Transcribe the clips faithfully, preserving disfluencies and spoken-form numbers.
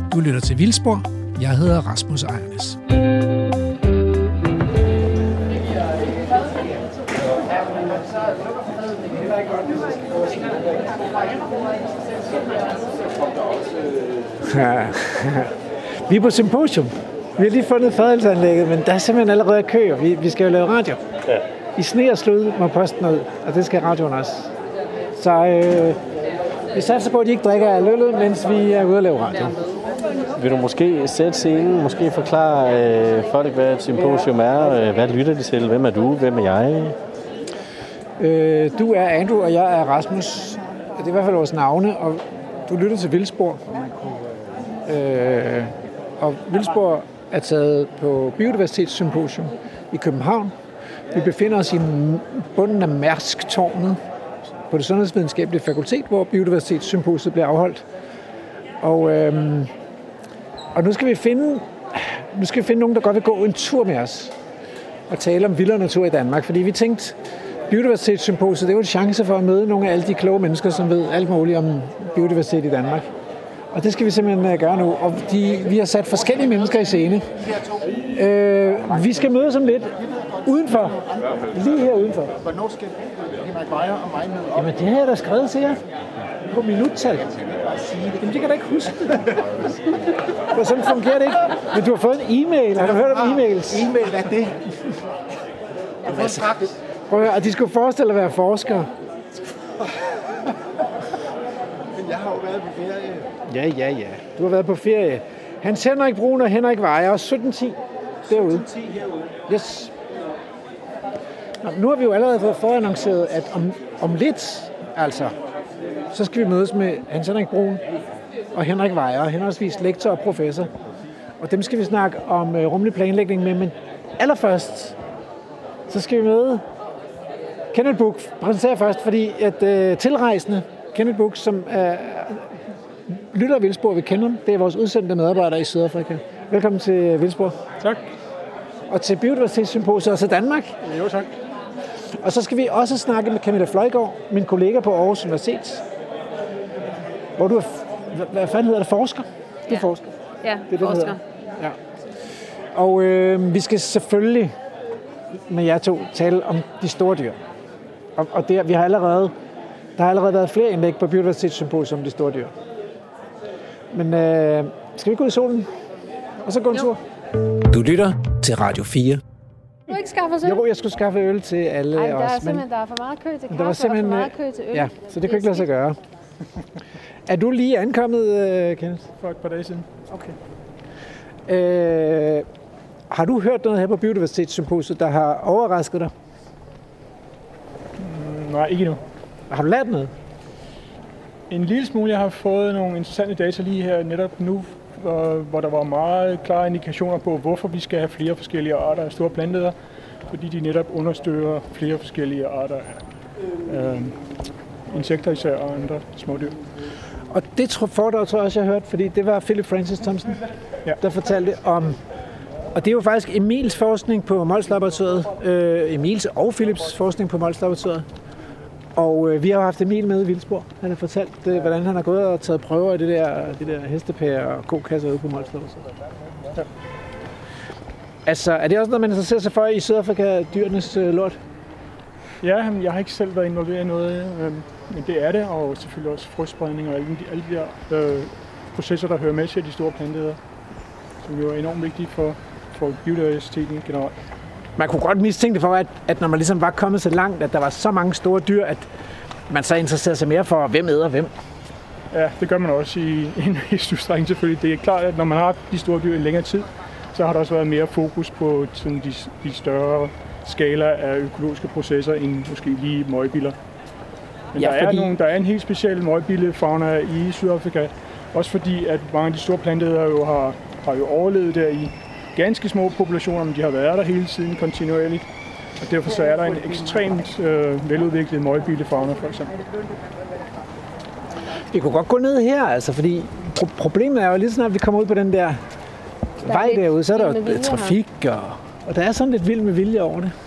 Du lytter til Vildspor. Jeg hedder Rasmus Ejernes. Vi er på Symposium. Vi har lige fundet fadelsanlægget, men der er simpelthen allerede kø, og vi, vi skal jo lave radio. Ja. I sne og slud må posten ud, og det skal radioen også. Så øh, vi satser på, at de ikke drikker af lølet, mens vi er ude at lave radio. Vil du måske sætte scenen, måske forklare øh, folk, hvad et symposium er, øh, hvad lytter de til, hvem er du, hvem er jeg? Øh, du er Andrew, og jeg er Rasmus. Det er i hvert fald vores navne, og du lytter til Vildspor. Øh, og Vildspor er taget på Biodiversitetssymposium i København. Vi befinder os i bunden af Mærsk-tårnet på det Sundhedsvidenskabelige Fakultet, hvor Biodiversitetssymposiet bliver afholdt. Og, øhm, og nu skal vi finde nu skal vi finde nogen, der godt vil gå en tur med os og tale om vildere natur i Danmark. Fordi vi tænkte, Biodiversitetssymposiet, det er jo en chance for at møde nogle af alle de kloge mennesker, som ved alt muligt om biodiversitet i Danmark. Og det skal vi simpelthen gøre nu. Og de, vi har sat forskellige mennesker i scene. Øh, vi skal mødes om lidt udenfor. Lige her udenfor. Hvornår skal Henrik Weyer og mig møde op? Jamen, det har jeg da skrevet til jer. På minuttal. Jamen, det kan da ikke huske. For sådan fungerer det ikke. Men du har fået en e-mail. Har du hørt om e-mails? E-mail, hvad er det? Jeg har fået en straks. Prøv at høre, og de skulle forestille at være forskere. Men jeg har jo været på ferie. Ja, ja, ja. Du har været på ferie. Hans Henrik Brun og Henrik Weyer, sytten ti derude. sytten ti herude. Yes. Nå, nu har vi jo allerede fået forannonceret, at om, om lidt, altså, så skal vi mødes med Hans Henrik Brun og Henrik Weyer, henholdsvis lektor og professor. Og dem skal vi snakke om uh, rummelig planlægning med, men allerførst, så skal vi møde Kenneth Buk. Præsentere først, fordi at uh, tilrejsende Kenneth Buk, som er lytter af Vildspor, vi kender ham. Det er vores udsendte medarbejdere i Sydafrika. Velkommen til Vildspor. Tak. Og til Biodiversitetssymposiet og til Danmark. Jo, tak. Og så skal vi også snakke med Camilla Fløjgaard, min kollega på Aarhus Universitet. Hvor du er, hvad fanden hedder det, forsker? Du er ja. forsker. Ja, det, det forsker. Ja. Og øh, vi skal selvfølgelig med jer to tale om de store dyr. Og, og det, vi har allerede, der har allerede været flere indlæg på Biodiversitetssymposiet om de store dyr. Men øh, skal vi gå i solen? Og så gå en jo. tur? Du lytter til Radio fire. Du ikke skaffe os øl? Jo, jeg skulle skaffe øl til alle Ej, der os. er simpelthen men, der er for meget kø til kaffe og for meget kø til øl. Ja, så det kan ikke lade sig gøre. Er du lige ankommet, uh, Kenneth? For et par dage siden. Okay. Uh, har du hørt noget her på Biodiversitetssymposiet, der har overrasket dig? Mm, nej, ikke endnu. Har du lært noget? En lille smule. Jeg har fået nogle interessante data lige her netop nu, hvor der var meget klare indikationer på, hvorfor vi skal have flere forskellige arter af store planter, fordi de netop understøtter flere forskellige arter af øh, insekter især og andre smådyr. Og det foredrag tror jeg også, jeg har hørt, fordi det var Philip Francis Thompson, ja. der fortalte om, og det er jo faktisk Emils forskning på Mols-laboratoriet, øh, Emils og Philips forskning på Mols-laboratoriet. Og øh, vi har haft Emil med i Vildspor. Han har fortalt, øh, hvordan han har gået og taget prøver af det der, det der hestepærer og kokasser ude på Mols-laboratoriet. Ja. Altså, er det også noget, man interesserer sig for i Sydafrika, dyrenes øh, lort? Ja, jeg har ikke selv været involveret i noget, øh, men det er det, og selvfølgelig også frøspredning og alle de, alle de der øh, processer, der hører med til de store planter, som jo er enormt vigtige for, for biodiversiteten generelt. Man kunne godt mistænke det for, at, at når man ligesom var kommet så langt, at der var så mange store dyr, at man så interesserede sig mere for, hvem æder hvem. Ja, det gør man også i en vis udstrækning selvfølgelig. Det er klart, at når man har de store dyr i længere tid, så har der også været mere fokus på sådan de, de større skala af økologiske processer end måske lige møgbiller. Men ja, der, fordi... er nogle, der er en helt speciel møgbillefauna i Sydafrika, også fordi at mange af de store planteædere jo har, har jo overlevet der i ganske små populationer, men de har været der hele tiden kontinuerligt. Og derfor så er der en ekstremt øh, veludviklet møgbillefauna for eksempel. Vi kunne godt gå ned her, altså, fordi pro- problemet er jo lige snart, at vi kommer ud på den der, der vej derude, så er der jo trafik, og, og der er sådan lidt vild med vilje over det.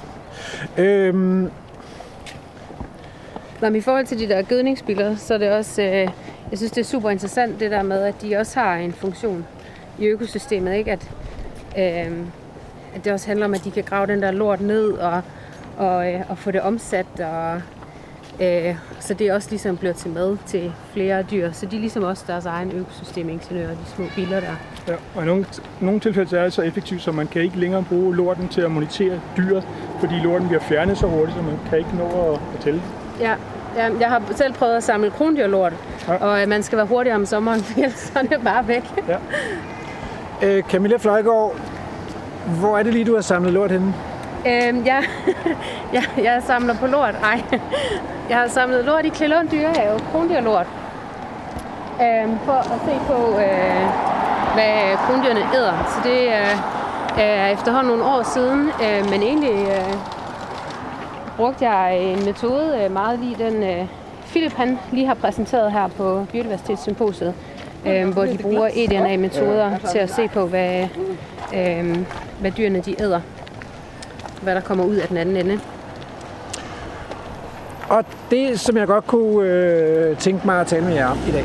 Øhm... Nå, men i forhold til de der gødningsbiler, så er det også øh, jeg synes, det er super interessant, det der med, at de også har en funktion i økosystemet, ikke? At, øh, at det også handler om, at de kan grave den der lort ned og, og, øh, og få det omsat, og øh, så det også ligesom bliver til mad til flere dyr. Så de er ligesom også deres egen økosystemingeniører, de små biler der. Ja, og i nogle, nogle tilfælde er det så effektivt, så man kan ikke længere bruge lorten til at monitere dyr, fordi lorten bliver fjernet så hurtigt, så man kan ikke nå at, at tælle. Ja, ja, jeg har selv prøvet at samle krondyrlort, ja. Og man skal være hurtigere om sommeren, så er det bare væk. Ja. Øh, Camilla Fløjgaard, hvor er det lige, du har samlet lort henne? Øhm, ja, jeg, jeg samler på lort. Ej, jeg har samlet lort i Klillund Dyrehave, krondyrlort, øhm, for at se på, øh, hvad krondyrene æder. Så det øh, er efterhånden nogle år siden, øh, men egentlig øh, brugte jeg en metode øh, meget lige den, øh, Philip han lige har præsenteret her på Biodiversitetssymposiet, øh, hvor de bruger e D N A-metoder til at se på, hvad, øh, hvad dyrene de æder. Hvad der kommer ud af den anden ende. Og det, som jeg godt kunne øh, tænke mig at tale med jer om i dag,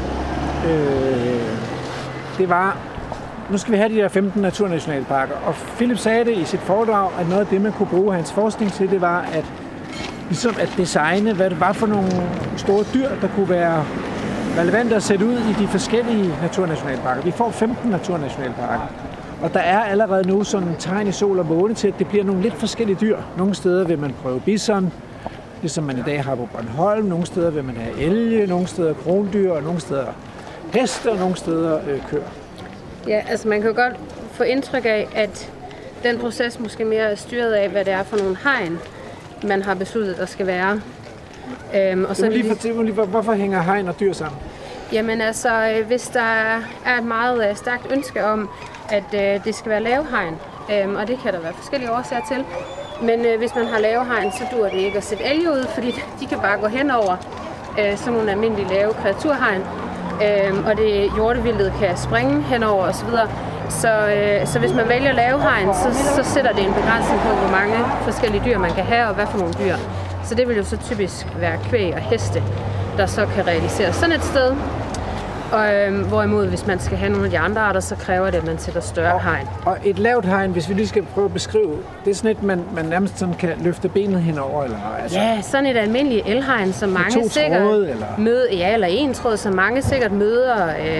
øh, det var, nu skal vi have de der femten naturnationalparker. Og Philip sagde det i sit foredrag, at noget af det, man kunne bruge hans forskning til, det var at, ligesom at designe, hvad det var for nogle store dyr, der kunne være relevante at sætte ud i de forskellige naturnationalparker. Vi får femten naturnationalparker. Og der er allerede nu sådan en tegn i sol og måne til, at det bliver nogle lidt forskellige dyr. Nogle steder vil man prøve bison, ligesom man i dag har på Bornholm. Nogle steder vil man have elge, nogle steder krondyr, og nogle steder heste, og nogle steder øh, køer. Ja, altså man kan jo godt få indtryk af, at den proces måske mere er styret af, hvad det er for nogle hegn, man har besluttet, der skal være. Øhm, og så lige lige... fortælle mig lige, hvorfor hænger hegn og dyr sammen? Jamen altså, hvis der er et meget stærkt ønske om, at øh, det skal være lavehegn, øhm, og det kan der være forskellige årsager til. Men øh, hvis man har lavehegn, så dur det ikke at sætte elge ud, fordi de kan bare gå henover øh, sådan nogle almindelige lave kreaturhegn. Øhm, og det hjortevildtet kan springe henover osv. Så, øh, så hvis man vælger lavehegn, så, så sætter det en begrænsning på, hvor mange forskellige dyr man kan have, og hvad for nogle dyr. Så det vil jo så typisk være kvæg og heste, der så kan realiseres sådan et sted. Og, øhm, hvorimod, hvis man skal have nogle af de andre arter, så kræver det, at man sætter større hegn. Og et lavt hegn, hvis vi lige skal prøve at beskrive, det er sådan et, man, man nærmest sådan kan løfte benet henover, eller altså. Ja, sådan et almindeligt elhegn, som mange to sikkert tråde, eller? møder, ja, eller en tråd, som mange sikkert møder, øh,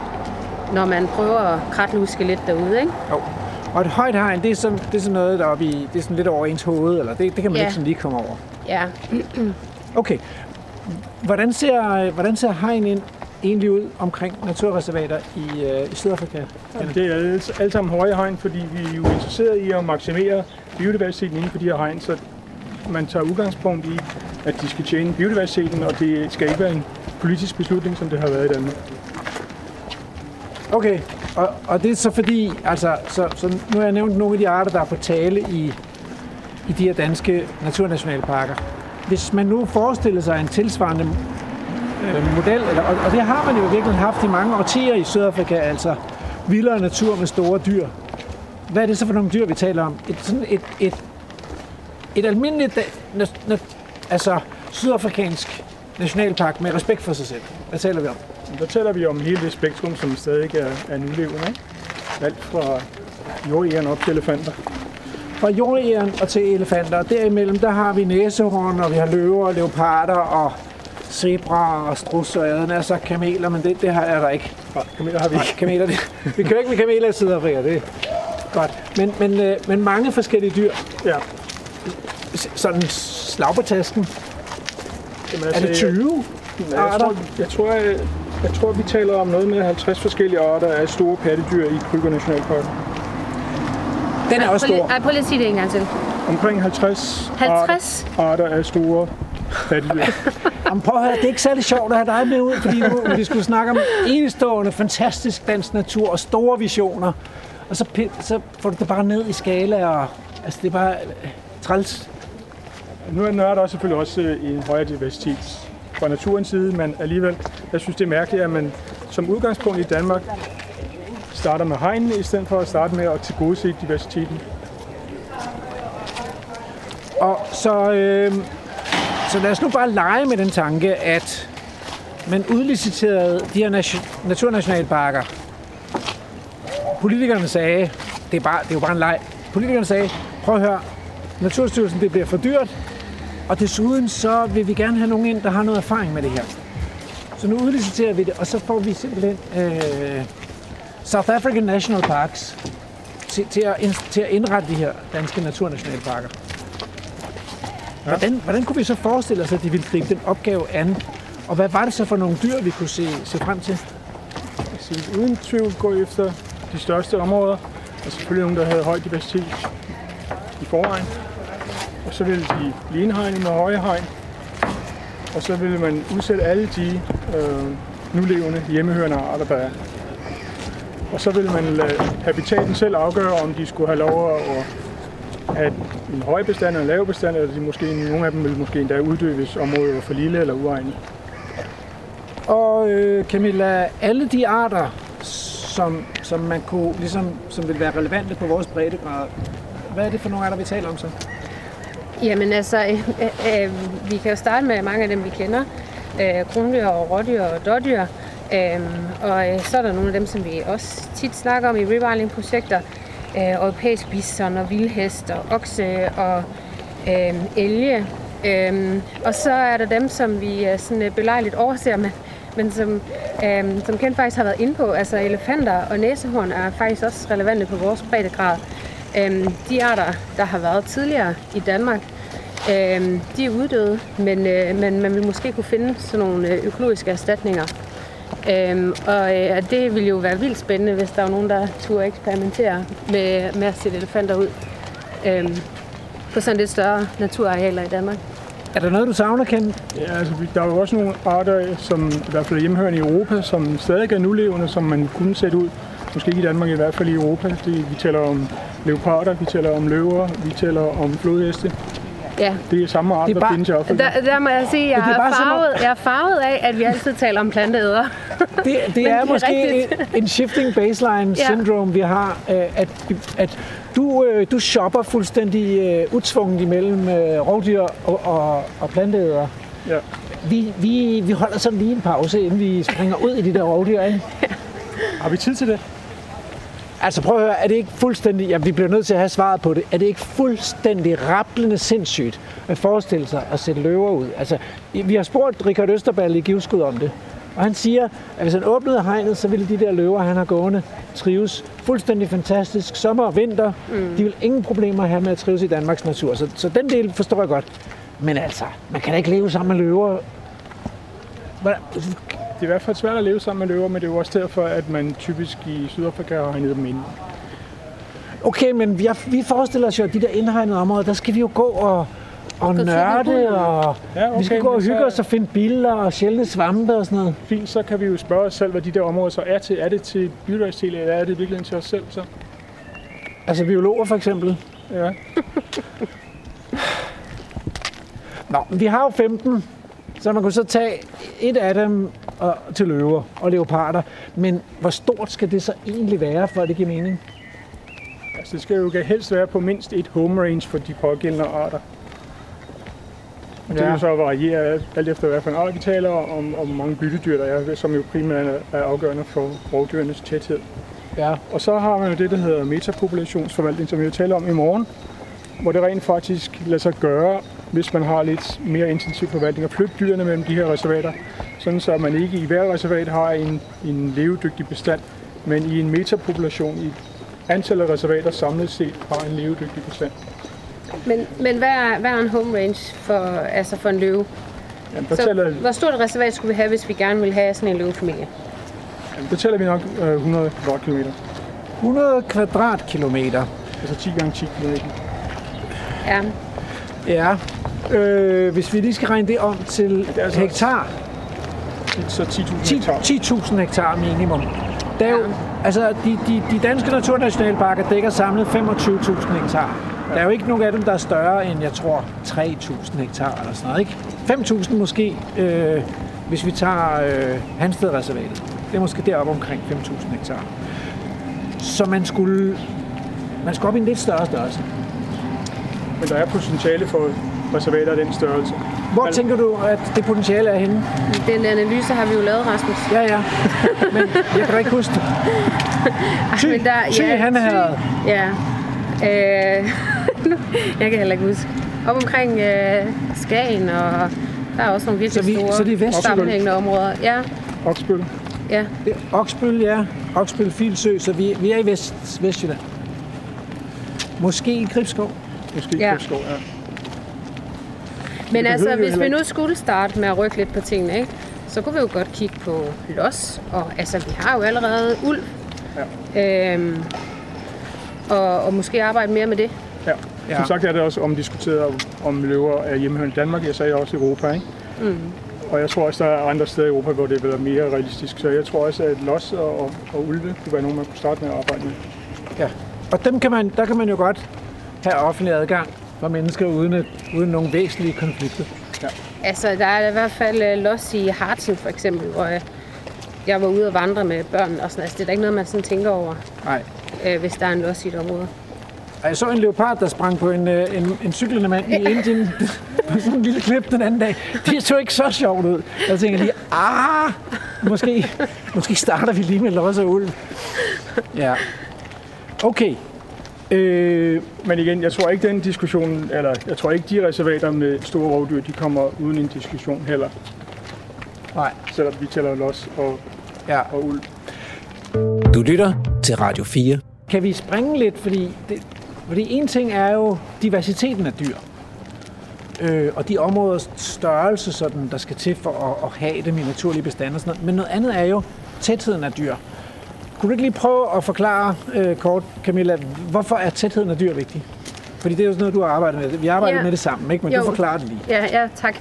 når man prøver at kratluske lidt derude, ikke? Jo. Og et højt hegn, det er sådan, det er sådan noget, der er oppe i, det er sådan lidt over ens hoved, eller det, det kan man ja. ikke sådan lige komme over. Ja. Okay. Hvordan ser, hvordan ser hegn ind egentlig ud omkring naturreservater i, øh, i Sydafrika? Ja, det er alle, alle sammen høje hegn, fordi vi er jo interesseret i at maksimere biodiversiteten inden for de her hegn, så man tager udgangspunkt i, at de skal tjene biodiversiteten, og det skal ikke være en politisk beslutning, som det har været i Danmark. Okay, og, og det er så fordi, altså, så, så nu har jeg nævnt nogle af de arter, der er på tale i, i de her danske naturnationalparker. Hvis man nu forestiller sig en tilsvarende øh, model, eller, og, og det har man jo virkelig haft i mange årtier i Sydafrika, altså vildere natur med store dyr. Hvad er det så for nogle dyr, vi taler om? Et, sådan et, et, et almindeligt na, na, altså, sydafrikansk nationalpark med respekt for sig selv. Hvad taler vi om? Der taler vi om hele det spektrum, som stadig er, er nulevende. Ikke? Alt fra jordegern op til elefanter. Fra jordegern og til elefanter. Og derimellem, der har vi næsehorn, og vi har løver og leoparder og zebraer og strudser og jeg altså kameler, men det, det har jeg der ikke. Nej, kameler har vi ikke. Nej, kameler, det, vi kører ikke med kameler i Sydafrika, det er godt. Men, men, øh, men mange forskellige dyr. Ja. Sådan slag på tasken. Jamen, altså, er det tyve jeg, arter? Jeg tror, jeg, tror, jeg, jeg tror, vi taler om noget med halvtreds forskellige arter af store pattedyr i Kruger Nationalpark. Den er også stor. Ej, prøv lige at sige det en gang til. Omkring halvtreds, halvtreds? Arter, arter af store pattedyr. Jamen, prøv at høre, det er ikke særlig sjovt at have dig med ud, fordi nu vi skulle snakke om enestående, fantastisk dansk natur og store visioner. Og så, så får du det bare ned i skala, og altså, det er bare træls. Nu er der også selvfølgelig også en højere diversitet fra naturens side, men alligevel, jeg synes det er mærkeligt, at man som udgangspunkt i Danmark starter med hegnene, i stedet for at starte med at tilgodese diversiteten. Og så, øh, så lad os nu bare lege med den tanke, at man udliciterede de her nation, naturnationalparker. Politikerne sagde, det er, bare, det er jo bare en leg. Politikerne sagde, prøv at høre, Naturstyrelsen, det bliver for dyrt, og desuden så vil vi gerne have nogen ind, der har noget erfaring med det her. Så nu udliciterer vi det, og så får vi simpelthen øh, South African National Parks til, til, at, til at indrette de her danske naturnationalparker. Ja. Hvordan, hvordan kunne vi så forestille os, at de ville gribe den opgave an? Og hvad var det så for nogle dyr, vi kunne se, se frem til? Altså, uden tvivl gå efter de største områder, og selvfølgelig nogle, der havde høj diversitet i forvejen. Og så ville de blive indhegnet med høje hegn. Og så ville man udsætte alle de øh, nulevende hjemmehørende arter, der er. Og så ville man lade habitaten selv afgøre, om de skulle have lov at have en høj bestand og en lav bestand, eller de måske, nogle af dem ville måske endda uddø, hvis området var for lille eller uegnet. Og øh, Camilla, alle de arter, som, som man kunne, ligesom, som vil være relevante på vores breddegrad, hvad er det for nogle arter, vi taler om så? Jamen altså, øh, øh, vi kan jo starte med mange af dem, vi kender. Øh, krondyr og rådyr og dårdyr. Øh, og øh, så er der nogle af dem, som vi også tit snakker om i rewilding-projekter. Øh, europæisk bison og vildhest og okse og øh, elge. Øh, og så er der dem, som vi øh, sådan belejligt overser, men, men som, øh, som Kent faktisk har været inde på. Altså elefanter og næsehorn er faktisk også relevante på vores breddegrad. Øhm, de arter, der har været tidligere i Danmark, øhm, de er uddøde, men, øh, men man vil måske kunne finde sådan nogle øh, økologiske erstatninger. Øhm, og øh, det ville jo være vildt spændende, hvis der var nogen, der turde eksperimentere med, med at sætte elefanter ud øhm, på sådan lidt større naturarealer i Danmark. Er der noget, du savner, Kent? Ja, altså, der er jo også nogle arter, som i hvert fald er hjemmehørende i Europa, som stadig er nulevende, som man kunne sætte ud. Måske ikke i Danmark, i hvert fald i Europa. Det, vi taler om leoparder, vi taler om løver, vi taler om flodheste. Ja. Det er samme art, der findes i Afrika. Der, der må jeg sige, at jeg, er farvet, jeg er farvet af, at vi altid taler om planteædere. Det, det er, er måske en shifting baseline syndrome, ja. Vi har, at, at du, du shopper fuldstændig utvunget imellem rovdyr og, og, og planteædere. Ja. Vi, vi, vi holder sådan lige en pause, inden vi springer ud i de der rovdyr, ikke? Ja. Har vi tid til det? Altså prøv at høre, er det ikke fuldstændig, ja, vi bliver nødt til at have svaret på det, er det ikke fuldstændig rablende sindssygt at forestille sig at sætte løver ud? Altså, vi har spurgt Richard Østerballe i Givskud om det, og han siger, at hvis han åbnede hegnet, så ville de der løver, han har gående, trives fuldstændig fantastisk. Sommer og vinter, mm. de vil ingen problemer have med at trives i Danmarks natur, så, så den del forstår jeg godt. Men altså, man kan da ikke leve sammen med løver. Hvordan? Det er i hvert fald svært at leve sammen med løver, men det er jo også derfor, at man typisk i Sydafrika har hegnet dem inde. Okay, men vi, har, vi forestiller os jo, at de der indhegnede områder, der skal vi jo gå og, og nørde, og ja, okay, vi skal gå og hygge så... os og finde billeder og sjældne svampe og sådan noget. Fint, så kan vi jo spørge os selv, hvad de der områder så er til. Er det til biodiversitet, eller er det virkelig til os selv så? Altså biologer for eksempel? Ja. Nå, men vi har jo femten, så man kunne så tage et af dem og, til løver og leoparder. Men hvor stort skal det så egentlig være, for at det giver mening? Altså, det skal jo helst være på mindst et home range for de pågældende arter. Og det ja. er jo så variere alt efter, hvad for en art vi taler om, og hvor mange byttedyr der er, som jo primært er afgørende for rovdyrenes tæthed. Ja. Og så har man jo det, der hedder metapopulationsforvaltning, som vi jo taler om i morgen, hvor det rent faktisk lader sig gøre, hvis man har lidt mere intensiv forvaltning, og flytte dyrene mellem de her reservater, sådan så man ikke i hver reservat har en, en levedygtig bestand, men i en metapopulation, i et antal af reservater samlet set har en levedygtig bestand. Men, men hvad, er, hvad er en home range for, altså for en løve? Jamen, så, tæller, hvor stort et reservat skulle vi have, hvis vi gerne ville have sådan en løvefamilie? Jamen, der tæller vi nok øh, hundrede kvadratkilometer. hundrede kvadratkilometer? Altså ti gange ti kilometer. Ja. Ja. Øh, hvis vi lige skal regne det om til ja, altså hektar. Så ti tusind hektar. ti tusind hektar minimum. Der er jo, ja. altså, de, de, de danske naturnationalparker dækker samlet femogtyve tusind hektar. Ja. Der er jo ikke nogen af dem, der er større end, jeg tror, tre tusind hektar eller sådan noget, ikke? fem tusind måske, øh, hvis vi tager øh, Hansted-reservatet. Det er måske deroppe omkring fem tusind hektar. Så man skulle, man skulle op i en lidt større størrelse. Men der er potentiale for reservater af den størrelse. Hvor Men... tænker du, at det potentiale er henne? Den analyse har vi jo lavet, Rasmus. Ja, ja. Men jeg kan da ikke huske det. Ty, men der, ty ja, han er... Ja. Øh, jeg kan heller ikke huske. Op omkring øh, Skagen, og der er også nogle virkelig så vi, store så det er sammenhængende områder. Ja. Oksbøl. Ja. Oksbøl, ja. Oksbøl, Filsø, så vi, vi er i Vest, Vestjylland. Måske i Gribskov. Måske i ja. Gribskov, ja. Men altså, hvis vi nu skulle starte med at rykke lidt på tingene, ikke, så kunne vi jo godt kigge på los. Og altså, vi har jo allerede ulv. Ja. Øhm, og, og måske arbejde mere med det. Ja. Ja. Som sagt er det også omdiskuteret, om løver er hjemmehørende i Danmark. Jeg sagde også i Europa, ikke? Mm. Og jeg tror også, der er andre steder i Europa, hvor det vil være mere realistisk. Så jeg tror også, at los og, og, og ulve kunne være nogen, man kunne starte med at arbejde med. Ja, og dem kan man, der kan man jo godt have offentlig adgang for mennesker uden, et, uden nogle væsentlige konflikter. Ja. Altså, der er i hvert fald los i Harzen for eksempel, hvor jeg, jeg var ude og vandre med børn og sådan. Altså, det er da ikke noget, man sådan tænker over, Nej. Øh, hvis der er en los i et område. Jeg så en leopard, der sprang på en, en, en cyklende mand i Indien på sådan en lille klip den anden dag. Det så ikke så sjovt ud. Jeg tænker lige, ah, måske, måske starter vi lige med los og ulv. Ja. Okay. Øh, men igen, jeg tror ikke den diskussion, eller jeg tror ikke de reservater med store rovdyr, de kommer uden en diskussion heller. Nej. Selvom vi tæller los og, ja. og ulv. Du lytter til Radio fire. Kan vi springe lidt, fordi, det, fordi en ting er jo diversiteten af dyr. Øh, og de områders størrelse, sådan, der skal til for at, at have dem i naturlige bestande og sådan noget. Men noget andet er jo tætheden af dyr. Kunne du ikke lige prøve at forklare øh, kort, Camilla, hvorfor er tætheden af dyr vigtig? Fordi det er jo sådan noget, du har arbejdet med. Vi arbejder ja. med det sammen, ikke? Men jo. Du forklarer det lige. Ja, ja tak.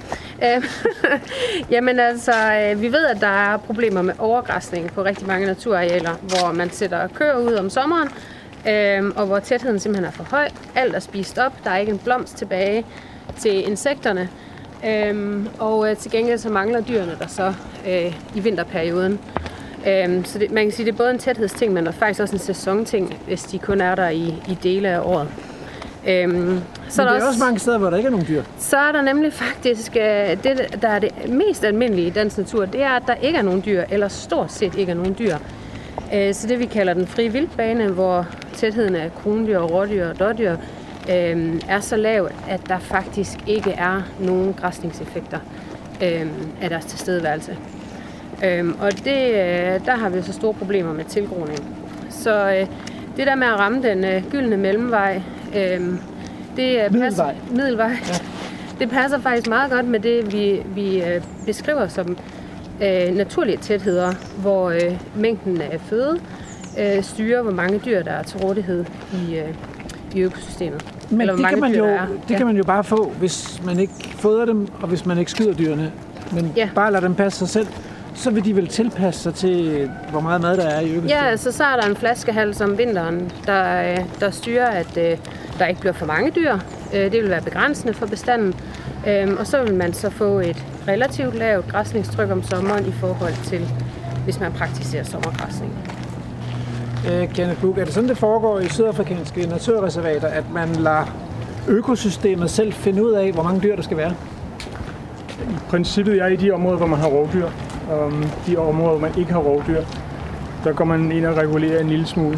Jamen altså, vi ved, at der er problemer med overgræsning på rigtig mange naturarealer, hvor man sætter køer ud om sommeren, øh, og hvor tætheden simpelthen er for høj. Alt er spist op, der er ikke en blomst tilbage til insekterne. Øh, og til gengæld så mangler dyrene der så øh, i vinterperioden. Øh, så det, man kan sige, det er både en tæthedsting, men der er faktisk også en sæsonting, hvis de kun er der i, i dele af året. Øhm, så Men er der er også mange steder, hvor der ikke er nogen dyr. Så er der nemlig faktisk, det der er det mest almindelige i dansk natur, det er, at der ikke er nogen dyr, eller stort set ikke er nogen dyr. Øh, så det vi kalder den frie vildbane, hvor tætheden af krondyr, rådyr og dådyr øh, er så lav, at der faktisk ikke er nogen græsningseffekter øh, af deres tilstedeværelse. Øh, og det, øh, der har vi så store problemer med tilgroning. Så øh, det der med at ramme den øh, gyldne mellemvej, Øhm, det passer, middelvej. middelvej. Ja. Det passer faktisk meget godt med det, vi, vi øh, beskriver som øh, naturlige tætheder, hvor øh, mængden af føde øh, styrer, hvor mange dyr, der er til rådighed i, øh, i økosystemet. Men Eller, det, kan man, dyr, jo, det ja. kan man jo bare få, hvis man ikke fodrer dem, og hvis man ikke skyder dyrene, men ja. bare lader dem passe sig selv. Så vil de vel tilpasse sig til, hvor meget mad der er i økosystemet? Ja, altså, så er der en flaskehals om vinteren, der, der styrer, at øh, der ikke bliver for mange dyr. Øh, det vil være begrænsende for bestanden. Øh, og så vil man så få et relativt lavt græsningstryk om sommeren i forhold til, hvis man praktiserer sommergræsning. Øh, Kenneth Bug, er det sådan, det foregår i sydafrikanske naturreservater, at man lader økosystemet selv finde ud af, hvor mange dyr der skal være? I princippet er i de områder, hvor man har rovdyr. Um, de områder, hvor man ikke har rovdyr, der går man ind og regulerer en lille smule.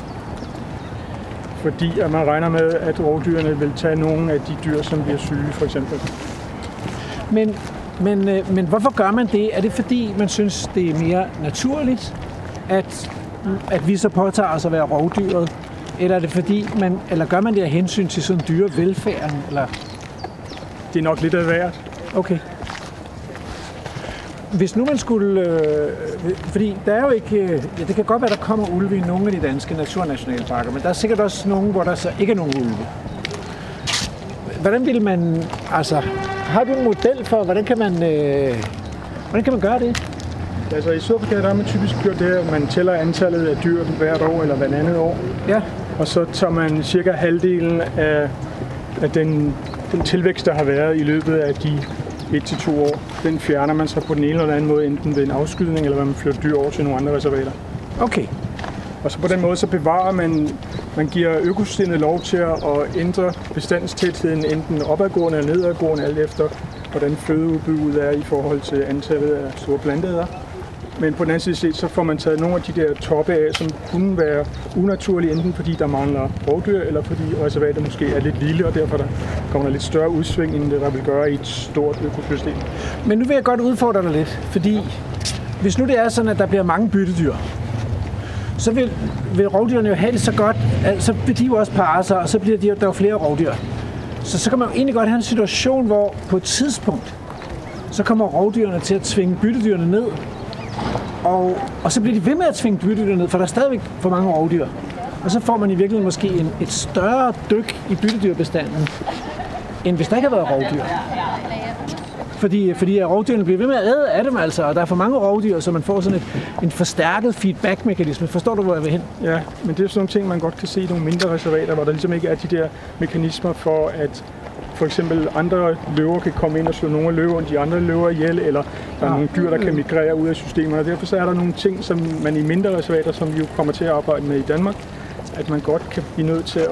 Fordi at man regner med, at rovdyrene vil tage nogle af de dyr, som bliver syge, for eksempel. Men, men, øh, men hvorfor gør man det? Er det fordi, man synes, det er mere naturligt, at, at vi så påtager os at være rovdyret? Eller er det fordi, man, eller gør man det af hensyn til sådan dyrevelfærden? Eller? Det er nok lidt af hvert. Okay. Hvis nu man skulle, øh, fordi der er jo ikke, øh, ja, det kan godt være, der kommer ulve i nogle af de danske naturnationalparker, men der er sikkert også nogle, hvor der så ikke er nogen ulve. Hvordan vil man, altså, har du en model for, hvordan kan man, øh, hvordan kan man gøre det? Altså i Sydafrika der har man typisk gjort det her, at man tæller antallet af dyr hvert år eller hvert andet år. Ja. Og så tager man cirka halvdelen af, af den, den tilvækst, der har været i løbet af de et til to år. Den fjerner man så på den ene eller anden måde, enten ved en afskydning, eller ved man flytter dyr over til nogle andre reservater. Okay. Og så på den måde, så bevarer man, man giver økosystemet lov til at ændre bestandstætheden enten opadgående eller nedadgående, alt efter hvordan fødeudbuddet er i forhold til antallet af store planteædere. Men på den anden side set, så får man taget nogle af de der toppe af, som kunne være unaturlige, enten fordi der mangler rovdyr, eller fordi reservatet måske er lidt lille, og derfor der kommer der lidt større udsving, end det der vil gøre i et stort økosystem. Men nu vil jeg godt udfordre dig lidt, fordi hvis nu det er sådan, at der bliver mange byttedyr, så vil, vil rovdyrene jo have det så godt, at så vil de jo også parre sig, og så bliver de, der jo flere rovdyr. Så så kan man jo egentlig godt have en situation, hvor på et tidspunkt, så kommer rovdyrene til at tvinge byttedyrene ned, og, og så bliver de ved med at tvinge byttedyrene ned, for der er stadigvæk for mange rovdyr. Og så får man i virkeligheden måske en, et større dyk i byttedyrbestanden, end hvis der ikke havde været rovdyr. Fordi, fordi rovdyrene bliver ved med at æde af dem altså, og der er for mange rovdyr, så man får sådan et, en forstærket feedback-mekanisme. Forstår du, hvor jeg vil hen? Ja, men det er sådan nogle ting, man godt kan se i nogle mindre reservater, hvor der ligesom ikke er de der mekanismer for, at for eksempel andre løver kan komme ind og slå nogle af løverne, de andre løver ihjel, eller der er nogle dyr, der kan migrere ud af systemerne. Og derfor så er der nogle ting, som man i mindre reservater, som vi jo kommer til at arbejde med i Danmark, at man godt kan blive nødt til at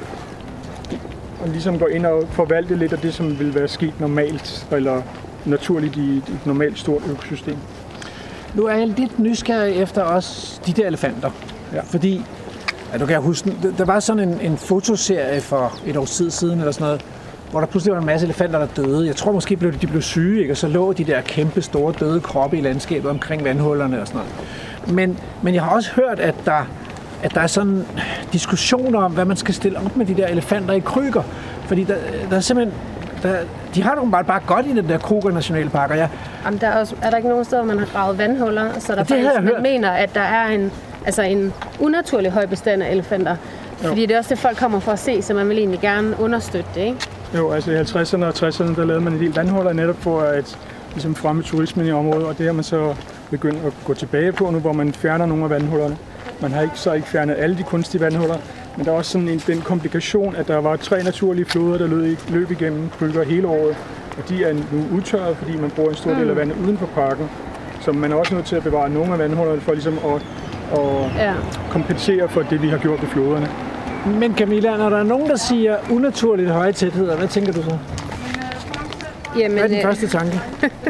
og ligesom gå ind og forvalte lidt af det, som vil være sket normalt, eller naturligt i et normalt stort økosystem. Nu er jeg lidt nysgerrig efter også de der elefanter. Ja. Fordi, ja, du kan huske, der var sådan en, en fotoserie for et års tid siden, eller sådan noget, hvor der pludselig var en masse elefanter, der døde. Jeg tror måske, blev de blev syge, ikke? Og så lå de der kæmpe, store, døde kroppe i landskabet omkring vandhullerne og sådan noget. Men, men jeg har også hørt, at der, at der er sådan diskussioner om, hvad man skal stille op med de der elefanter i Krüger. Fordi der, der er simpelthen... Der, de har det bare, bare godt i den der Krüger Nationalpark, og jeg... Jamen, der er, også, er der ikke nogen steder, hvor man har gravet vandhuller, så der ja, faktisk man mener, at der er en, altså en unaturlig høj bestand af elefanter. Jo. Fordi det er også det, folk kommer for at se, så man vil egentlig gerne understøtte det, ikke? Jo, altså i halvtredserne og tresserne, der lavede man en del vandhuller netop for at ligesom fremme turismen i området, og det har man så begyndt at gå tilbage på nu, hvor man fjerner nogle af vandhullerne. Man har ikke, så ikke fjernet alle de kunstige vandhuller, men der er også sådan en, den komplikation, at der var tre naturlige floder, der løb, løb igennem Krüger hele året, og de er nu udtørret, fordi man bruger en stor del af vandet uden for parken. Så man er også nødt til at bevare nogle af vandhullerne for ligesom at, at ja. kompensere for det, vi har gjort ved floderne. Men Camilla, når der er nogen, der siger unaturligt høje tætheder, hvad tænker du så? Jamen, hvad er din første tanke?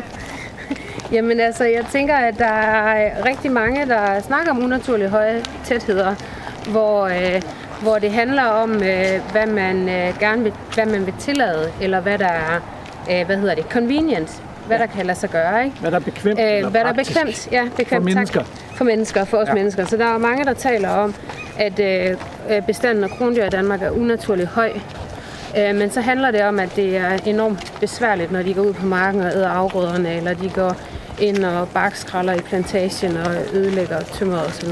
Jamen altså, jeg tænker, at der er rigtig mange, der snakker om unaturligt høje tætheder, hvor, øh, hvor det handler om, øh, hvad man øh, gerne vil, hvad man vil tillade, eller hvad der er, øh, hvad hedder det, convenient, hvad ja. der kan lade sig gøre, ikke? Hvad der er bekvemt, øh, eller hvad der er bekvemt, ja, bekvemt, for mennesker. Tak. For mennesker, for os ja. mennesker. Så der er mange, der taler om, at øh, bestanden af krondyr i Danmark er unaturligt høj. Øh, men så handler det om, at det er enormt besværligt, når de går ud på marken og æder afgrøderne, eller de går ind og barkskralder i plantagen og ødelægger tømmer osv.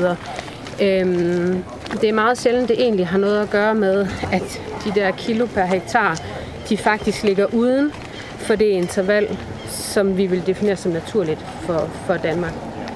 Øhm, det er meget sjældent, det egentlig har noget at gøre med, at de der kilo per hektar, de faktisk ligger uden for det interval, som vi vil definere som naturligt for, for Danmark.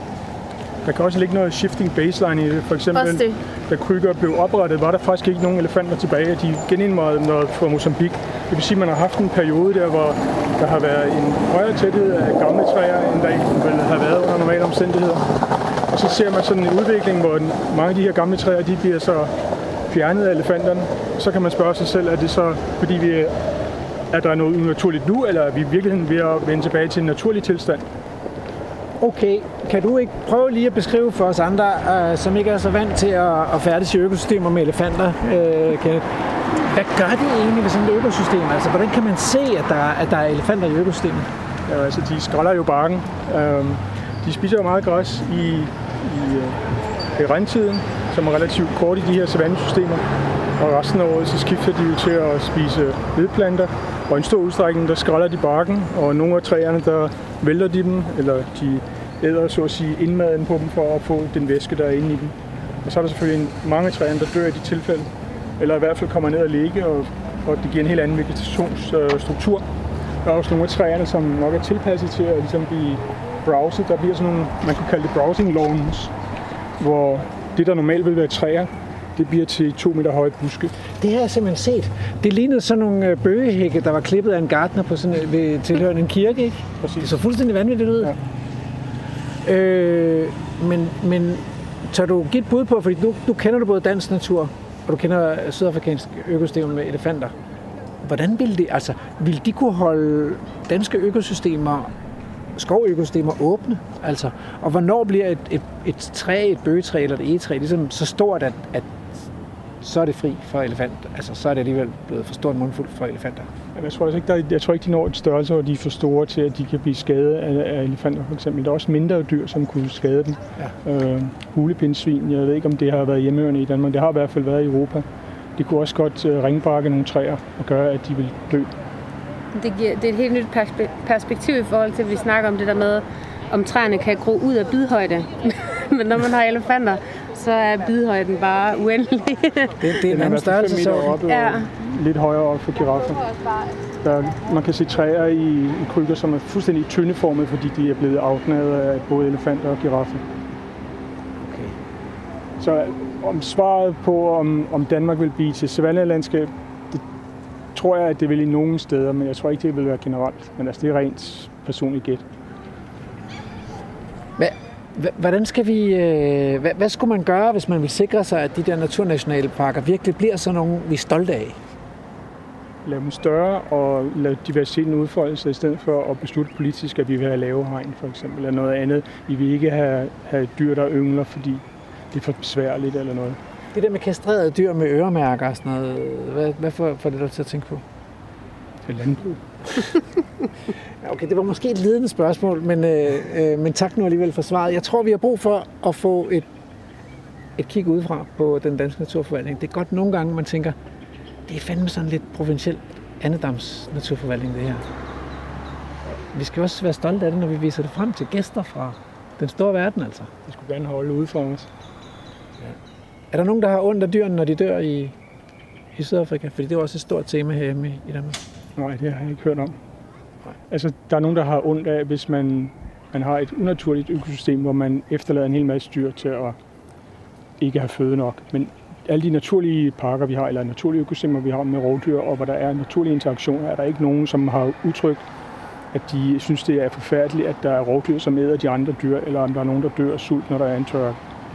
Der kan også ligge noget shifting baseline i det. For eksempel, da Krüger blev oprettet, var der faktisk ikke nogen elefanter tilbage. De genindvandrede fra Mozambique. Det vil sige, at man har haft en periode der, hvor der har været en højere tæthed af gamle træer, end der ikke ville have været under normale omstændigheder. Og så ser man sådan en udvikling, hvor mange af de her gamle træer, de bliver så fjernet af elefanterne. Så kan man spørge sig selv, er det så, fordi vi er der noget unaturligt nu, eller er vi i virkeligheden ved at vende tilbage til en naturlig tilstand? Okay, kan du ikke prøve lige at beskrive for os andre, øh, som ikke er så vant til at, at færdes i økosystemer med elefanter, øh, Kenneth? Hvad gør de egentlig ved sådan et økosystem? Altså, hvordan kan man se, at der, at der er elefanter i økosystemet? Ja, altså, de skralder jo barken. Øh, de spiser jo meget græs i, i, i regntiden, som er relativt kort i de her savannesystemer. Og resten af året, så skifter de jo til at spise vedplanter. Og i en stor udstrækning, der skralder de barken, og nogle af træerne, der vælter de dem, eller de æder, så at sige, indmaden på dem for at få den væske, der er inde i dem. Og så er der selvfølgelig mange af træerne, der dør i de tilfælde, eller i hvert fald kommer ned og ligge, og, og det giver en helt anden vegetationsstruktur. Der er også nogle af træerne, som nok er tilpasset til at ligesom blive browset. Der bliver sådan nogle, man kunne kalde det browsing lawns, hvor det, der normalt vil være træer, det bliver til to meter høje buske. Det har jeg simpelthen set. Det lignede sådan nogle bøgehække, der var klippet af en gartner på sådan ved tilhørende en kirke, ikke? Præcis. Det så fuldstændig vanvittigt ud. Ja. Øh, men, men tør du give et bud på, fordi du, du kender du både dansk natur, og du kender sydafrikansk økosystem med elefanter. hvordan ville det, altså, ville de kunne holde danske økosystemer, skovøkosystemer åbne? Altså, og hvornår bliver et, et, et træ, et bøgetræ eller et egetræ ligesom så stort, at, at så er det fri for elefanter? Altså, så er det alligevel blevet for stort mundfuld for elefanter. Jeg tror, ikke, der er, jeg tror ikke, de når et størrelse, hvor de er for store til, at de kan blive skadet af, af elefanter, for eksempel. Der er også mindre dyr, som kunne skade dem. Ja. Øh, hulepindsvin, jeg ved ikke, om det har været hjemmehørende i Danmark. Det har i hvert fald været i Europa. Det kunne også godt uh, ringbakke nogle træer og gøre, at de vil dø. Det, giver, det er et helt nyt perspektiv i forhold til, at vi snakker om det der med, om træerne kan gro ud af bidhøjde. Men når man har elefanter, så er bidhøjden bare uendelig. det, det er en anden størrelse, så oppe, ja. Lidt højere op for giraffer. Der, man kan se træer i, i krykker, som er fuldstændig tyndeformet, fordi de er blevet afgnadet af både elefanter og giraffer. Okay. Så om svaret på, om, om Danmark vil blive til savannelandskab, det tror jeg, at det vil i nogle steder, men jeg tror ikke, det vil være generelt. Men altså, det er rent personligt gæt. Hvordan skal vi, hvad, hvad skulle man gøre, hvis man vil sikre sig, at de der naturnationalparker virkelig bliver sådan nogle, vi er stolte af? Lave dem større og lade diversiteten udfolde sig, i stedet for at beslutte politisk, at vi vil have lave hegn for eksempel, eller noget andet. Vi vil ikke have, have dyr, der yngler, fordi det er for besværligt eller noget. Det der med kastrerede dyr med øremærker og sådan noget, hvad, hvad får, får det dig til at tænke på? Det er landbrug. Okay, det var måske et ledende spørgsmål, men, øh, men tak nu alligevel for svaret. Jeg tror, vi har brug for at få et, et kig udefra på den danske naturforvaltning. Det er godt nogle gange, man tænker, det er fandme sådan lidt provincielt andedams naturforvaltning, det her. Vi skal også være stolte af det, når vi viser det frem til gæster fra den store verden, altså. De skulle gerne holde ude for os. Ja. Er der nogen, der har ondt af dyrene, når de dør i, i Sydafrika? Fordi det er også et stort tema herhjemme i, i Danmark. Nej, det har jeg ikke hørt om. Altså, der er nogen, der har ondt af, hvis man, man har et unaturligt økosystem, hvor man efterlader en hel masse dyr til at ikke have føde nok. Men alle de naturlige parker, vi har, eller naturlige økosystemer, vi har med rovdyr, og hvor der er naturlige interaktioner, er der ikke nogen, som har udtrykt, at de synes, det er forfærdeligt, at der er rovdyr, som æder de andre dyr, eller om der er nogen, der dør af sult, når der er en tørke.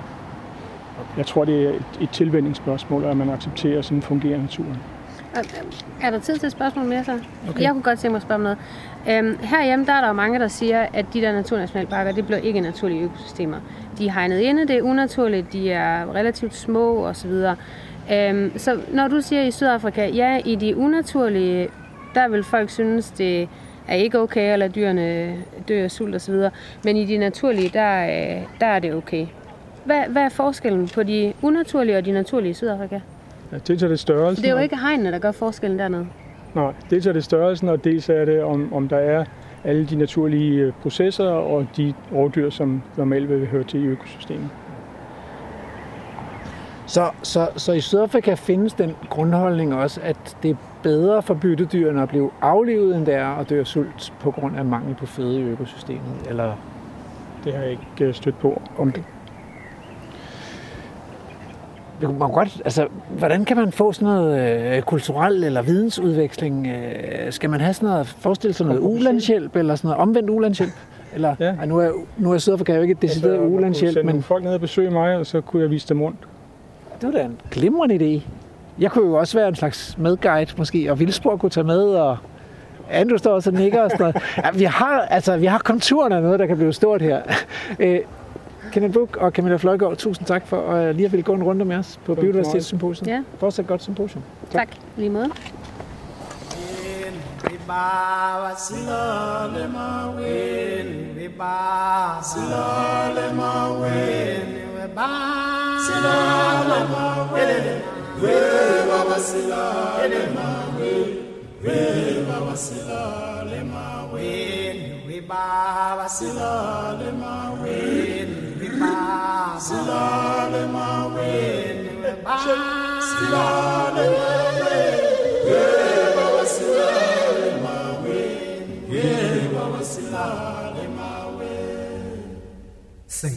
Jeg tror, det er et, et tilvændingsspørgsmål, at man accepterer sådan fungerer naturen. Er der tid til et spørgsmål mere så? Okay. Jeg kunne godt tænke mig at spørge om noget. Øhm, herhjemme der er der jo mange, der siger, at de der naturnationalparker, det bliver ikke naturlige økosystemer. De er hegnet inde, det er unaturligt, de er relativt små osv. Øhm, så når du siger i Sydafrika, ja, i de unaturlige, der vil folk synes, det er ikke okay at lade dyrene dø af sult osv. Men i de naturlige, der, der er det okay. Hvad, hvad er forskellen på de unaturlige og de naturlige i Sydafrika? Ja, dels er det størrelsen. Det er jo ikke hegnene, der gør forskellen dernede. Nej, dels er det størrelsen, og dels er det, om, om der er alle de naturlige processer og de rovdyr, som normalt vil høre til i økosystemet. Så, så, så i Sydafrika findes den grundholdning også, at det er bedre for byttedyrene at blive aflivet, end det er at dø af sult på grund af mangel på føde i økosystemet? Eller? Det har jeg ikke stødt på. Om det. Man godt, altså, hvordan kan man få sådan noget øh, kulturel eller vidensudveksling? Øh, skal man have sådan noget, forestille sig noget ulandshjælp, eller sådan noget omvendt ulandshjælp? Eller, ja. ej, nu er, nu er Sydafrika jo ikke et decideret altså, ulandshjælp, men folk ned og besøge mig, og så kunne jeg vise dem rundt. Det var da en glimrende idé. Jeg kunne jo også være en slags medguide, måske, og Vildsborg kunne tage med, og Andrew står også og nikker og sådan noget. Ja, vi har, altså, vi har konturerne af noget, der kan blive stort her. øh, Kenneth Buch og Camilla Fløjgaard, tusind tak for at lige at ville gå en runde med os på Biodiversitetssymposiet. Ja. Fortsat godt symposium. Tak. tak. Lige måde. Baba silale mawin Baba silale mawin Baba silale mawin Baba silale mawin Baba silale mawin Sing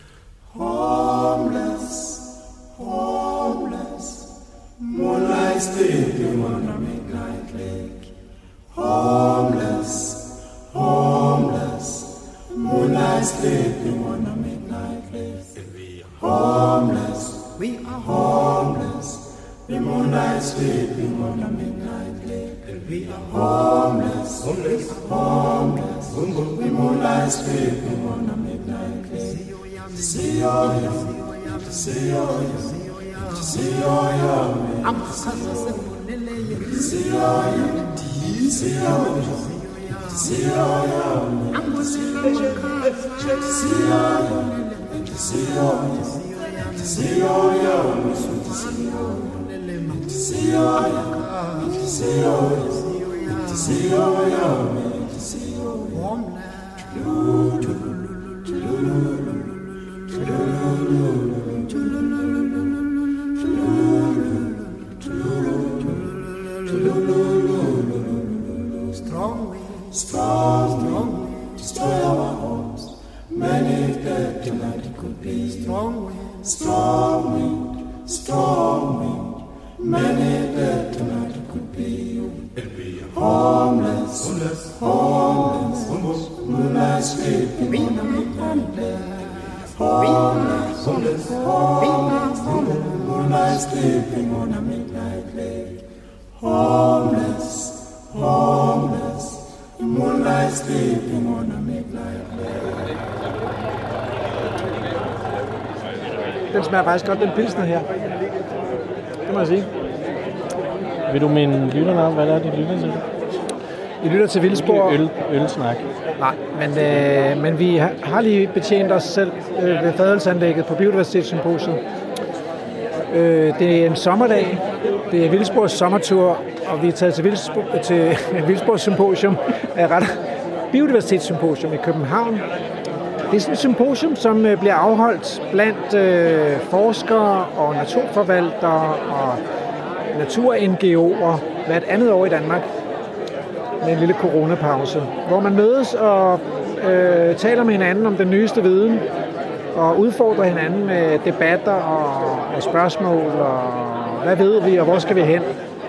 Homeless Homeless Moonlight sleeping on a midnight lake Homeless Homeless, moonlight sleeping on a midnight lake. We are homeless, we are homeless, the moonlight sleeping on a midnight lake. We are homeless, homeless, homeless. We moonlight sleeping on a midnight lake. See you, see you, see you, I'm see you, see you, see you, I'm see you, see you, see you, see strong wind, strong wind, destroy our homes. Many dead tonight it could be. Strong wind, strong wind, strong wind. Many dead tonight it could be. It'll be homeless, homeless, homeless, homeless. Moonlight sleeping on a midnight lake. Homeless, homeless, homeless, homeless. Moonlight sleeping on a midnight lake. Homeless, homeless. Moonlight sleeping on a midnight lake. Den smager faktisk godt, den pilsner her. Det må jeg sige. Vil du minde lytterne om, hvad det er, de lytter til? I lytter til Vildspor. Øl, ølsnak. Nej, men, øh, men vi har lige betjent os selv øh, ved fadelsanlægget på Biodiversitetssymposiet. Øh, det er en sommerdag. Det er Vildspors sommertur, og vi er taget til, Vildspor, til Vildspors Symposium, Biodiversitetssymposium i København. Det er sådan et symposium, som øh, bliver afholdt blandt øh, forskere og naturforvaltere og natur-N G O'er hvert andet år i Danmark med en lille coronapause, hvor man mødes og øh, taler med hinanden om den nyeste viden og udfordrer hinanden med debatter og, og spørgsmål og hvad ved vi og hvor skal vi hen.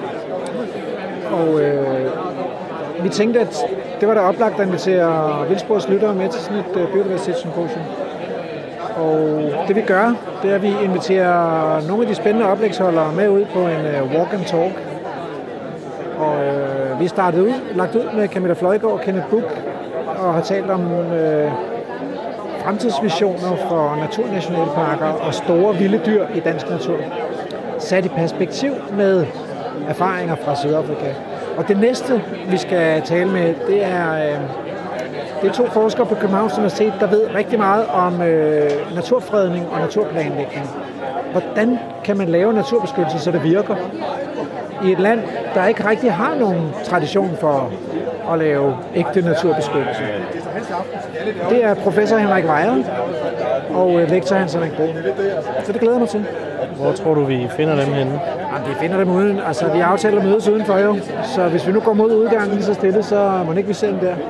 Og øh, vi tænkte, at det var da oplagt at invitere Vildspors lyttere med til sådan et øh, biodiversitetssymposium. Og det vi gør, det er, at vi inviterer nogle af de spændende oplægsholdere med ud på en øh, walk and talk. Og øh, vi startede ud, lagt ud med Camilla Fløjgaard og Kenneth Buch og har talt om øh, fremtidsvisioner for naturnationalparker og store vilde dyr i dansk natur. Sat i perspektiv med erfaringer fra Sydafrika. Og det næste, vi skal tale med, det er, øh, det er to forskere på Københavns Universitet, der ved rigtig meget om øh, naturfredning og naturplanlægning. Hvordan kan man lave naturbeskyttelse, så det virker? I et land, der ikke rigtig har nogen tradition for at lave ægte naturbeskyttelse. Det er professor Henrik Weyer og lektor Hans Henrik Bro. Så det glæder mig til. Hvor tror du, vi finder dem henne? Jamen, vi finder dem uden. Altså, vi aftaler at mødes udenfor jo. Så hvis vi nu går mod udgangen lige så stille, så må ikke vi se dem der.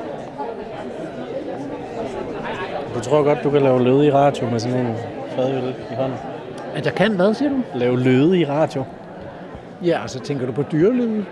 Du tror godt, du kan lave løde i radio med sådan en fadøl i hånden? At jeg kan hvad, siger du? Lave løde i radio? Ja, altså tænker du på dyrelyde?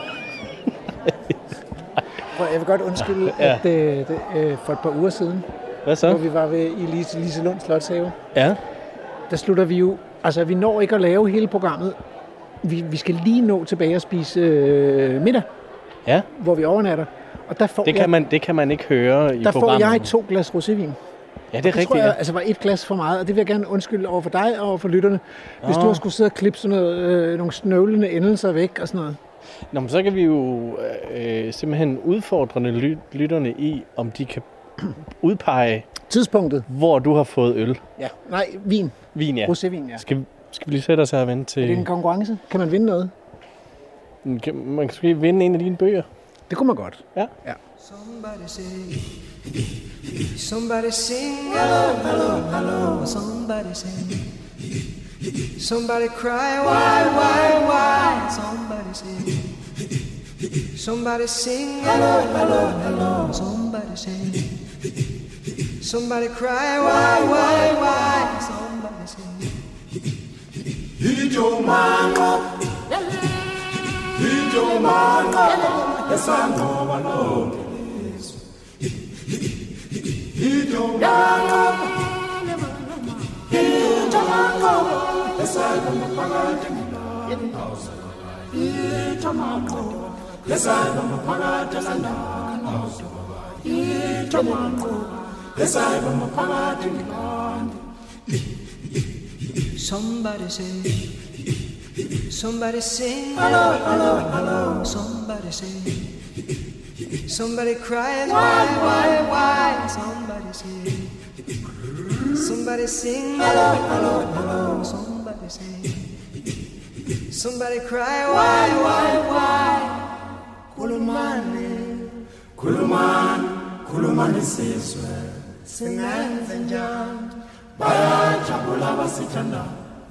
Jeg vil godt undskylde, ja. at det, det, øh, for et par uger siden, hvad så? hvor vi var ved i Lise, Liselund Slotshave, ja. Der slutter vi jo, altså vi når ikke at lave hele programmet. Vi, vi skal lige nå tilbage og spise øh, middag, ja. Hvor vi overnatter. Og der får det, kan jeg, man, det kan man ikke høre i der programmet. Der får jeg to glas rosévin. Ja, det er rigtigt. Tror jeg, ja. altså var et glas for meget, og det vil jeg gerne undskylde over for dig og over for lytterne, hvis oh. du har skulle sidde og klippe sådan noget, øh, nogle snøvlende endelser væk og sådan noget. Nå, men så kan vi jo øh, simpelthen udfordrende ly- lytterne i, om de kan udpege tidspunktet, hvor du har fået øl. Ja, nej, vin. Vin, ja. Rosévin, ja. Skal, skal vi lige sætte os her og vente til... Er det en konkurrence? Kan man vinde noget? Man kan måske vinde en af dine bøger. Det kunne man godt. Ja. Ja. Somebody say, somebody sing, hello, hello, hello. Somebody sing, somebody cry, why, why, why. Somebody say, somebody sing, hello, hello, hello. Somebody sing, somebody cry, why, why, why. Somebody sing. Ijo mango, Ijo mango, yes I know, I know. Ijo mango, Ijo mango, yes I know, I know. Ijo mango, Yes, I am a paradise. Yes, I am a paradise. Somebody say, somebody sing, hello, hello, hello. Somebody say, somebody cries, why, why, why? Somebody say, somebody sing, hello, hello, hello. Somebody say, somebody cry, why, why, why? Kulumani, Kuluman, Kulumani says, Sinans and Jams, Baya Jabula Vasitana.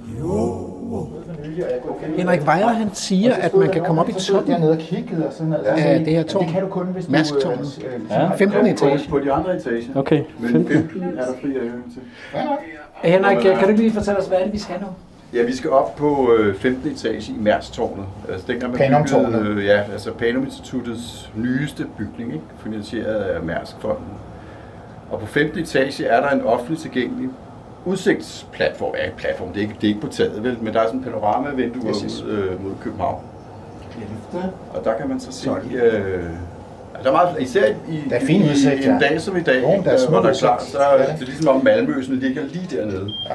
Henrik Weyer, han siger, at man kan komme op i toppen dernede og kigge og sådan noget. af det her tårn. Det kan du kun, hvis du... Mærsk-tårnet. Ja. femtende etage. På de andre etager. Okay, Men femten er der fri adgang til. Henrik, kan du ikke lige fortælle os, hvad er det, vi skal nu? Ja, vi skal op på femtende etage i Mærsk-tårnet. Altså dengang man Panum-tårnet. byggede, ja, altså Panum-instituttets nyeste bygning, ikke? Finansieret af Mærsk-fonden. Og på femtende etage er der en offentlig tilgængelig udsigtsplatform. Ja, platform, det er ikke, det er ikke på taget, vel? Men der er sådan en panoramavindue ud øh, mod København. Og der kan man så se... Øh, der er meget, især i, der er fin udsigt, i, i en dag som i dag, jo, der er hvor der er klart, så er ja. det ligesom om Malmøsen ligger lige dernede. Ja.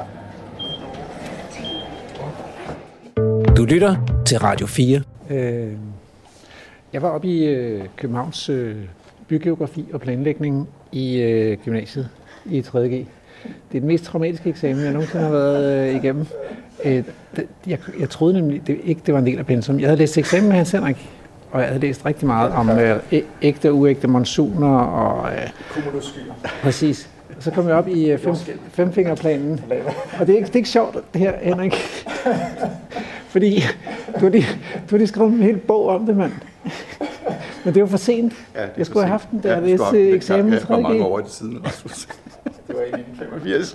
Du lytter til Radio fire. Øh, jeg var oppe i øh, Københavns øh, bygeografi og planlægning i øh, gymnasiet i tredje G. Det er den mest traumatiske eksamen, jeg nogensinde har været øh, igennem. Øh, det, jeg, jeg troede nemlig det, ikke, det var en del af pensum. Jeg havde læst eksamen med Hans Henrik, og jeg havde læst rigtig meget om øh, ægte og uægte monsuner og... Øh, Cumulusskyer. Præcis. Så kom jeg op i øh, fem, femfingerplanen. Og det er, ikke, det er ikke sjovt, det her, Henrik. Fordi du har, lige, du har lige skrevet en hel bog om det, mand. Men det var for sent. Ja, jeg skulle have haft den der, ja, læste eksamen i tredje G. Jeg var mange år i det siden, Rasmus. Det var i nitten femogfirs.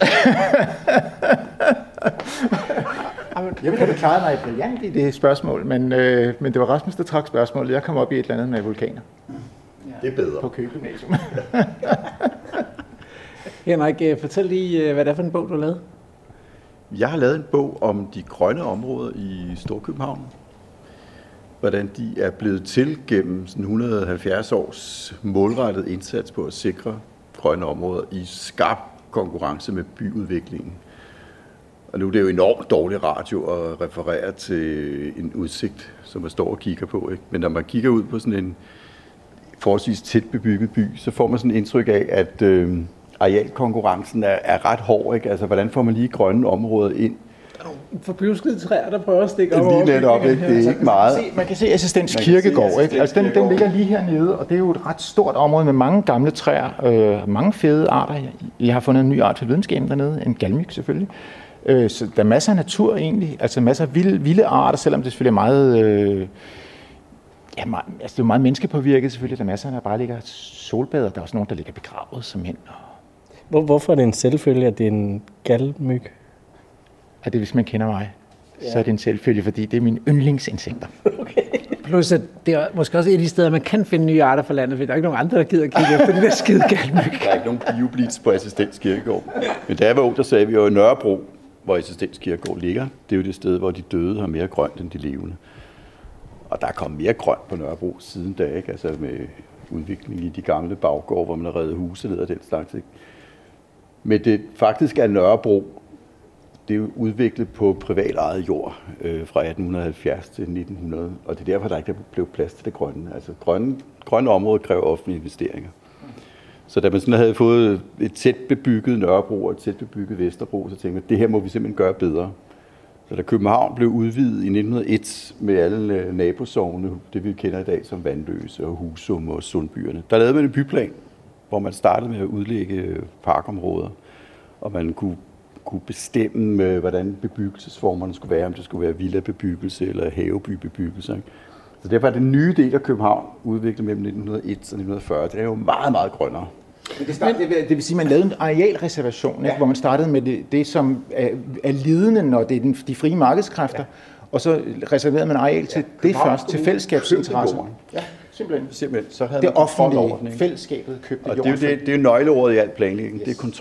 Jeg ville have klaret mig brillant i det spørgsmål, men, øh, men det var Rasmus, der trak spørgsmålet. Jeg kom op i et eller andet med vulkaner. Det er bedre. På Køge Gymnasium. Henrik, fortæl lige, hvad det er for en bog, du har lavet. Jeg har lavet en bog om de grønne områder i Storkøbenhavn. Hvordan de er blevet til gennem sådan et hundrede og halvfjerds års målrettet indsats på at sikre grønne områder i skarp konkurrence med byudviklingen. Og nu er det jo enormt dårlig radio at referere til en udsigt, som man står og kigger på, ikke? Men når man kigger ud på sådan en forholdsvis tæt bebygget by, så får man sådan et indtryk af, at øh, arealkonkurrencen er, er ret hård, ikke? Altså, hvordan får man lige grønne områder ind? Forpjuskede træer, der prøver at stikke op. Lige lidt op, ikke? Det er ikke meget. Man kan se, man kan se Assistens Kirkegård, ikke? Altså, den, den ligger lige hernede, og det er jo et ret stort område med mange gamle træer, øh, mange fede arter. Jeg har fundet en ny art til videnskaben dernede, en galmyg selvfølgelig. Øh, så der er masser af natur egentlig, altså masser af vilde, vilde arter, selvom det selvfølgelig er meget... Øh, ja, meget, altså det er jo meget menneskepåvirket selvfølgelig. Der er masser, der bare ligger solbader. Der er også nogen, der ligger begravet som hen. Hvor, hvorfor er det en selvfølge, at det er en galmyg? Ja, det er, hvis man kender mig, ja. Så er det en selvfølge, fordi det er mine yndlingsinsekter. Okay. Plus, at det er måske også et af de steder, man kan finde nye arter for landet, for der er ikke nogen andre, der gider at kigge efter det der skide galmyg. Der er ikke nogen bioblitz på Assistens Kirkegård. Men da jeg var ung, der sagde vi jo i Nørrebro, hvor Assistens Kirkegård ligger. Det er jo det sted, hvor de døde har mere grønt end de levende. Og der er kommet mere grønt på Nørrebro siden da, ikke? Altså med udvikling i de gamle baggårde, hvor man har reddet huse ned og den slags, ikke? Men det faktisk er Nørrebro, det er jo udviklet på privat ejet jord øh, fra atten halvfjerds til nitten hundrede, og det er derfor, der ikke blev plads til det grønne. Altså grønne, grønne områder kræver offentlige investeringer. Så da man sådan havde fået et tæt bebygget Nørrebro og et tæt bebygget Vesterbro, så tænkte man, at det her må vi simpelthen gøre bedre. Så da København blev udvidet i nitten hundrede og et med alle nabosogne, det vi kender i dag som Vandløse og Husum og Sundbyerne, der lavede man en byplan, hvor man startede med at udlægge parkområder, og man kunne, kunne bestemme, hvordan bebyggelsesformerne skulle være, om det skulle være villabebyggelse eller havebybebyggelse. Så derfor er den nye del af København udviklet mellem nitten hundrede og et og nitten fyrre. Det er jo meget, meget grønnere. Det, start, det, det vil sige, at man lavede en arealreservation, ja. Hvor man startede med det, det som er, er lidende, når det er den, de frie markedskræfter, ja. Og så reserverede man areal til ja, det først, til fællesskabsinteresser. Ja, simpelthen. simpelthen. Så havde det man offentlige fællesskabet købte og det er, jo det, det er jo nøgleordet i alt planlægning, yes. Det er kontrol.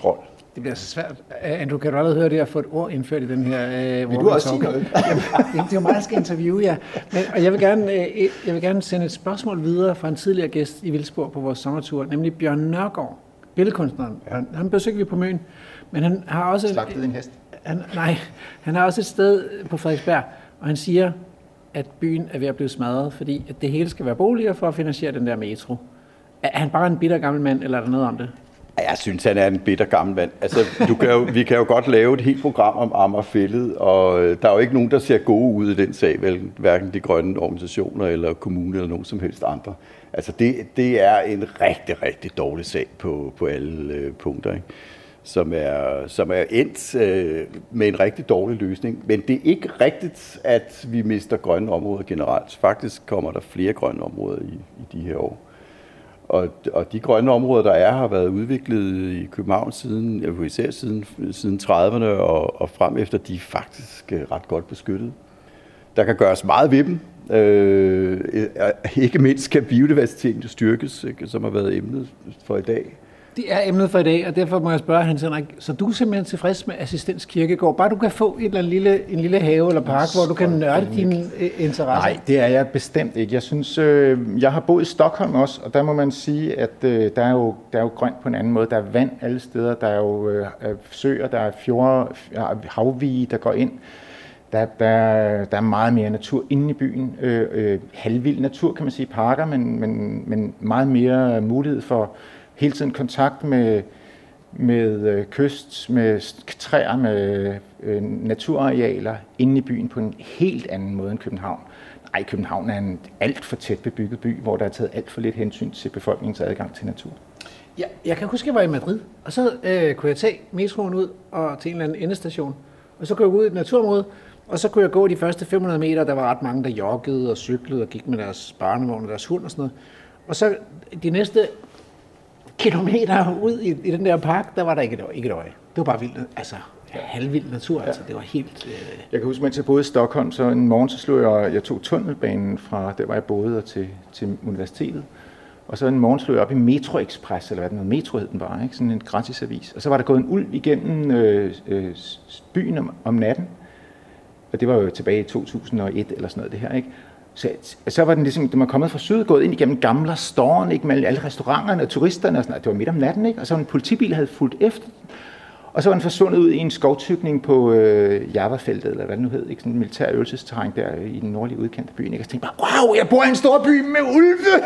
Det bliver så svært. Andrew, kan du allerede høre det at få et ord indført i den her... Uh, vil du også sige noget? Jamen, det er jo mig, der skal interviewe jer. Men, og jeg vil, gerne, uh, jeg vil gerne sende et spørgsmål videre fra en tidligere gæst i Vildsborg på vores sommertur, nemlig Bjørn Nørgaard, billedkunstneren. Ja. Han, han besøgte vi på Møn, men han har også... Slagtede en hest? Han, nej, han har også et sted på Frederiksberg, og han siger, at byen er ved at blive smadret, fordi at det hele skal være boliger for at finansiere den der metro. Er han bare en bitter gammel mand, eller er der noget om det? Jeg synes, han er en bitter gammel mand. Altså, du kan jo, vi kan jo godt lave et helt program om Amagerfælled, og der er jo ikke nogen, der ser gode ud i den sag, vel, hverken de grønne organisationer eller kommuner eller nogen som helst andre. Altså, det, det er en rigtig, rigtig dårlig sag på, på alle øh, punkter, ikke? Som er, som er endt øh, med en rigtig dårlig løsning. Men det er ikke rigtigt, at vi mister grønne områder generelt. Faktisk kommer der flere grønne områder i, i de her år. Og, og de grønne områder, der er, har været udviklet i København siden, især siden, siden trediverne og, og frem efter, de er faktisk ret godt beskyttet. Der kan gøres meget ved dem. Øh, ikke mindst kan biodiversiteten styrkes, ikke, som har været emnet for i dag. Det er emnet for i dag, og derfor må jeg spørge Hans Henrik, så du er simpelthen tilfreds med Assistens Kirkegård? Bare du kan få et eller andet lille, en lille have eller park, hvor du kan nørde dine interesser? Nej, det er jeg bestemt ikke. Jeg synes, øh, jeg har boet i Stockholm også, og der må man sige, at øh, der, er jo, der er jo grønt på en anden måde. Der er vand alle steder, der er jo øh, søer, der er fjorde, havvige, der går ind. Der, der, der er meget mere natur inde i byen. Øh, øh, halvvild natur, kan man sige, parker, men, men, men meget mere mulighed for hele tiden kontakt med, med kyst, med træer, med øh, naturarealer inde i byen på en helt anden måde end København. Nej, København er en alt for tæt bebygget by, hvor der er taget alt for lidt hensyn til befolkningens adgang til natur. Ja, jeg kan huske, at jeg var i Madrid, og så øh, kunne jeg tage metroen ud og til en eller anden endestation, og så kunne jeg gå ud i et naturområde, og så kunne jeg gå de første fem hundrede meter, der var ret mange, der joggede og cyklede og gik med deres barnevogn og deres hund og sådan noget. Og så de næste kilometer ud i, i den der park, der var der ikke et, ikke et øje. Det var bare vildt, altså halvvild natur, ja. Altså det var helt... Øh... Jeg kan huske, mens jeg boede i Stockholm, så en morgen så slog jeg, jeg tog tunnelbanen fra der, hvor jeg boede, og til, til universitetet. Og så en morgen slog jeg op i Metro Express, eller hvad det noget, Metro hed den bare, ikke? Sådan en gratisavis. Og så var der gået en ulv igennem øh, øh, byen om, om natten. Og det var jo tilbage i to tusind og et eller sådan noget, det her, ikke? Så, så var den ligesom, den var kommet fra syd, gået ind igennem gamle Storen, ikke, med alle restauranterne og turisterne og sådan noget. Det var midt om natten, ikke? Og så var en politibil havde fulgt efter den. Og så var den forsvundet ud i en skovtykning på øh, Javafeltet, eller hvad det nu hed, ikke? Sådan en militær øvelsesterræn der i den nordlige udkant af byen, ikke? Og så tænkte jeg bare, wow, jeg bor i en stor by med ulve!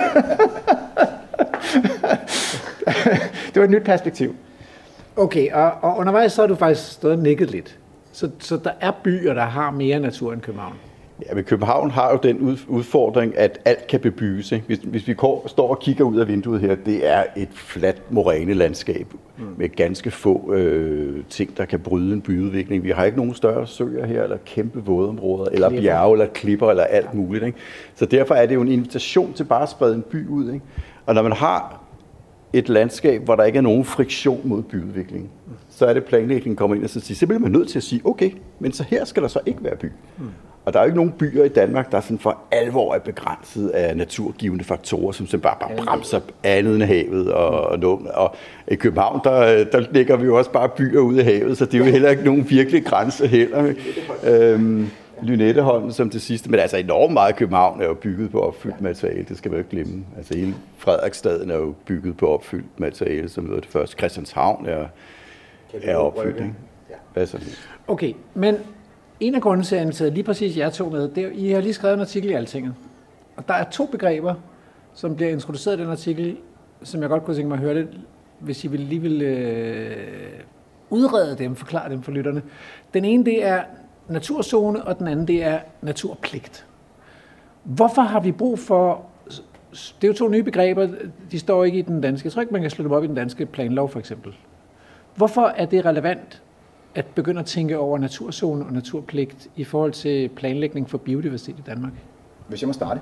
Det var et nyt perspektiv. Okay, og, og undervejs så har du faktisk stået og nikket lidt. Så, så der er byer, der har mere natur end København. Ja, men København har jo den udfordring, at alt kan bebygges. Ikke? Hvis, hvis vi går, står og kigger ud af vinduet her, det er et fladt morænelandskab mm. med ganske få øh, ting, der kan bryde en byudvikling. Vi har ikke nogen større søer her, eller kæmpe vådområder, eller klipper. bjerge, eller klipper, eller alt muligt. Ikke? Så derfor er det jo en invitation til bare at sprede en by ud. Ikke? Og når man har et landskab, hvor der ikke er nogen friktion mod byudviklingen, mm. så er det planlægningen kommer ind og så siger, så bliver man nødt til at sige, okay, men så her skal der så ikke være by. Mm. Og der er jo ikke nogen byer i Danmark, der sådan for alvor er begrænset af naturgivende faktorer, som simpelthen bare, bare bremser andet end havet. Og, og, og i København, der, der lægger vi jo også bare byer ude af havet, så det er jo heller ikke nogen virkelig grænse heller. Øhm, Lynetteholm som det sidste, men altså enormt meget af København er jo bygget på opfyldt materiale, det skal man jo ikke glemme. Altså hele Frederiksstaden er jo bygget på opfyldt materiale, som var det første. Christianshavn er, er opfyldt. Altså. Okay, men en af grundene til, at jeg inviterede lige præcis jer to med, det er, I har lige skrevet en artikel i Altinget. Og der er to begreber, som bliver introduceret i den artikel, som jeg godt kunne tænke mig at høre det, hvis I ville lige vil øh, udrede dem, forklare dem for lytterne. Den ene, det er naturzone, og den anden, det er naturpligt. Hvorfor har vi brug for... Det er jo to nye begreber, de står ikke i den danske. Jeg tror ikke, man kan slå dem op i den danske planlov, for eksempel. Hvorfor er det relevant at begynde at tænke over naturzone og naturpligt i forhold til planlægning for biodiversitet i Danmark? Hvis jeg må starte.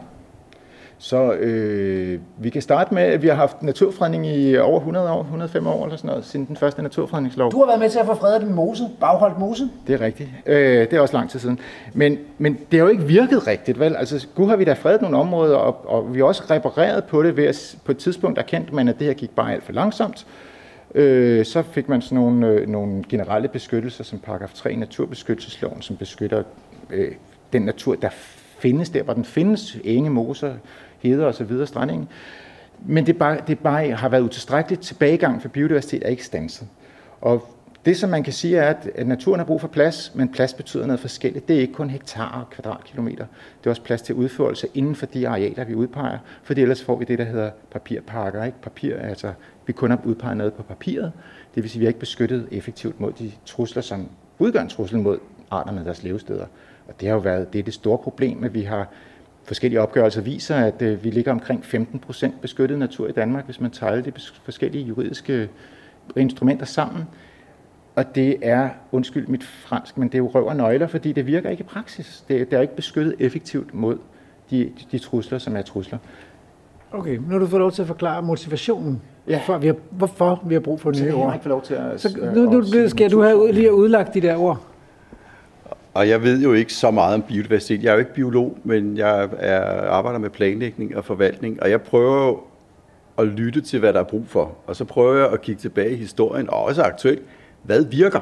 Så øh, vi kan starte med, at vi har haft naturfredning i over hundrede år, hundrede og fem år eller sådan noget, siden den første naturfredningslov. Du har været med til at få fredet den mose, Bagholdt Mose. Det er rigtigt. Øh, det er også lang tid siden. Men, men det har jo ikke virket rigtigt, vel? Altså, gud har vi da fredet nogle områder, og, og vi har også repareret på det ved at på et tidspunkt erkendte man, at det her gik bare alt for langsomt. Øh, så fik man sådan nogle, øh, nogle generelle beskyttelser, som paragraf tre i naturbeskyttelsesloven, som beskytter øh, den natur, der findes der, hvor den findes, enge, moser, heder osv., strandingen. Men det, bare, det bare har været utilstrækkeligt. Tilbagegang for biodiversitet er ikke standset. Og det, som man kan sige, er, at naturen har brug for plads, men plads betyder noget forskelligt. Det er ikke kun hektar og kvadratkilometer. Det er også plads til udførelse inden for de arealer, vi udpeger, for ellers får vi det, der hedder papirparker. Ikke? Papir, altså, vi kun har udpeget noget på papiret. Det vil sige, at vi har ikke beskyttet effektivt mod de trusler, som udgør en trussel mod arterne og deres levesteder. Og det har jo været det, er det store problem, at vi har forskellige opgørelser viser, at øh, vi ligger omkring femten procent beskyttet natur i Danmark, hvis man tager alle de forskellige juridiske instrumenter sammen. Og det er, undskyld mit fransk, men det er jo røv og nøgler, fordi det virker ikke i praksis. Det, det er ikke beskyttet effektivt mod de, de trusler, som er trusler. Okay, nu har du fået lov til at forklare motivationen, ja. for, vi har, hvorfor vi har brug for nye ord. Jeg ikke få lov til at, Så nu, nu skal du have lige udlagt de der ord. Og jeg ved jo ikke så meget om biodiversitet. Jeg er jo ikke biolog, men jeg er, arbejder med planlægning og forvaltning, og jeg prøver at lytte til, hvad der er brug for. Og så prøver jeg at kigge tilbage i historien, og også aktuelt, hvad virker?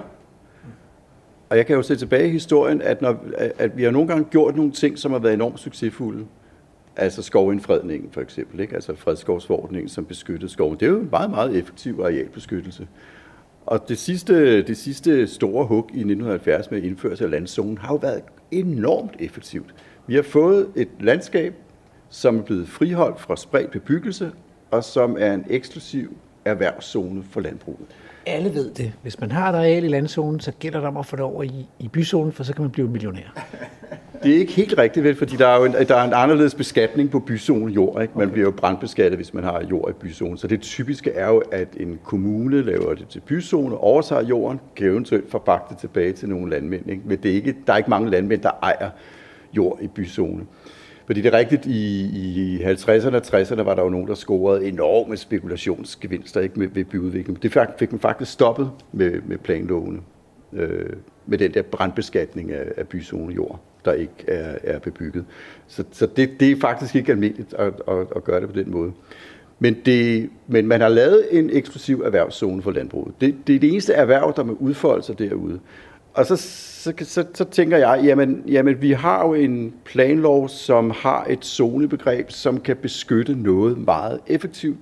Og jeg kan jo se tilbage i historien, at, når, at vi har nogle gange gjort nogle ting, som har været enormt succesfulde. Altså skovindfredningen for eksempel, ikke? Altså fredskovsforordningen, som beskyttede skoven. Det er jo en meget, meget effektiv arealbeskyttelse. Og det sidste, det sidste store hug i nitten halvfjerds med indførelse af landzonen har jo været enormt effektivt. Vi har fået et landskab, som er blevet friholdt fra spredt bebyggelse, og som er en eksklusiv erhvervszone for landbruget. Alle ved det. Hvis man har et areal i landzonen, så gælder det om at få det over i, i byzonen, for så kan man blive millionær. Det er ikke helt rigtigt, vel, fordi der er jo en, der er en anderledes beskatning på byzone jord. Ikke? Man okay. bliver jo brandbeskattet, hvis man har jord i byzone. Så det typiske er jo, at en kommune laver det til byzone, overtager jorden, kan eventuelt forpagte det tilbage til nogle landmænd. Ikke? Men det er ikke, der er ikke mange landmænd, der ejer jord i byzone. Fordi det er rigtigt, i, i halvtredserne og tresserne var der jo nogen, der scorede enorme spekulationsgevinster ikke, med, ved byudvikling. Det fik man faktisk stoppet med, med planlovene, øh, med den der brandbeskatning af, af byzonejord, der ikke er, er bebygget. Så, så det, det er faktisk ikke almindeligt at, at, at gøre det på den måde. Men, det, men man har lavet en eksklusiv erhvervszone for landbruget. Det, det er det eneste erhverv, der må udfolde sig derude. Og så, så, så, så tænker jeg, jamen, jamen vi har jo en planlov, som har et zonebegreb, som kan beskytte noget meget effektivt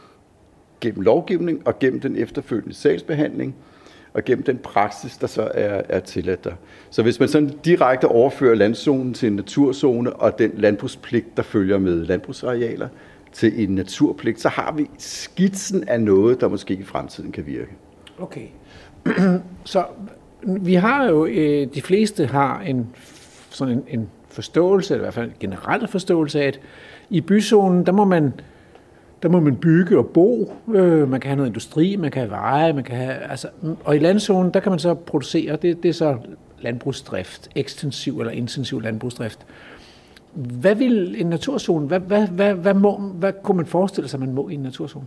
gennem lovgivning og gennem den efterfølgende sagsbehandling og gennem den praksis, der så er, er tilladt der. Så hvis man sådan direkte overfører landzonen til en naturzone og den landbrugspligt, der følger med landbrugsarealer, til en naturpligt, så har vi skitsen af noget, der måske i fremtiden kan virke. Okay. Så vi har jo, de fleste har en, sådan en, en forståelse, eller i hvert fald en generel forståelse af, at i byzonen, der må man, der må man bygge og bo, øh, man kan have noget industri, man kan have veje, man kan have, altså, og i landzonen, der kan man så producere, det, det er så landbrugsdrift, ekstensiv eller intensiv landbrugsdrift. Hvad vil en naturzone, hvad, hvad, hvad, hvad, må, hvad kunne man forestille sig, man må i en naturzone?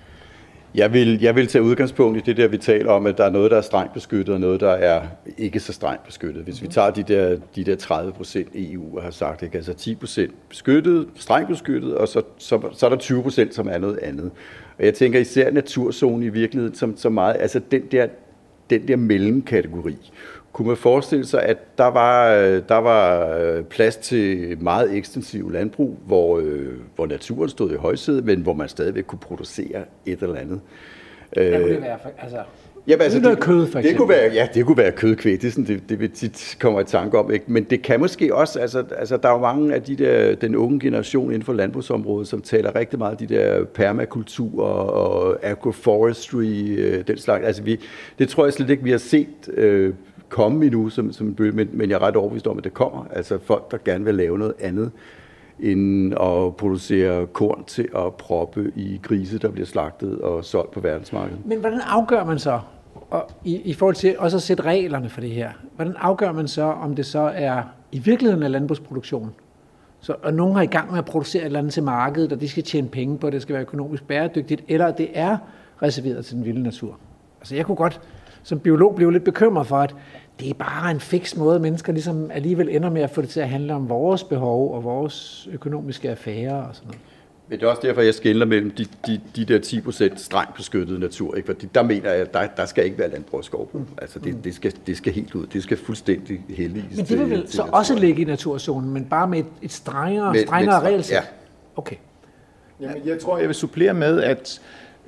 Jeg vil, jeg vil tage udgangspunkt i det der, vi taler om, at der er noget, der er strengt beskyttet, og noget, der er ikke så strengt beskyttet. Hvis vi tager de der, de der tredive procent E U har sagt, ikke? Altså ti procent beskyttet, strengt beskyttet, og så, så, så er der tyve procent, som er noget andet. Og jeg tænker især naturzone i virkeligheden som, som meget, altså den der, den der mellemkategori. Kunne man forestille sig, at der var, der var plads til meget ekstensiv landbrug, hvor, hvor naturen stod i højsædet, men hvor man stadigvæk kunne producere et eller andet. Hvad kunne det være? Altså, Jamen, altså, det, kød, for det kunne være, ja, det kunne være kødkvæg. Det er sådan, det, det vi tit kommer i tanke om. Ikke? Men det kan måske også, altså, altså der er jo mange af de der, den unge generation inden for landbrugsområdet, som taler rigtig meget af de der permakultur og agroforestry, den slags. Altså, vi, det tror jeg slet ikke, vi har set øh, komme endnu som, som en bølge, men, men jeg er ret overbevist om, at det kommer. Altså folk, der gerne vil lave noget andet, end at producere korn til at proppe i grise, der bliver slagtet og solgt på verdensmarkedet. Men hvordan afgør man så, og i, i forhold til også at sætte reglerne for det her, hvordan afgør man så, om det så er i virkeligheden af landbrugsproduktion? Så, og nogen har i gang med at producere et eller andet til markedet, og de skal tjene penge på, at det skal være økonomisk bæredygtigt, eller det er reserveret til den vilde natur. Altså jeg kunne godt som biolog blive lidt bekymret for, at det er bare en fiks måde, mennesker ligesom alligevel ender med at få det til at handle om vores behov og vores økonomiske affærer og sådan noget. Men det er også derfor, jeg skelner mellem de, de, de der ti procent strengt beskyttede natur. Ikke? Fordi der mener jeg, at der, der skal ikke være landbrug og skovbrug. Altså det, det, skal, det skal helt ud. Det skal fuldstændig helliges. Men det vil vel så også ligge i naturzonen, men bare med et, et strengere, med, strengere regelsæt? Ja. Okay. Jamen, jeg tror, jeg vil supplere med, at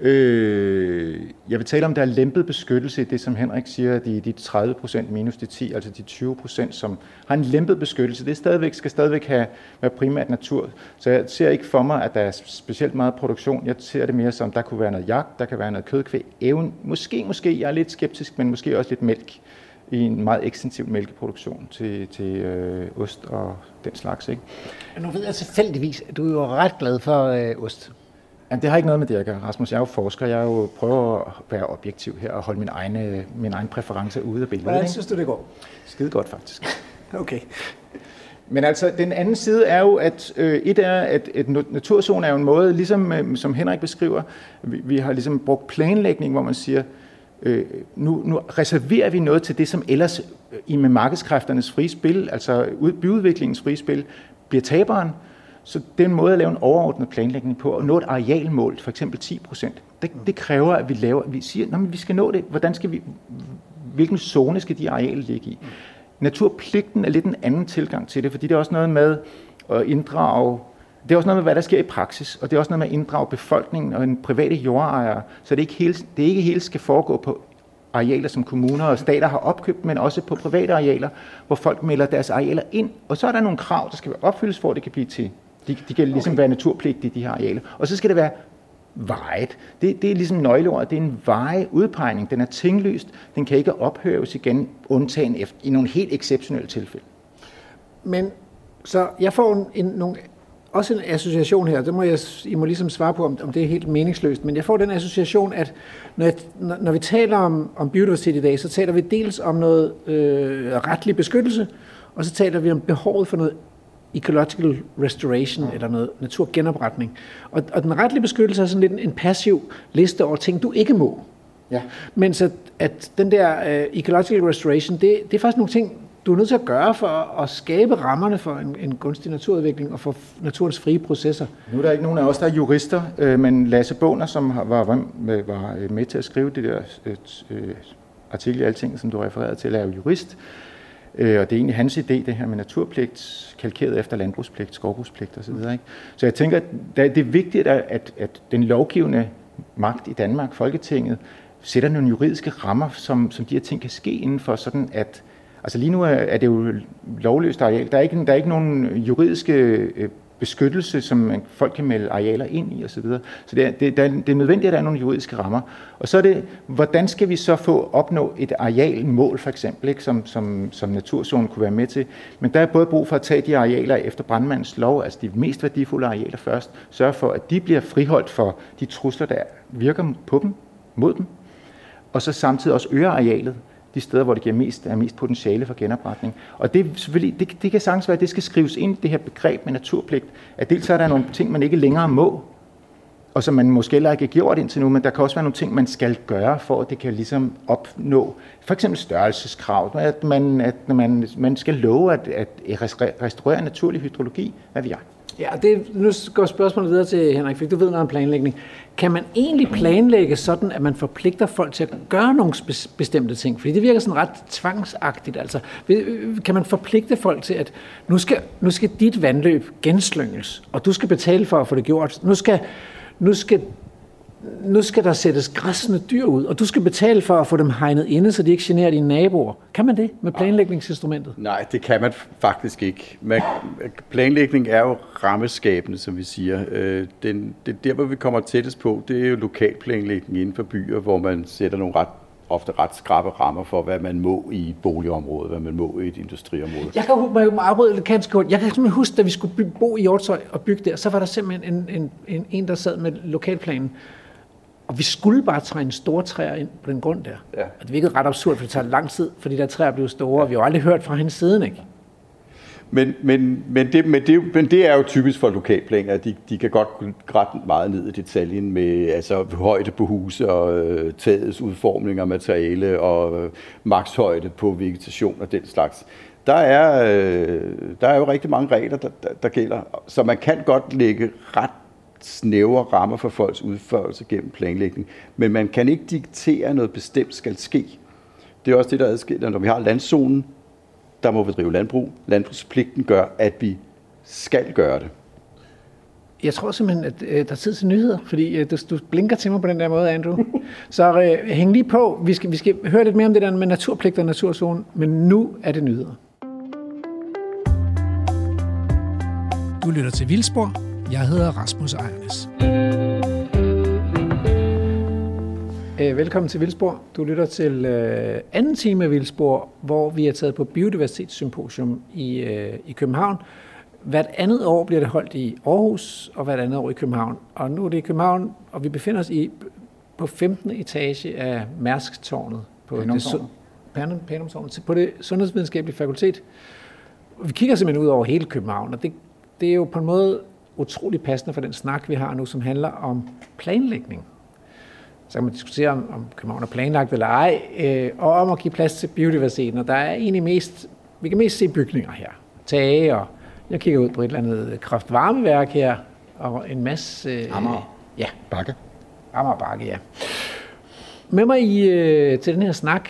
øh, jeg vil tale om, der er lempet beskyttelse i det, som Henrik siger, de, de tredive procent minus de ti, altså de tyve procent, som har en lempet beskyttelse. Det stadigvæk, skal stadigvæk have, være primært natur. Så jeg ser ikke for mig, at der er specielt meget produktion. Jeg ser det mere som, der kunne være noget jagt, der kan være noget kødkvæg. Even, måske, måske, jeg er lidt skeptisk, men måske også lidt mælk i en meget ekstensiv mælkeproduktion til, til øh, ost og den slags. Ikke? Nu ved jeg tilfældigvis, at du er jo ret glad for øh, ost. Jamen, det har ikke noget med det at gøre, Rasmus. Jeg er jo forsker. Jeg er jo prøver at være objektiv her og holde min egne, min egen præferencer ude af billedet. Hvordan synes du, det går? Skide godt, faktisk. Okay. Men altså, den anden side er jo, at øh, et er, at et naturzone er jo en måde, ligesom øh, som Henrik beskriver, vi, vi har ligesom brugt planlægning, hvor man siger, øh, nu, nu reserverer vi noget til det, som ellers øh, i med markedskræfternes frie spil, altså byudviklingens frie spil, bliver taberen. Så det er en måde at lave en overordnet planlægning på, og nå et arealmål, for eksempel ti procent. Det, det kræver, at vi laver, vi siger, at vi skal nå det. Hvordan skal vi, hvilken zone skal de arealer ligge i? Naturpligten er lidt en anden tilgang til det, fordi det er også noget med at inddrage, det er også noget med, hvad der sker i praksis, og det er også noget med at inddrage befolkningen og en private jordejere, så det ikke hele, det ikke helt skal foregå på arealer, som kommuner og stater har opkøbt, men også på private arealer, hvor folk melder deres arealer ind, og så er der nogle krav, der skal være opfyldes, for at det kan blive til. De, de kan ligesom okay. være naturpligtige, de her arealer. Og så skal det være vejet. Det, det er ligesom nøgleordet. Det er en veje udpegning. Den er tingløst. Den kan ikke ophøves igen, undtagen efter, i nogle helt exceptionelle tilfælde. Men så jeg får en, en, nogle, også en association her. Det må jeg, I må ligesom svare på, om, om det er helt meningsløst. Men jeg får den association, at når, jeg, når, når vi taler om, om biodiversitet i dag, så taler vi dels om noget øh, retlig beskyttelse, og så taler vi om behovet for noget ecological restoration, eller noget naturgenopretning. Og, og den retlige beskyttelse er sådan lidt en, en passiv liste over ting, du ikke må. Ja. Mens at, at den der uh, ecological restoration, det, det er faktisk nogle ting, du er nødt til at gøre for at skabe rammerne for en, en gunstig naturudvikling og for naturens frie processer. Nu er der ikke nogen af os, der er jurister, øh, men Lasse Båner, som var, var, var med til at skrive det der øh, artikel i Alting, som du refererede til, er jo jurist. Og det er egentlig hans idé, det her med naturpligt, kalkeret efter landbrugspligt, skovbrugspligt osv. Så jeg tænker, at det er vigtigt, at, at den lovgivende magt i Danmark, Folketinget, sætter nogle juridiske rammer, som, som de her ting kan ske indenfor, sådan at, altså lige nu er det jo lovløst areal. Der er ikke, der er ikke nogen juridiske beskyttelse, som folk kan melde arealer ind i osv. Så det er, det, det er nødvendigt, at der er nogle juridiske rammer. Og så er det, hvordan skal vi så få opnå et arealmål, for eksempel, ikke, som, som, som naturzonen kunne være med til. Men der er både brug for at tage de arealer efter brandmandens lov, altså de mest værdifulde arealer først, sørge for, at de bliver friholdt for de trusler, der virker på dem, mod dem, og så samtidig også øge arealet de steder, hvor det giver mest, er mest potentiale for genopretning. Og det, selvfølgelig, det, det kan sagtens være, at det skal skrives ind i det her begreb med naturpligt, at dels er der nogle ting, man ikke længere må, og som man måske heller ikke har gjort indtil nu, men der kan også være nogle ting, man skal gøre, for at det kan ligesom opnå, for eksempel størrelseskrav, at man, at man, man skal love at, at restaurere naturlig hydrologi, hvad ved jeg. Ja, det, nu går spørgsmålet videre til Henrik, for du ved noget om planlægning. Kan man egentlig planlægge sådan, at man forpligter folk til at gøre nogle bestemte ting? Fordi det virker sådan ret tvangsagtigt. Altså, kan man forpligte folk til, at nu skal, nu skal dit vandløb genslynges, og du skal betale for at få det gjort. Nu skal, nu skal, nu skal der sættes græssende dyr ud, og du skal betale for at få dem hegnet inde, så de ikke generer dine naboer. Kan man det med planlægningsinstrumentet? Nej, det kan man faktisk ikke. Man, planlægning er jo rammeskabende, som vi siger. Den, det der, hvor vi kommer tættest på, det er jo lokalplanlægning inden for byer, hvor man sætter nogle ret, ofte ret skrappe rammer for, hvad man må i et boligområde, hvad man må i et industriområde. Jeg kan huske, afbryde lidt ganske kort. Jeg kan simpelthen huske, da vi skulle bygge, bo i Hjortshøj og bygge der, så var der simpelthen en, en, en, en der sad med lokalplanen. Og vi skulle bare træne store træer ind på den grund der. Ja. Og det virkede ret absurd, for det tager lang tid, fordi der træer blev store, ja. Og vi har aldrig hørt fra hendes siden, ikke? Men, men, men, det, men, det, men det er jo typisk for lokalplaner, at de, de kan godt ret meget ned i detaljen med altså, højde på huse og øh, tagets udformning af materiale og øh, makshøjde på vegetation og den slags. Der er, øh, der er jo rigtig mange regler, der, der, der gælder, så man kan godt lægge ret snævre rammer for folks udførelse gennem planlægning. Men man kan ikke diktere noget bestemt skal ske. Det er også det, der adskiller, når vi har landzonen, der må vi drive landbrug. Landbrugspligten gør, at vi skal gøre det. Jeg tror simpelthen, at øh, der er tid til nyheder, fordi øh, du, du blinker til mig på den der måde, Andrew. Så øh, hæng lige på. Vi skal, vi skal høre lidt mere om det der med naturpligt og naturzone, men nu er det nyheder. Du lytter til Vildspor. Jeg hedder Rasmus Ejernes. Øh, velkommen til Vildspor. Du lytter til øh, anden time af Vildspor, hvor vi er taget på Biodiversitetssymposium i, øh, i København. Hvert andet år bliver det holdt i Aarhus, og hvert andet år i København. Og nu er det i København, og vi befinder os i, på femtende etage af Mærsk-tårnet. På Panum-tårnet. Det, Panum-tårnet, på det Sundhedsvidenskabelige Fakultet. Vi kigger simpelthen ud over hele København, og det, det er jo på en måde utrolig passende for den snak, vi har nu, som handler om planlægning. Så kan man diskutere, om, om København er planlagt eller ej, øh, og om at give plads til biodiversiteten. Og der er egentlig mest, vi kan mest se bygninger her. Tage, og jeg kigger ud på et eller andet kraftvarmeværk her, og en masse... Øh, Amager. Ja. Bakke. Amager Bakke, ja. Med mig i, øh, til den her snak.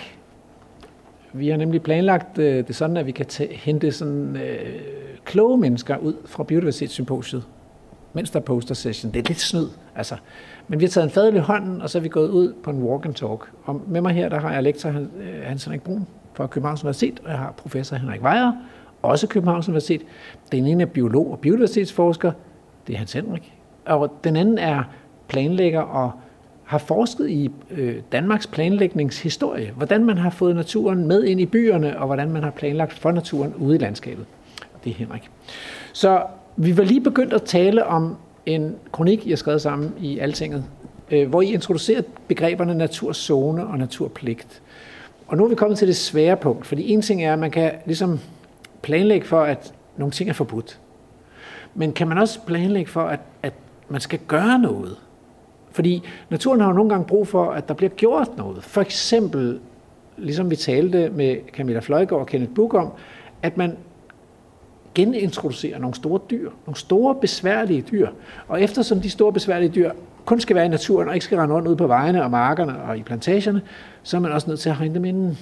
Vi har nemlig planlagt øh, det sådan, at vi kan t- hente sådan øh, kloge mennesker ud fra Biodiversitetssymposiet, mens der er poster session. Det er lidt snyd, altså. Men vi har taget en fadøl i hånden, og så er vi gået ud på en walk and talk. Og med mig her, der har jeg lektor Hans Henrik Brun fra Københavns Universitet, og jeg har professor Henrik Weyer, også Københavns Universitet. Den ene er biolog og biodiversitetsforsker, det er Hans Henrik. Og den anden er planlægger og har forsket i øh, Danmarks planlægningshistorie. Hvordan man har fået naturen med ind i byerne, og hvordan man har planlagt for naturen ude i landskabet. Det er Henrik. Så vi var lige begyndt at tale om en kronik, jeg har skrevet sammen i Altinget, øh, hvor I introducerer begreberne naturzone og naturpligt. Og nu er vi kommet til det svære punkt, fordi en ting er, at man kan ligesom planlægge for, at nogle ting er forbudt. Men kan man også planlægge for, at, at man skal gøre noget? Fordi naturen har jo nogle gange brug for, at der bliver gjort noget. For eksempel, ligesom vi talte med Camilla Fløjgaard og Kenneth Buch om, at man genintroducerer nogle store dyr, nogle store besværlige dyr. Og eftersom de store besværlige dyr kun skal være i naturen og ikke skal rende rundt ude på vejene og markerne og i plantagerne, så er man også nødt til at hegne dem inden.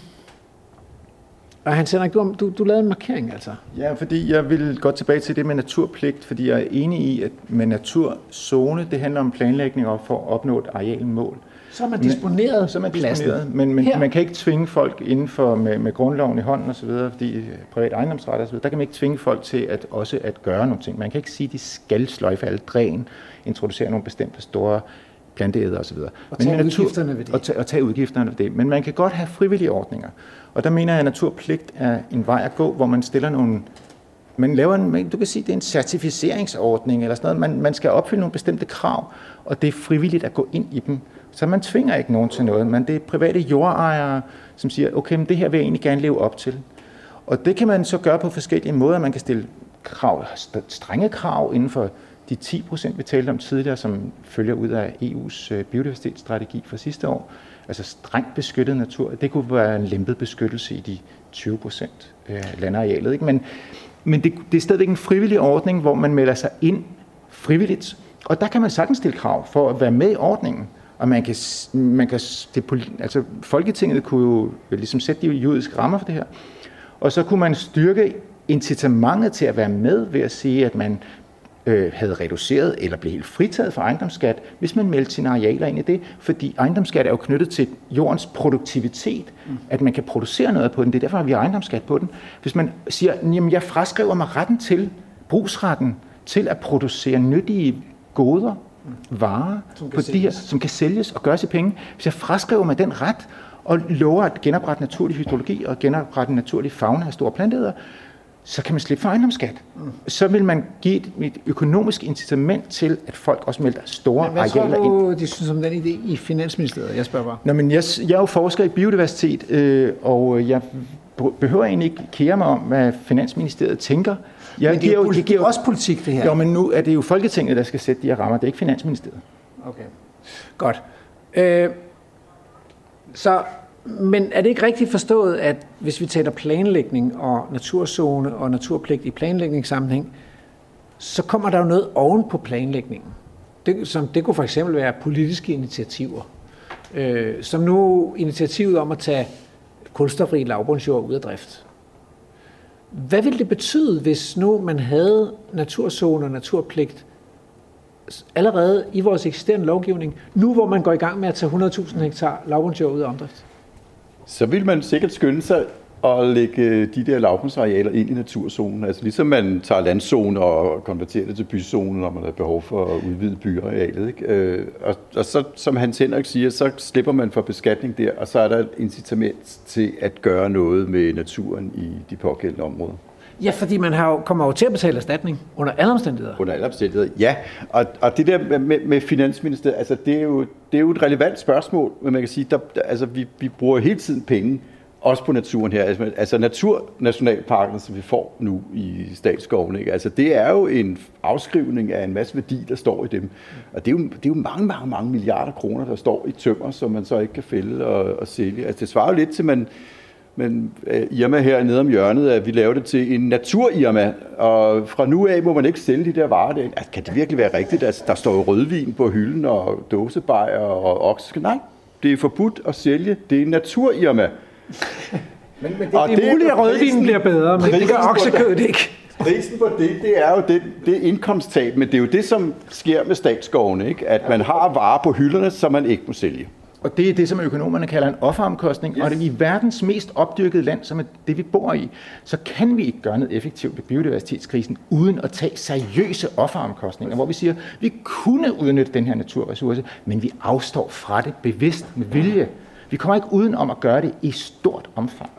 Og Hans Henrik, du, du, du lavede en markering altså. Ja, fordi jeg vil gå tilbage til det med naturpligt, fordi jeg er enig i, at med naturzone, det handler om planlægning og for at opnå et arealmål. Så er man disponeret. Men, så er man disponeret, men, men man kan ikke tvinge folk inden for med, med grundloven i hånden og så videre, fordi privat ejendomsret og så videre, der kan man ikke tvinge folk til at også at gøre nogle ting. Man kan ikke sige, at de skal sløjfe alle dræn, introducere nogle bestemte store planteæder og så videre. Og tage udgifterne ved det. Og tage, og tage udgifterne ved det. Men man kan godt have frivillige ordninger. Og der mener jeg, at naturpligt er en vej at gå, hvor man stiller nogle... Man laver en, du kan sige, det er en certificeringsordning eller sådan noget. Man, man skal opfylde nogle bestemte krav, og det er frivilligt at gå ind i dem. Så man tvinger ikke nogen til noget, men det er private jordejere, som siger, okay, men det her vil jeg egentlig gerne leve op til. Og det kan man så gøre på forskellige måder. Man kan stille krav, strenge krav inden for de ti procent, vi talte om tidligere, som følger ud af E U's biodiversitetsstrategi fra sidste år. Altså strengt beskyttet natur. Det kunne være en lempet beskyttelse i de tyve procent af landarealet. Ikke? Men, men det, det er stadigvæk en frivillig ordning, hvor man melder sig ind frivilligt. Og der kan man sagtens stille krav for at være med i ordningen. Og man kan, man kan det, altså Folketinget kunne jo ligesom sætte de juridiske rammer for det her. Og så kunne man styrke incitamentet til at være med ved at sige, at man øh, havde reduceret eller blev helt fritaget for ejendomsskat, hvis man meldte sine arealer ind i det. Fordi ejendomsskat er jo knyttet til jordens produktivitet, mm. at man kan producere noget på den. Det er derfor, at vi har ejendomsskat på den. Hvis man siger, jamen jeg fraskriver mig retten til, brugsretten til at producere nyttige goder, varer på de her, som kan sælges og gøres i penge. Hvis jeg fraskriver mig den ret og lover at genoprette naturlig hydrologi og genoprette naturlig fauna af store planteæder, så kan man slippe for ejendomsskat. Mm. Så vil man give et, et økonomisk incitament til, at folk også melder store arealer ind. Hvad tror du, de synes om den idé i Finansministeriet? Jeg spørger bare. Nå, men jeg, jeg er jo forsker i biodiversitet, øh, og jeg behøver egentlig ikke kære mig om, hvad Finansministeriet tænker. Jeg men det er, jo, det, det er også politik, det her. Jo, men nu er det jo Folketinget, der skal sætte de her rammer. Det er ikke Finansministeriet. Okay, godt. Øh, så, men er det ikke rigtigt forstået, at hvis vi taler planlægning og naturzone og naturpligt i planlægningssammenhæng, så kommer der jo noget oven på planlægningen. Det, som, det kunne for eksempel være politiske initiativer, øh, som nu initiativet om at tage kulstofrig lavbundsjord ud af drift. Hvad ville det betyde, hvis nu man havde naturzone og naturpligt allerede i vores eksisterende lovgivning, nu hvor man går i gang med at tage hundrede tusind hektar lavbundsjord ud af omdrift? Så vil man sikkert skynde sig at lægge de der lavbundsarealer ind i naturzonen. Altså ligesom man tager landzone og konverterer det til byzone, når man har behov for at udvide byarealet. Ikke? Og, og så, som Hans Henrik siger, så slipper man for beskatning der, og så er der et incitament til at gøre noget med naturen i de pågældende områder. Ja, fordi man har jo, kommer jo til at betale erstatning under alle omstændigheder. Under alle omstændigheder, ja. Og, og det der med, med Finansministeriet, altså det er, jo, det er jo et relevant spørgsmål, men man kan sige, der, altså vi, vi bruger hele tiden penge, også på naturen her. Altså, altså naturnationalparken, som vi får nu i statsskoven, ikke? Altså det er jo en afskrivning af en masse værdi, der står i dem. Og det er jo, det er jo mange, mange, mange milliarder kroner, der står i tømmer, som man så ikke kan fælde og, og sælge. Altså det svarer jo lidt til, man Men Irma her nede om hjørnet, at vi laver det til en natur-Irma, og fra nu af må man ikke sælge de der varer. Altså, kan det virkelig være rigtigt? Altså, der står jo rødvin på hylden, og dåsebajer og okse. Nej, det er forbudt at sælge. Det er natur-Irma. Men, men det, og det er det, muligt, at rødvinen bliver bedre, men det gør oksekødet ikke. Prisen på det, det er jo det, det er indkomsttab, men det er jo det, som sker med statsskovene, ikke? At man har varer på hylderne, som man ikke må sælge. Og det er det, som økonomerne kalder en offeromkostning, yes. Og det er i verdens mest opdyrkede land, som er det, vi bor i, så kan vi ikke gøre noget effektivt ved biodiversitetskrisen, uden at tage seriøse offeromkostninger, hvor vi siger, vi kunne udnytte den her naturressource, men vi afstår fra det bevidst med vilje. Vi kommer ikke uden om at gøre det i stort omfang.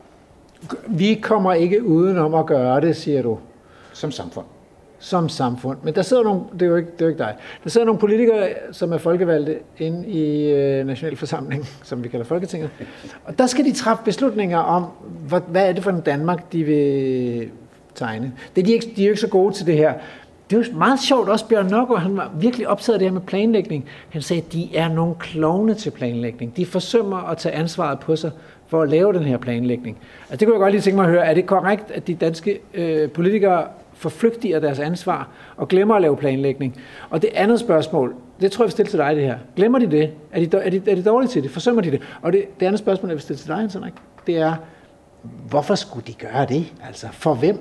Vi kommer ikke uden om at gøre det, siger du. Som samfund. Som samfund. Men der sidder nogle, det er jo ikke, det er jo ikke dig, der sidder nogle politikere, som er folkevalgte inde i øh, Nationalforsamlingen, som vi kalder Folketinget. Og der skal de træffe beslutninger om, hvad, hvad er det for en Danmark, de vil tegne. Det er de, ikke, de er jo ikke så gode til det her. Det er jo meget sjovt også, Bjørn Nørgaard, han var virkelig optaget af det her med planlægning. Han sagde, at de er nogle klovne til planlægning. De forsømmer at tage ansvaret på sig for at lave den her planlægning. Altså det kunne jeg godt lige tænke mig at høre. Er det korrekt, at de danske øh, politikere forflygtiger deres ansvar og glemmer at lave planlægning? Og det andet spørgsmål, det tror jeg, vi stiller til dig det her. Glemmer de det? Er de, er de, er de dårlige til det? Forsømmer de det? Og det, det andet spørgsmål, jeg vil stille til dig, Henrik, det er, hvorfor skulle de gøre det? Altså, for hvem?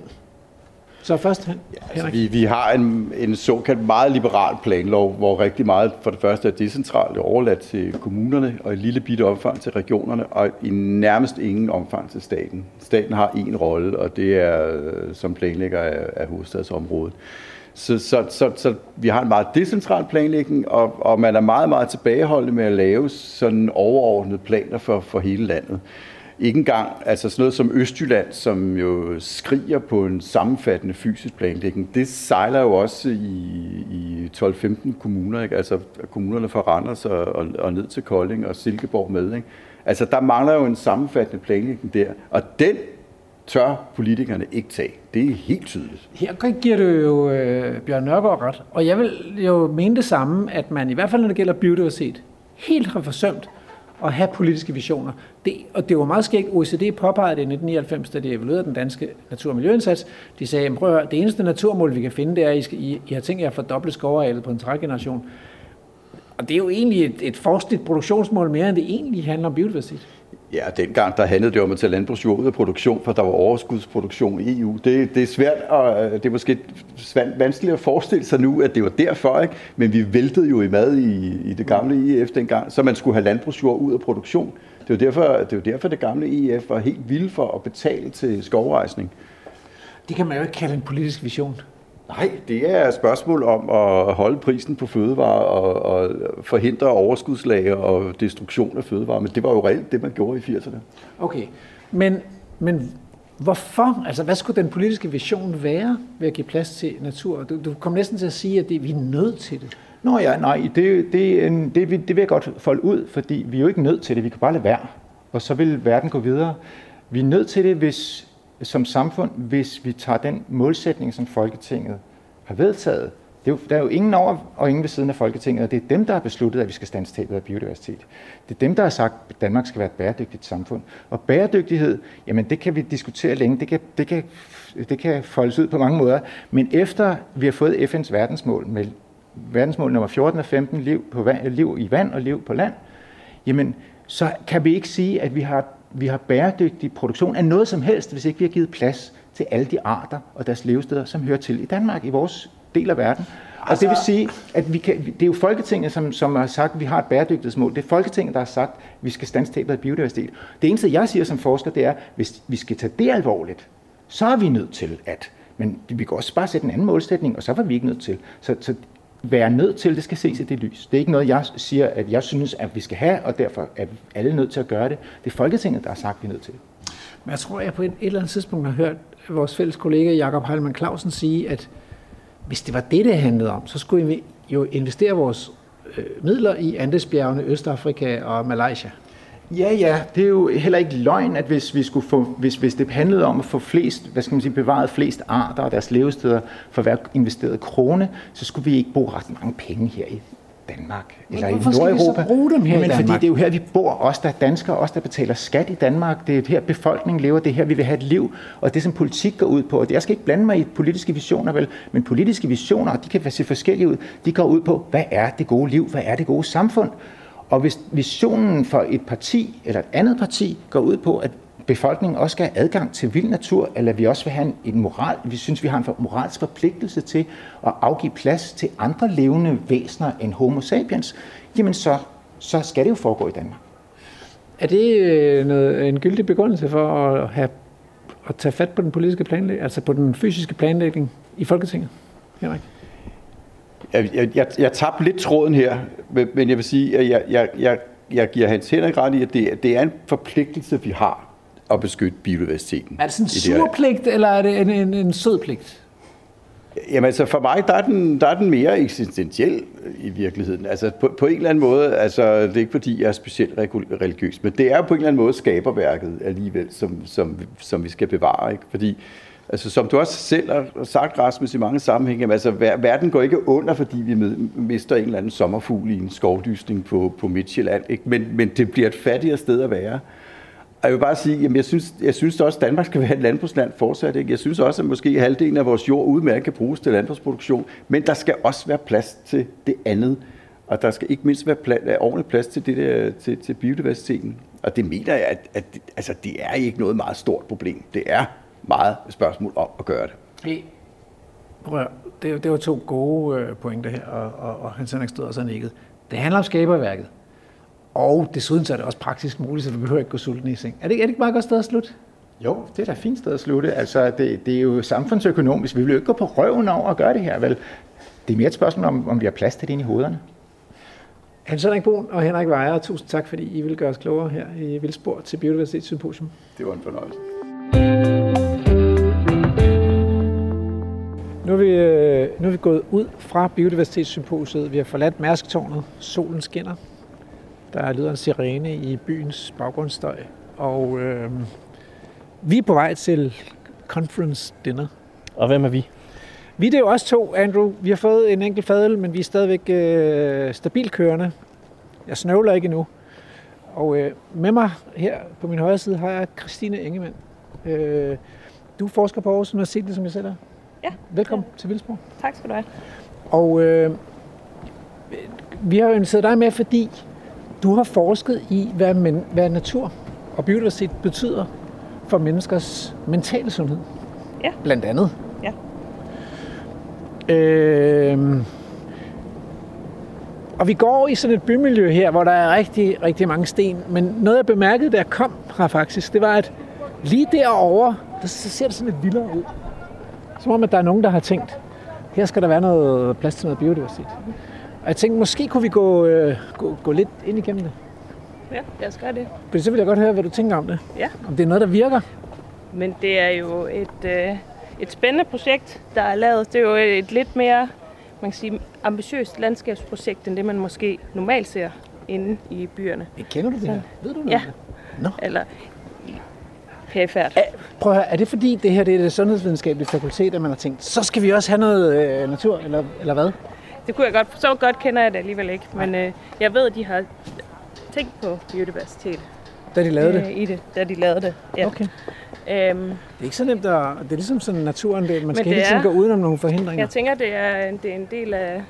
Så først, Henrik. Ja, altså, vi, vi har en, en såkaldt meget liberal planlov, hvor rigtig meget for det første er decentralt overladt til kommunerne, og i lille bitte omfang til regionerne, og i nærmest ingen omfang til staten. Staten har en rolle, og det er som planlægger af, af hovedstadsområdet. Så, så, så, så vi har en meget decentral planlægning, og, og man er meget, meget tilbageholdende med at lave sådan overordnede planer for, for hele landet. Ikke engang, altså sådan noget som Østjylland, som jo skriger på en sammenfattende fysisk planlægning, det sejler jo også i, i tolv femten kommuner, ikke? Altså kommunerne fra Randers og, og, og ned til Kolding og Silkeborg med, ikke? Altså der mangler jo en sammenfattende planlægning der, og den tør politikerne ikke tage. Det er helt tydeligt. Her giver du jo øh, Bjørn Nørgaard ret, og jeg vil jo mene det samme, at man i hvert fald, når det gælder biodiversitet, helt har forsømt at have politiske visioner. Det, og det var meget skægt. O E C D påpegede det i nitten nioghalvfems, da de evaluerede den danske natur- og miljøindsats. De sagde, prøv at høre, det eneste naturmål, vi kan finde, det er, at I, skal, I, I har tænkt jer at fordoble skovarealet på en trægeneration. Og det er jo egentlig et, et forstigt produktionsmål mere, end det egentlig handler om biodiversitet. Ja, dengang der handlede det om at tage landbrugsjord ud af produktion, for der var overskudsproduktion i E U. Det, det er svært, og det er måske vanskeligt at forestille sig nu, at det var derfor, ikke? Men vi væltede jo i mad i, i det gamle E F dengang, så man skulle have landbrugsjord ud af produktion. Det var derfor, det var derfor det gamle E F var helt vildt for at betale til skovrejsning. Det kan man jo ikke kalde en politisk vision. Nej, det er et spørgsmål om at holde prisen på fødevarer og, og forhindre overskudslager og destruktion af fødevarer, men det var jo reelt det, man gjorde i firserne. Okay, men, men hvorfor? Altså, hvad skulle den politiske vision være ved at give plads til natur? Du, du kom næsten til at sige, at det, vi er nødt til det. Nå ja, nej, det, det, det, det, det vil jeg godt folde ud, fordi vi er jo ikke nødt til det, vi kan bare lade være, og så vil verden gå videre. Vi er nødt til det, hvis som samfund, hvis vi tager den målsætning, som Folketinget har vedtaget. Det er jo, der er jo ingen over og ingen ved siden af Folketinget, og det er dem, der har besluttet, at vi skal standse tabet af biodiversitet. Det er dem, der har sagt, at Danmark skal være et bæredygtigt samfund. Og bæredygtighed, jamen det kan vi diskutere længe, det kan, det kan, det kan foldes ud på mange måder, men efter vi har fået F N's verdensmål med verdensmål nummer fjorten og femten, liv, på vand, liv i vand og liv på land, jamen så kan vi ikke sige, at vi har, vi har bæredygtig produktion af noget som helst, hvis ikke vi har givet plads til alle de arter og deres levesteder, som hører til i Danmark, i vores del af verden. Og altså, det vil sige, at vi kan, det er jo Folketinget, som, som har sagt, at vi har et bæredygtighedsmål. Det er Folketinget, der har sagt, at vi skal standse tabet af biodiversitet. Det eneste, jeg siger som forsker, det er, at hvis vi skal tage det alvorligt, så er vi nødt til at. Men vi kan også bare sætte en anden målsætning, og så var vi ikke nødt til. Så, så være nødt til, det skal ses i det lys. Det er ikke noget, jeg siger, at jeg synes, at vi skal have, og derfor er alle nødt til at gøre det. Det er Folketinget, der har sagt, at vi er nødt til det. Men jeg tror, at jeg på et eller andet tidspunkt har hørt vores fælles kollega Jakob Heilmann Clausen sige, at hvis det var det, det handlede om, så skulle vi jo investere vores øh, midler i Andesbjergene, Østafrika og Malaysia. Ja, ja, det er jo heller ikke løgn, at hvis, vi skulle få, hvis, hvis det handlede om at få flest, hvad skal man sige, bevaret flest arter og deres levesteder for hver investeret krone, så skulle vi ikke bruge ret mange penge her i Danmark eller i Nordeuropa. Hvorfor skal vi så bruge dem her Men i Danmark? fordi det er jo her, vi bor, os der er danskere, os der betaler skat i Danmark. Det er her, befolkningen lever, det er her, vi vil have et liv, og det som politik går ud på. Og jeg skal ikke blande mig i politiske visioner, vel, men politiske visioner, de kan se forskellige ud. De går ud på, hvad er det gode liv, hvad er det gode samfund? Og hvis visionen for et parti eller et andet parti går ud på, at befolkningen også skal have adgang til vild natur, eller vi også vil have en, en moral, vi synes, vi har en moralsk forpligtelse til at afgive plads til andre levende væsener end homo sapiens, jamen så, så skal det jo foregå i Danmark. Er det noget, en gyldig begrundelse for at, have, at tage fat på den politiske planlægning, altså på den fysiske planlægning i Folketinget, Henrik? Jeg, jeg, jeg, jeg tabte lidt tråden her, men jeg vil sige, at jeg, jeg, jeg, jeg giver Hans Henrik ret i, at det, det er en forpligtelse, vi har at beskytte biodiversiteten. Er det sådan en sur pligt, eller er det en, en, en sød pligt? Jamen altså for mig, der er den, der er den mere eksistentiel i virkeligheden. Altså på, på en eller anden måde, altså det er ikke fordi, jeg er specielt religiøs, men det er på en eller anden måde skaberværket alligevel, som, som, som vi skal bevare, ikke? Fordi altså, som du også selv har sagt, Rasmus, i mange sammenhænge, altså, verden går ikke under, fordi vi mister en eller anden sommerfugl i en skovdysning på, på Midtjylland, ikke? Men, men det bliver et fattigere sted at være. Og jeg vil bare sige, jamen, jeg synes, jeg synes også, at Danmark skal være et landbrugsland fortsat, ikke? Jeg synes også, at måske halvdelen af vores jord udmærket kan bruges til landbrugsproduktion, men der skal også være plads til det andet. Og der skal ikke mindst være plads, ordentlig plads til, det der, til, til biodiversiteten. Og det mener jeg, at, at altså, det er ikke noget meget stort problem. Det er meget et spørgsmål om at gøre det. Hey. Prøv, det, det var to gode pointer her, og, og, og Hans Henrik stod også og nikkede. Det handler om skaberværket, og desuden så er det også praktisk muligt, så vi behøver ikke gå sultne i seng. Er det, er det ikke meget godt sted at slutte? Jo, det er da et fint sted at slutte. Altså, det, det er jo samfundsøkonomisk. Vi vil jo ikke gå på røven over at gøre det her, vel? Det er mere et spørgsmål om, om vi har plads til det inde i hovederne. Hans Henrik Brun og Henrik Weyer, tusind tak, fordi I vil gøre os klogere her i Vildspor til Biodiversitetssymposium. Det var en fornøjelse. Nu er, vi, nu er vi gået ud fra Biodiversitetssymposiet. Vi har forladt Mærsktårnet. Solen skinner. Der lyder en sirene i byens baggrundsstøj. Og øh, vi er på vej til conference dinner. Og hvem er vi? Vi det er jo også to, Andrew. Vi har fået en enkelt fadøl, men vi er stadigvæk øh, stabilt kørende. Jeg snøvler ikke endnu. Og øh, med mig her på min højre side har jeg Christine Engemann. Øh, du forsker på Aarhus Universitet, ligesom jeg selv er. Ja. Velkommen ja. til Vildspor. Tak skal du have. Og øh, vi har jo inviteret dig med, fordi du har forsket i, hvad, men, hvad natur og biodiversitet betyder for menneskers mentale sundhed. Ja. Blandt andet. Ja. Øh, og vi går i sådan et bymiljø her, hvor der er rigtig, rigtig mange sten. Men noget jeg bemærkede, da jeg kom her faktisk, det var, at lige derovre, der ser det sådan lidt vildere ud. Som om, at der er nogen, der har tænkt, her skal der være noget plads til noget biodiversitet. Og jeg tænkte, måske kunne vi gå, øh, gå, gå lidt ind igennem det. Ja, jeg skal det. Fordi så vil jeg godt høre, hvad du tænker om det. Ja. Om det er noget, der virker. Men det er jo et, øh, et spændende projekt, der er lavet. Det er jo et lidt mere, man kan sige, ambitiøst landskabsprojekt, end det man måske normalt ser inde i byerne. Kender du det her? Ved du noget? Ja. Nå. Eller perifært. Prøv at høre, er det fordi det her det er det sundhedsvidenskabelige fakultet, at man har tænkt, så skal vi også have noget øh, natur, eller, eller hvad? Det kunne jeg godt, så godt kender jeg det alligevel ikke, men øh, jeg ved, at de har tænkt på biodiversitet. Da de lavede øh, det? I det, da de lavede det, ja. Okay. Øhm, det er ikke så nemt at, det er ligesom sådan naturen, det, man skal det hele tiden er, gå udenom nogle forhindringer. Jeg tænker, det er, det er en del af,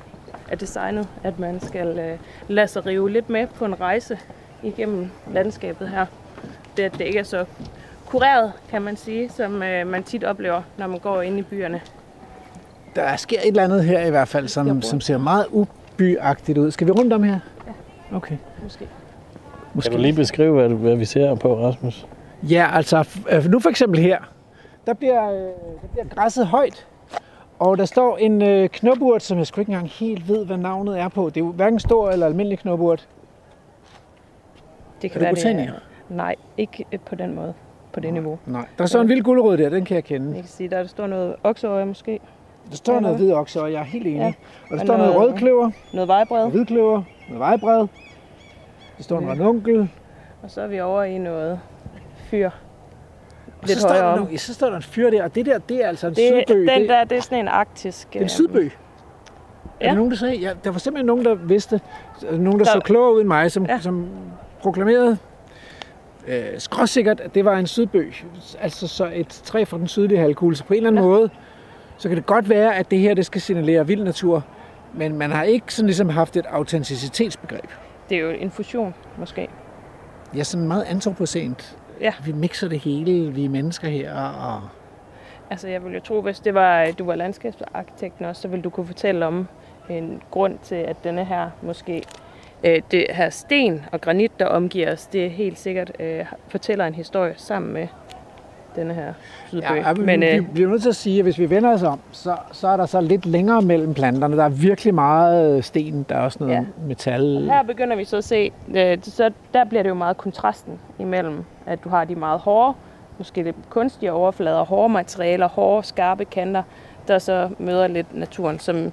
er designet, at man skal øh, lade sig rive lidt med på en rejse igennem landskabet her. Det, at det ikke er så kureret, kan man sige, som øh, man tit oplever, når man går ind i byerne. Der sker et eller andet her i hvert fald, som, som ser meget ubyagtigt ud. Skal vi rundt om her? Ja. Okay. Måske. Måske. Kan du lige beskrive, hvad, du, hvad vi ser på, Rasmus? Ja, altså nu for eksempel her, der bliver, øh, der bliver græsset højt, og der står en øh, knopurt, som jeg sgu ikke engang helt ved, hvad navnet er på. Det er jo hverken stor eller almindelig knopurt. Det kan være det. Nej, ikke på den måde, på det niveau. Nej, der står en vild gulerod der, den kan jeg kende. Jeg kan sige, der står noget okseøje måske. Der står ja, noget hvid okseøje, jeg er helt enig. Ja. Og der og står noget, noget rødkløver. Noget vejbred. Noget hvidkløver, noget vejbred. Der står ja. en ranunkel. Og så er vi over i noget fyr. Og så står, der nogle, så står der en fyr der, og det der, det er altså en det, sydbøg. Den der, det er sådan en arktisk... Det er en sydbøg. Ja. Er der nogen, der sagde? Ja, der var simpelthen nogen, der vidste. Nogen, der, der så klogere ud end mig, som, ja. som proklamerede øh, skråsikkert, at det var en sydbøg. Altså så et træ fra den sydlige halvkugle. Så på en eller anden ja. måde, så kan det godt være, at det her det skal signalere vild natur. Men man har ikke sådan ligesom haft et autenticitetsbegreb. Det er jo en fusion, måske. Ja, sådan meget antropocent. Ja. Vi mixer det hele, vi er mennesker her. Og... Altså, jeg ville jo tro, hvis det var, du var landskabsarkitekten også, så ville du kunne fortælle om en grund til, at denne her måske, øh, det her sten og granit, der omgiver os, det helt sikkert øh, fortæller en historie sammen med denne her sydbøg. Ja, men, vi bliver nødt til at sige, at hvis vi vender os om, så, så er der så lidt længere mellem planterne. Der er virkelig meget sten, der er også noget ja. metal. Og her begynder vi så at se, øh, så der bliver det jo meget kontrasten imellem, at du har de meget hårde, måske lidt kunstige overflader, hårde materialer, hårde, skarpe kanter, der så møder lidt naturen, som...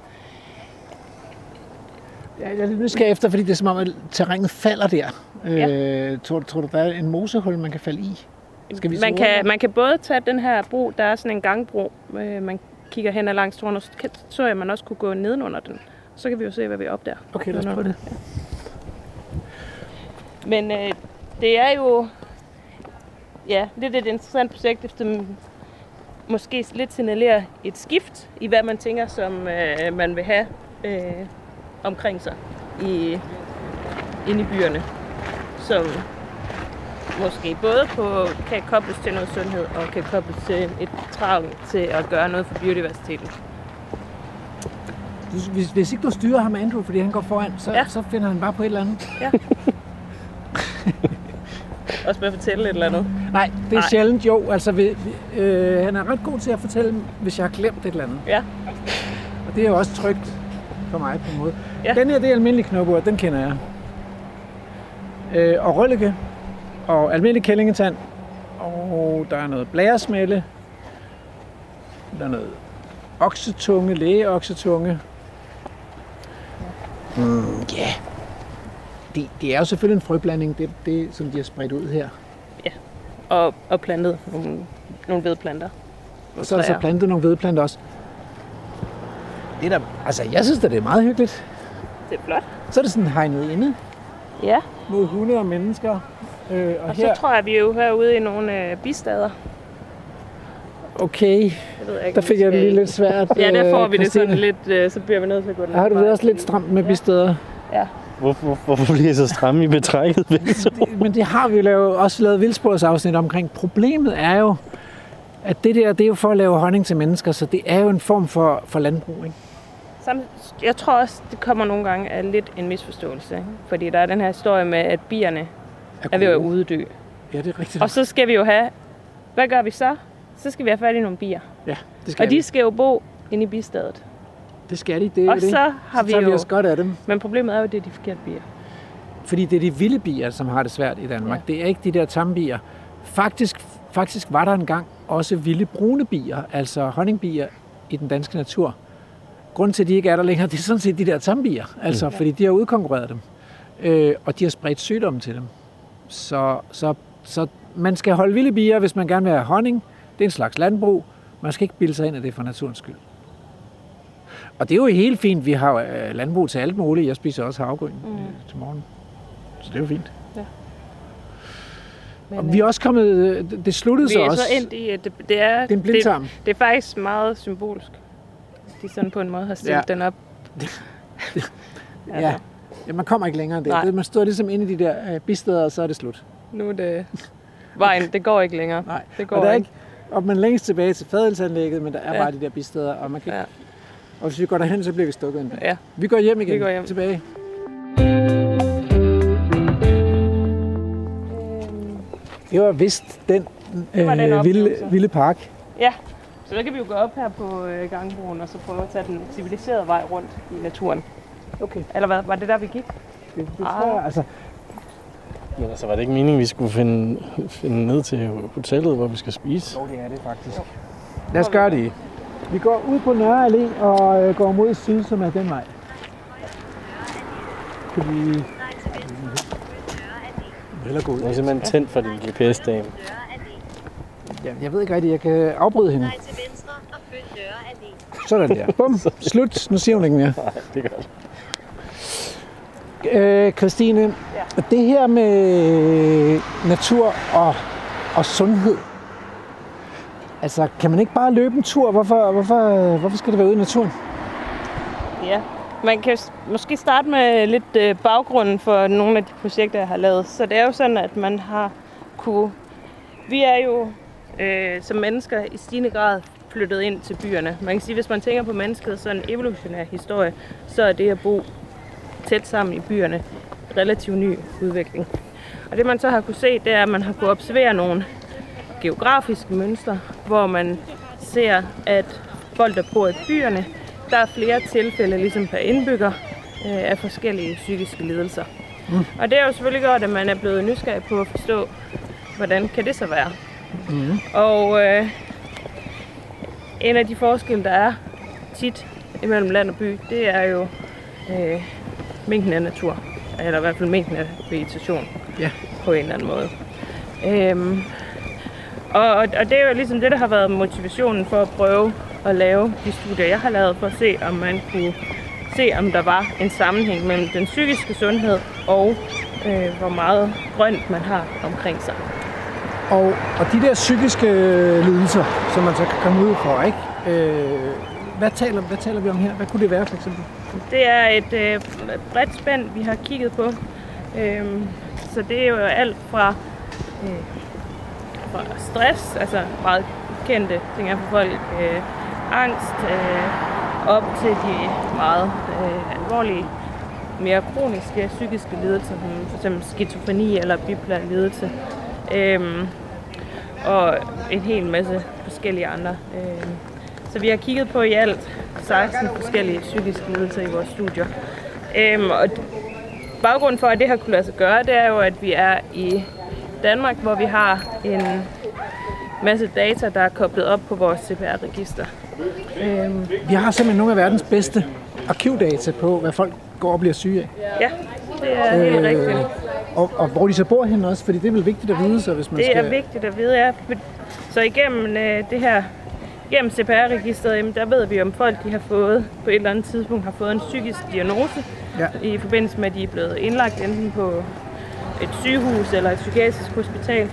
Ja, jeg er lidt nysgerrig efter, fordi det er som om, at terrænet falder der. Ja. Øh, tror, tror du, der er en mosehul, man kan falde i? Skal vi man, kan, man kan både tage den her bro, der er sådan en gangbro, øh, man kigger hen ad langs turen, og så, så jeg, man også kunne gå nedenunder den. Så kan vi jo se, hvad vi opdager. Okay, lad os prøve det. Ja. Men øh, det er jo ja, lidt et interessant projekt, efter måske lidt signalerer et skift i, hvad man tænker, som øh, man vil have øh, omkring sig i, inde i byerne. Som måske både på, kan kobles til noget sundhed og kan kobles til et trang til at gøre noget for biodiversiteten. Hvis, hvis ikke du styrer ham Andrew, fordi han går foran, så, ja. så finder han bare på et eller andet. Ja. Også med at fortælle et eller andet? Nej, det er Nej. sjældent jo. Altså, vi, vi, øh, han er ret god til at fortælle, hvis jeg har glemt et eller andet. Ja. Og det er jo også trygt for mig på en måde. Ja. Den her, det er almindelig knopur, den kender jeg. Øh, og røllike. Og almindelig kællingetand. Og der er noget blæresmælle. Der er noget oksetunge, lægeoksetunge. Ja. Mm, yeah. det, det er jo selvfølgelig en frøblanding, det, det som de har spredt ud her. Ja, og, og plantet nogle, nogle vedplanter. Og så er der så plantet nogle vedplanter også. Det der, altså jeg synes, at det er meget hyggeligt. Det er flot. Så er det sådan hegnet inde. Ja. Mod hunde og mennesker. Øh, og og her... så tror jeg, vi er jo herude i nogle øh, bistader. Okay, jeg der fik jeg det lige lidt svært. Ja, der får vi det sådan lidt, øh, så bliver vi nødt til at gå den. Har du det også lidt stramt med bistader? Ja. Hvorfor, hvorfor bliver I så stramme i betrækket? det, men det har vi jo også lavet vildsporsafsnit omkring. Problemet er jo, at det der, det er jo for at lave honning til mennesker, så det er jo en form for, for landbrug, ikke? Jeg tror også, det kommer nogle gange af lidt en misforståelse, ikke? Fordi der er den her historie med, at bierne er, er ved at uddø. Ja, det er rigtigt. Og så skal vi jo have, hvad gør vi så? Så skal vi have fat i nogle bier. Ja, det skal Og de skal jo bo inde i bistedet. Det skal de, det er og det. så har så vi tager jo... vi os godt af dem. Men problemet er jo, at det er de forkerte bier. Fordi det er de vilde bier, som har det svært i Danmark. Ja. Det er ikke de der tambier. Faktisk, faktisk var der engang også vilde brune bier, altså honningbier i den danske natur. Grunden til, at de ikke er der længere, det er sådan set de der tambier. Altså, ja. Fordi de har udkonkurreret dem. Øh, og de har spredt sygdommen til dem. Så, så, så man skal holde vilde bier, hvis man gerne vil have honning. Det er en slags landbrug. Man skal ikke bilde sig ind af det for naturens skyld. Og det er jo helt fint. Vi har øh, landbrug til alt muligt. Jeg spiser også havregryn mm. øh, til morgen. Så det er jo fint. Ja. Men, og vi er også kommet... Det sluttede så også... Vi er så endt i, at det, det er... Det er en blindtarm. Det, det er faktisk meget symbolsk. De sådan på en måde har stillet ja. den op. ja. ja, man kommer ikke længere end det. Nej. Man står ligesom inde i de der øh, bisteder, og så er det slut. Nu er det vejen, det går ikke længere. Nej, det går og der er ikke. Og man længst tilbage til fadelsanlægget, men der er Ja. bare de der bisteder, og man kan Ja. og hvis vi går derhen, så bliver vi stukket ind. Ja. Vi går hjem igen. Vi går hjem. Tilbage. Det var vist den, var den øh, vilde, oplevelse. vilde park. Ja, så så kan vi jo gå op her på øh, gangbroen, og så prøve at tage den civiliserede vej rundt i naturen. Okay. Eller hvad, var det der, vi gik? Det, det tror jeg, altså. Men altså, var det ikke meningen, vi skulle finde, finde ned til hotellet, hvor vi skal spise? Jo, det er det faktisk. Lad os gøre det. Vi går ud på Nørre Allé og øh, går mod syd, som er den vej. Fordi... Eller gå ud. Jeg er simpelthen tændt for din G P S-dame. Ja, jeg ved ikke rigtigt, jeg kan afbryde hende. Sådan der. Bum. Slut. Nu siger hun ikke mere. Nej, det er godt. Øh, Christine, ja. Det her med natur og, og sundhed, altså kan man ikke bare løbe en tur? Hvorfor, hvorfor, hvorfor skal det være ude i naturen? Ja, man kan måske starte med lidt øh, baggrunden for nogle af de projekter, jeg har lavet. Så det er jo sådan, at man har kunne... Vi er jo øh, som mennesker i stigende grad flyttet ind til byerne. Man kan sige, hvis man tænker på mennesket som en evolutionær historie, så er det at bo tæt sammen i byerne relativt ny udvikling. Og det man så har kunne se, det er, at man har kunne observere nogle geografiske mønstre, hvor man ser, at folk, der bor i byerne, der er flere tilfælde, ligesom per indbygger, øh, af forskellige psykiske lidelser. Mm. Og det er jo selvfølgelig godt, at man er blevet nysgerrig på at forstå, hvordan kan det så være. Mm. Og øh, en af de forskelle, der er tit imellem land og by, det er jo øh, mængden af natur, eller i hvert fald mængden af vegetation, ja. På en eller anden måde. Øhm, og, og det er jo ligesom det, der har været motivationen for at prøve at lave de studier, jeg har lavet, for at se, om man kunne se, om der var en sammenhæng mellem den psykiske sundhed og øh, hvor meget grønt man har omkring sig. Og, og de der psykiske lidelser, som man så kan komme ud for, ikke? Øh, hvad, taler, hvad taler vi om her? Hvad kunne det være, for eksempel? Det er et øh, bredt spænd, vi har kigget på. Øhm, så det er jo alt fra, øh, fra stress, altså meget kendte ting for folk, øh, angst, øh, op til de meget øh, alvorlige, mere kroniske psykiske lidelser, som for eksempel skizofreni eller bipolar lidelse. Øhm, og en hel masse forskellige andre. Øhm, så vi har kigget på i alt seksten forskellige psykiske lidelser i vores studier. Øhm, og baggrunden for, at det har kunne lade sig gøre, det er jo, at vi er i Danmark, hvor vi har en masse data, der er koblet op på vores C P R-register. Øhm. Vi har simpelthen nogle af verdens bedste arkivdata på, hvad folk går og bliver syge af. Ja, det er helt øh, rigtigt. Og, og hvor de så bor hen også, fordi det er vel vigtigt at vide, så hvis man det skal... Det er vigtigt at vide, ja. Så igennem øh, det her, gennem C P R-registeret, der ved vi, om folk de har fået, på et eller andet tidspunkt har fået en psykisk diagnose, ja. I forbindelse med, at de er blevet indlagt enten på et sygehus eller et psykiatrisk hospital.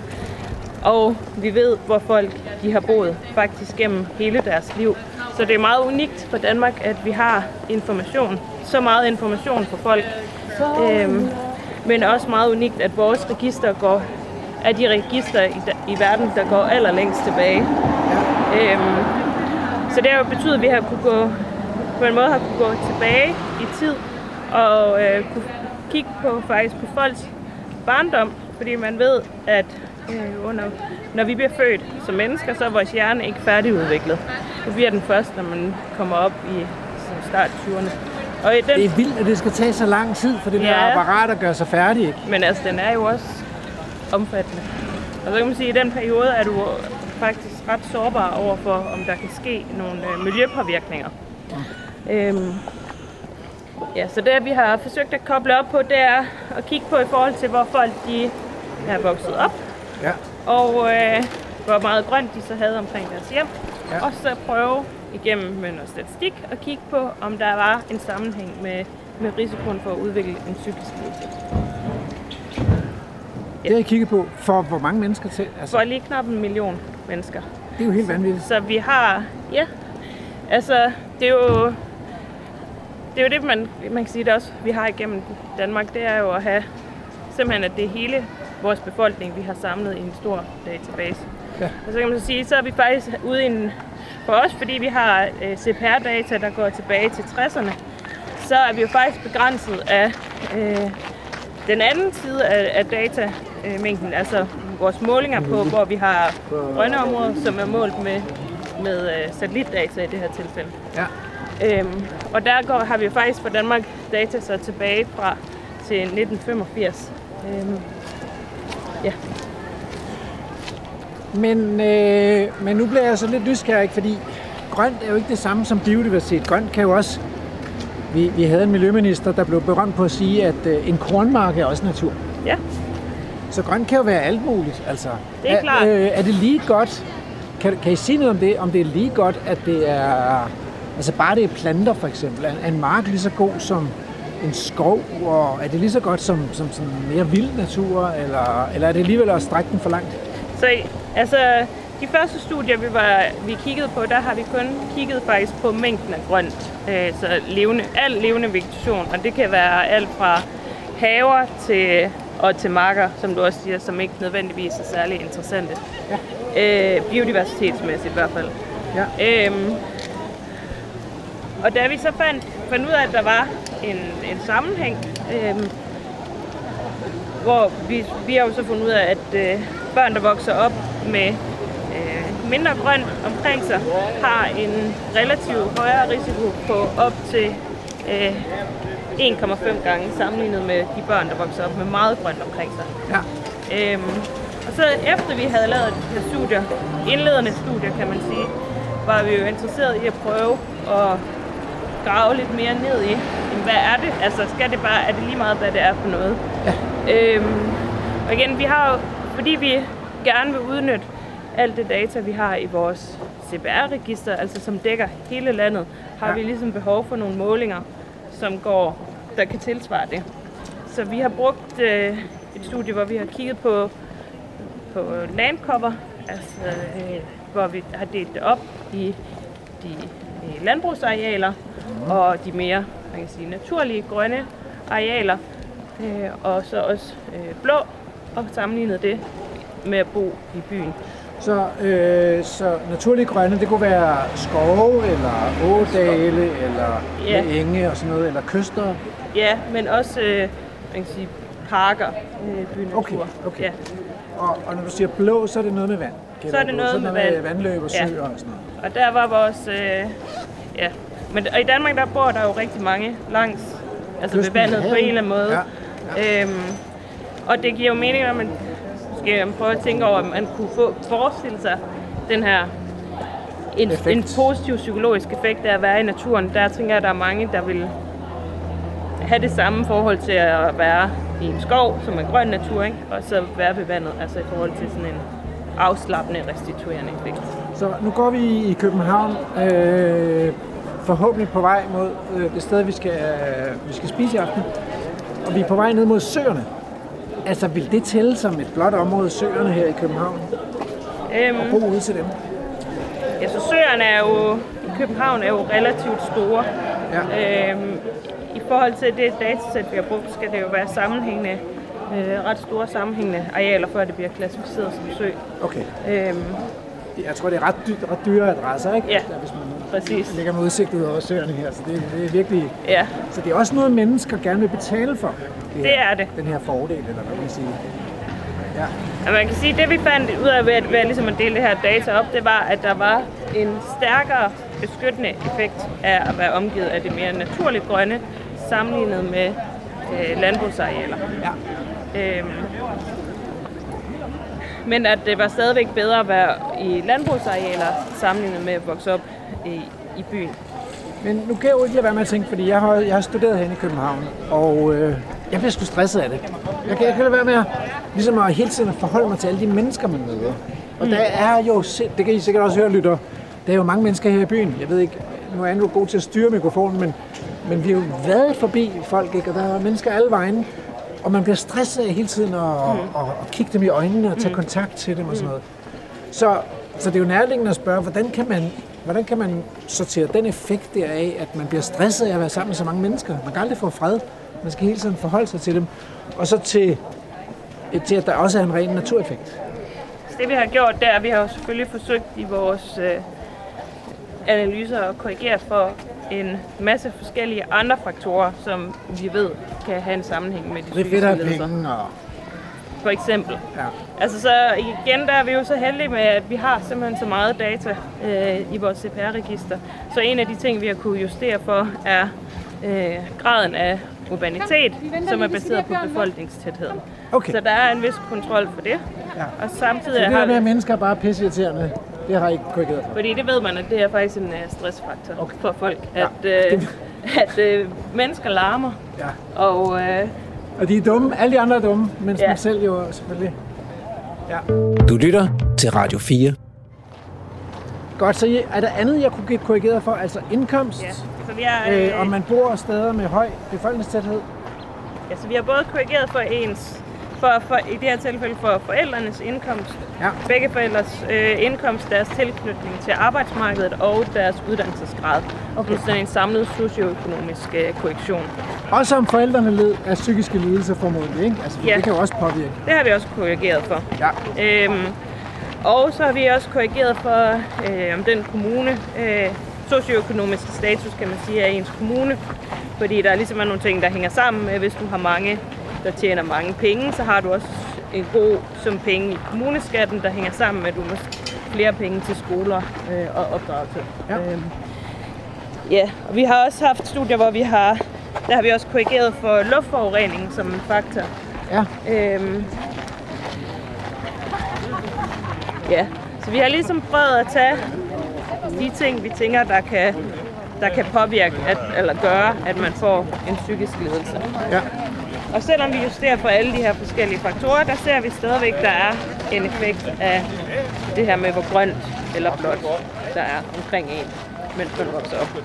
Og vi ved, hvor folk de har boet faktisk gennem hele deres liv. Så det er meget unikt for Danmark, at vi har information, så meget information for folk. Øhm, men også meget unikt, at vores register går, er de register i, i verden, der går allerlængst tilbage. Ja. Øhm, så det har jo betydet, at vi har kunne gå, på en måde har kunne gå tilbage i tid og øh, kunne kigge på, faktisk på folks barndom, fordi man ved, at øh, under, når vi bliver født som mennesker, så er vores hjerne ikke færdigudviklet. Det bliver den først, når man kommer op i start tyverne. Og den, det er vildt, at det skal tage så lang tid, for det ja, der apparat at gøre sig færdig, ikke? Men altså, den er jo også omfattende. Og så kan man sige, at i den periode er du faktisk ret sårbar overfor, om der kan ske nogle øh, miljøpåvirkninger. Ja. Øhm, ja, så det, vi har forsøgt at koble op på, det er at kigge på i forhold til, hvor folk de er vokset op. Ja. Og øh, hvor meget grønt de så havde omkring deres hjem. Ja. Og så prøve igennem med noget statistik og kigge på, om der var en sammenhæng med, med risikoen for at udvikle en psykisk lidelse. Det har I kigget på for hvor mange mennesker til? Altså... For lige knap en million mennesker. Det er jo helt vanvittigt. Så vi har, ja, altså det er jo, det er jo det, man, man kan sige, det også, vi har igennem Danmark, det er jo at have simpelthen, at det er hele vores befolkning, vi har samlet i en stor database. Ja. Og så kan man så sige, så er vi faktisk ude i en, for os, fordi vi har øh, C P R-data, der går tilbage til tresserne, så er vi jo faktisk begrænset af øh, den anden side af, af datamængden, øh, altså vores målinger på, hvor vi har grønne områder, som er målt med, med øh, satellitdata i det her tilfælde. Ja. Øhm, og der går, har vi jo faktisk for Danmark data så tilbage fra til nitten femogfirs. Øhm, ja. Men, øh, men nu bliver jeg så lidt nysgerrig, fordi grønt er jo ikke det samme som biodiversitet. Grønt kan jo også... Vi, vi havde en miljøminister, der blev berømt på at sige, at øh, en kornmark er også natur. Ja. Så grønt kan jo være alt muligt. Altså, det er, er klart. Øh, er det lige godt... Kan, kan I sige noget om det? Om det er lige godt, at det er... Altså bare det er planter for eksempel. Er en mark lige så god som en skov? Og er det lige så godt som, som sådan mere vild natur? Eller, eller er det alligevel at strække den for langt? Så altså... De første studier, vi, var, vi kiggede på, der har vi kun kigget faktisk på mængden af grønt. Øh, så levende, al levende vegetation, og det kan være alt fra haver til, og til marker, som du også siger, som ikke nødvendigvis er særlig interessante. Ja. Øh, biodiversitetsmæssigt i hvert fald. Ja. Øhm, og da vi så fandt, fandt ud af, at der var en, en sammenhæng, øhm, hvor vi, vi har jo så fundet ud af, at øh, børn, der vokser op med mindre grønt omkring sig, har en relativt højere risiko på op til øh, en komma fem gange sammenlignet med de børn, der vokser op med meget grønt omkring sig. Ja. Øhm, og så efter vi havde lavet de her studier, indledende studier kan man sige, var vi jo interesseret i at prøve at grave lidt mere ned i, hvad er det? Altså skal det bare, er det lige meget, hvad det er for noget? Ja. Øhm, og igen, vi har jo, fordi vi gerne vil udnytte alt det data, vi har i vores C P R-register, altså som dækker hele landet, har ja. vi ligesom behov for nogle målinger, som går, der kan tilsvare det. Så vi har brugt øh, et studie, hvor vi har kigget på, på landcover, altså, øh, hvor vi har delt det op i de i landbrugsarealer og de mere, man kan sige, naturlige grønne arealer, øh, og så også øh, blå, og sammenlignet det med at bo i byen. Så, øh, så naturlige grønne, det kunne være skove, eller ådale, eller ja. enge og sådan noget, eller kyster? Ja, men også øh, man kan sige, parker, øh, bynatur. Okay, okay. Ja. Og, og når du siger blå, så er det noget med vand? Så er det noget, så med, noget med vand. vandløb og søer ja. og sådan noget? Og der var vores... Øh, ja. Men og i Danmark, der bor der jo rigtig mange langs, altså ved vandet på en eller anden måde. Ja. Ja. Øhm, og det giver jo mening, at man skal prøve at tænke over, at man kunne få, forestille sig den her en, en positiv psykologisk effekt af at være i naturen. Der tænker jeg, at der er mange, der vil have det samme forhold til at være i en skov, som er grøn natur, ikke? Og så være ved vandet, altså i forhold til sådan en afslappende, restituerende effekt. Så nu går vi i København, øh, forhåbentlig på vej mod øh, det sted, vi skal, øh, vi skal spise i aften, og vi er på vej ned mod søerne. Altså, vil det tælle som et blåt område, søerne her i København? Øhm, og bo ude til dem? Ja, så søerne er jo, i København er jo relativt store. Ja. Øhm, I forhold til det datasæt, vi har brugt, skal det jo være sammenhængende, øh, ret store sammenhængende arealer, før det bliver klassificeret som sø. Okay. Øhm, Jeg tror, det er ret, dy- ret dyre adresser, ikke? Ja, der, hvis man præcis. ligger med udsigt ud over søerne her, så det, det er virkelig... Ja. Så det er også noget, mennesker gerne vil betale for. Det, det er det. Den her fordel, eller hvad man kan sige. Ja. Og man kan sige, at det vi fandt ud af ved at, ved at, ligesom at dele det her data op, det var, at der var en stærkere beskyttende effekt af at være omgivet af det mere naturligt grønne, sammenlignet med øh, landbrugsarealer. Ja. Øhm, Men at det var stadigvæk bedre at være i landbrugsarealer, sammenlignet med at vokse op i, i byen. Men nu kan jeg jo ikke lade være med at tænke, fordi jeg har, jeg har studeret herinde i København, og øh, jeg bliver sgu stresset af det. Jeg kan ikke lade være med at, ligesom at hele tiden forholde mig til alle de mennesker, man møder. Og mm. der er jo, det kan I sikkert også høre, lytter, der er jo mange mennesker her i byen. Jeg ved ikke, nu er Andrew god til at styre mikrofonen, men, men vi har jo været forbi folk, ikke? Og der er mennesker alle vejen. Og man bliver stresset af hele tiden at, mm. at, at, at kigge dem i øjnene og tage mm. kontakt til dem og sådan noget. Så, så det er jo nærliggende at spørge, hvordan kan man hvordan kan man sortere den effekt deraf, at man bliver stresset af at være sammen med så mange mennesker? Man kan aldrig få fred. Man skal hele tiden forholde sig til dem. Og så til, til at der også er en ren natureffekt. Det vi har gjort, det er, at vi har jo selvfølgelig forsøgt i vores øh, analyser at korrigere for en masse forskellige andre faktorer, som vi ved kan have en sammenhæng med de psykiske lidelser. Og... For eksempel. Ja. Altså så igen, der er vi jo så heldige med, at vi har simpelthen så meget data øh, i vores C P R-register. Så en af de ting, vi har kunne justere for, er øh, graden af urbanitet, som er baseret på befolkningstætheden. Okay. Så der er en vis kontrol for det. Ja. Og samtidig så det har med, at mennesker bare er pisseirriterende, det har I ikke korrigeret for? Fordi det ved man, at det er faktisk en uh, stressfaktor okay. for folk, ja. at, uh, at uh, mennesker larmer. Ja. Og, uh, og de er dumme, alle de andre er dumme, mens ja. man selv jo selvfølgelig. Ja. Du lytter til Radio fire. Godt, så er der andet, jeg kunne give korrigeret for, altså indkomst, ja. så vi er, øh, øh, om man bor steder med høj befolkningstæthed? Ja, så vi har både korrigeret for ens, for, for, i det her tilfælde for forældrenes indkomst, ja. begge forældres øh, indkomst, deres tilknytning til arbejdsmarkedet og deres uddannelsesgrad. Okay. Det er sådan en samlet socioøkonomisk øh, korrektion. Også om forældrene led af psykiske lidelser formodentlig, ikke? Altså, ja. det kan jo også påvirke. Det har vi også korrigeret for. Ja. Øhm, og så har vi også korrigeret for, øh, om den kommune, øh, socioøkonomiske status, kan man sige, af ens kommune. Fordi der er ligesom nogle ting, der hænger sammen med, hvis du har mange, der tjener mange penge, så har du også en god sum penge i kommuneskatten, der hænger sammen med, at du har flere penge til skoler øh, og opdragelse. Ja. Øhm, ja, og vi har også haft studier, hvor vi har, der har vi også korrigeret for luftforurening som en faktor. Ja. Øhm, ja, så vi har ligesom prøvet at tage de ting, vi tænker, der kan, der kan påvirke, at, eller gøre, at man får en psykisk lidelse. Ja. Og selvom vi justerer for alle de her forskellige faktorer, der ser vi stadigvæk, der er en effekt af det her med, hvor grønt eller blåt der er omkring en, mens man vokser op.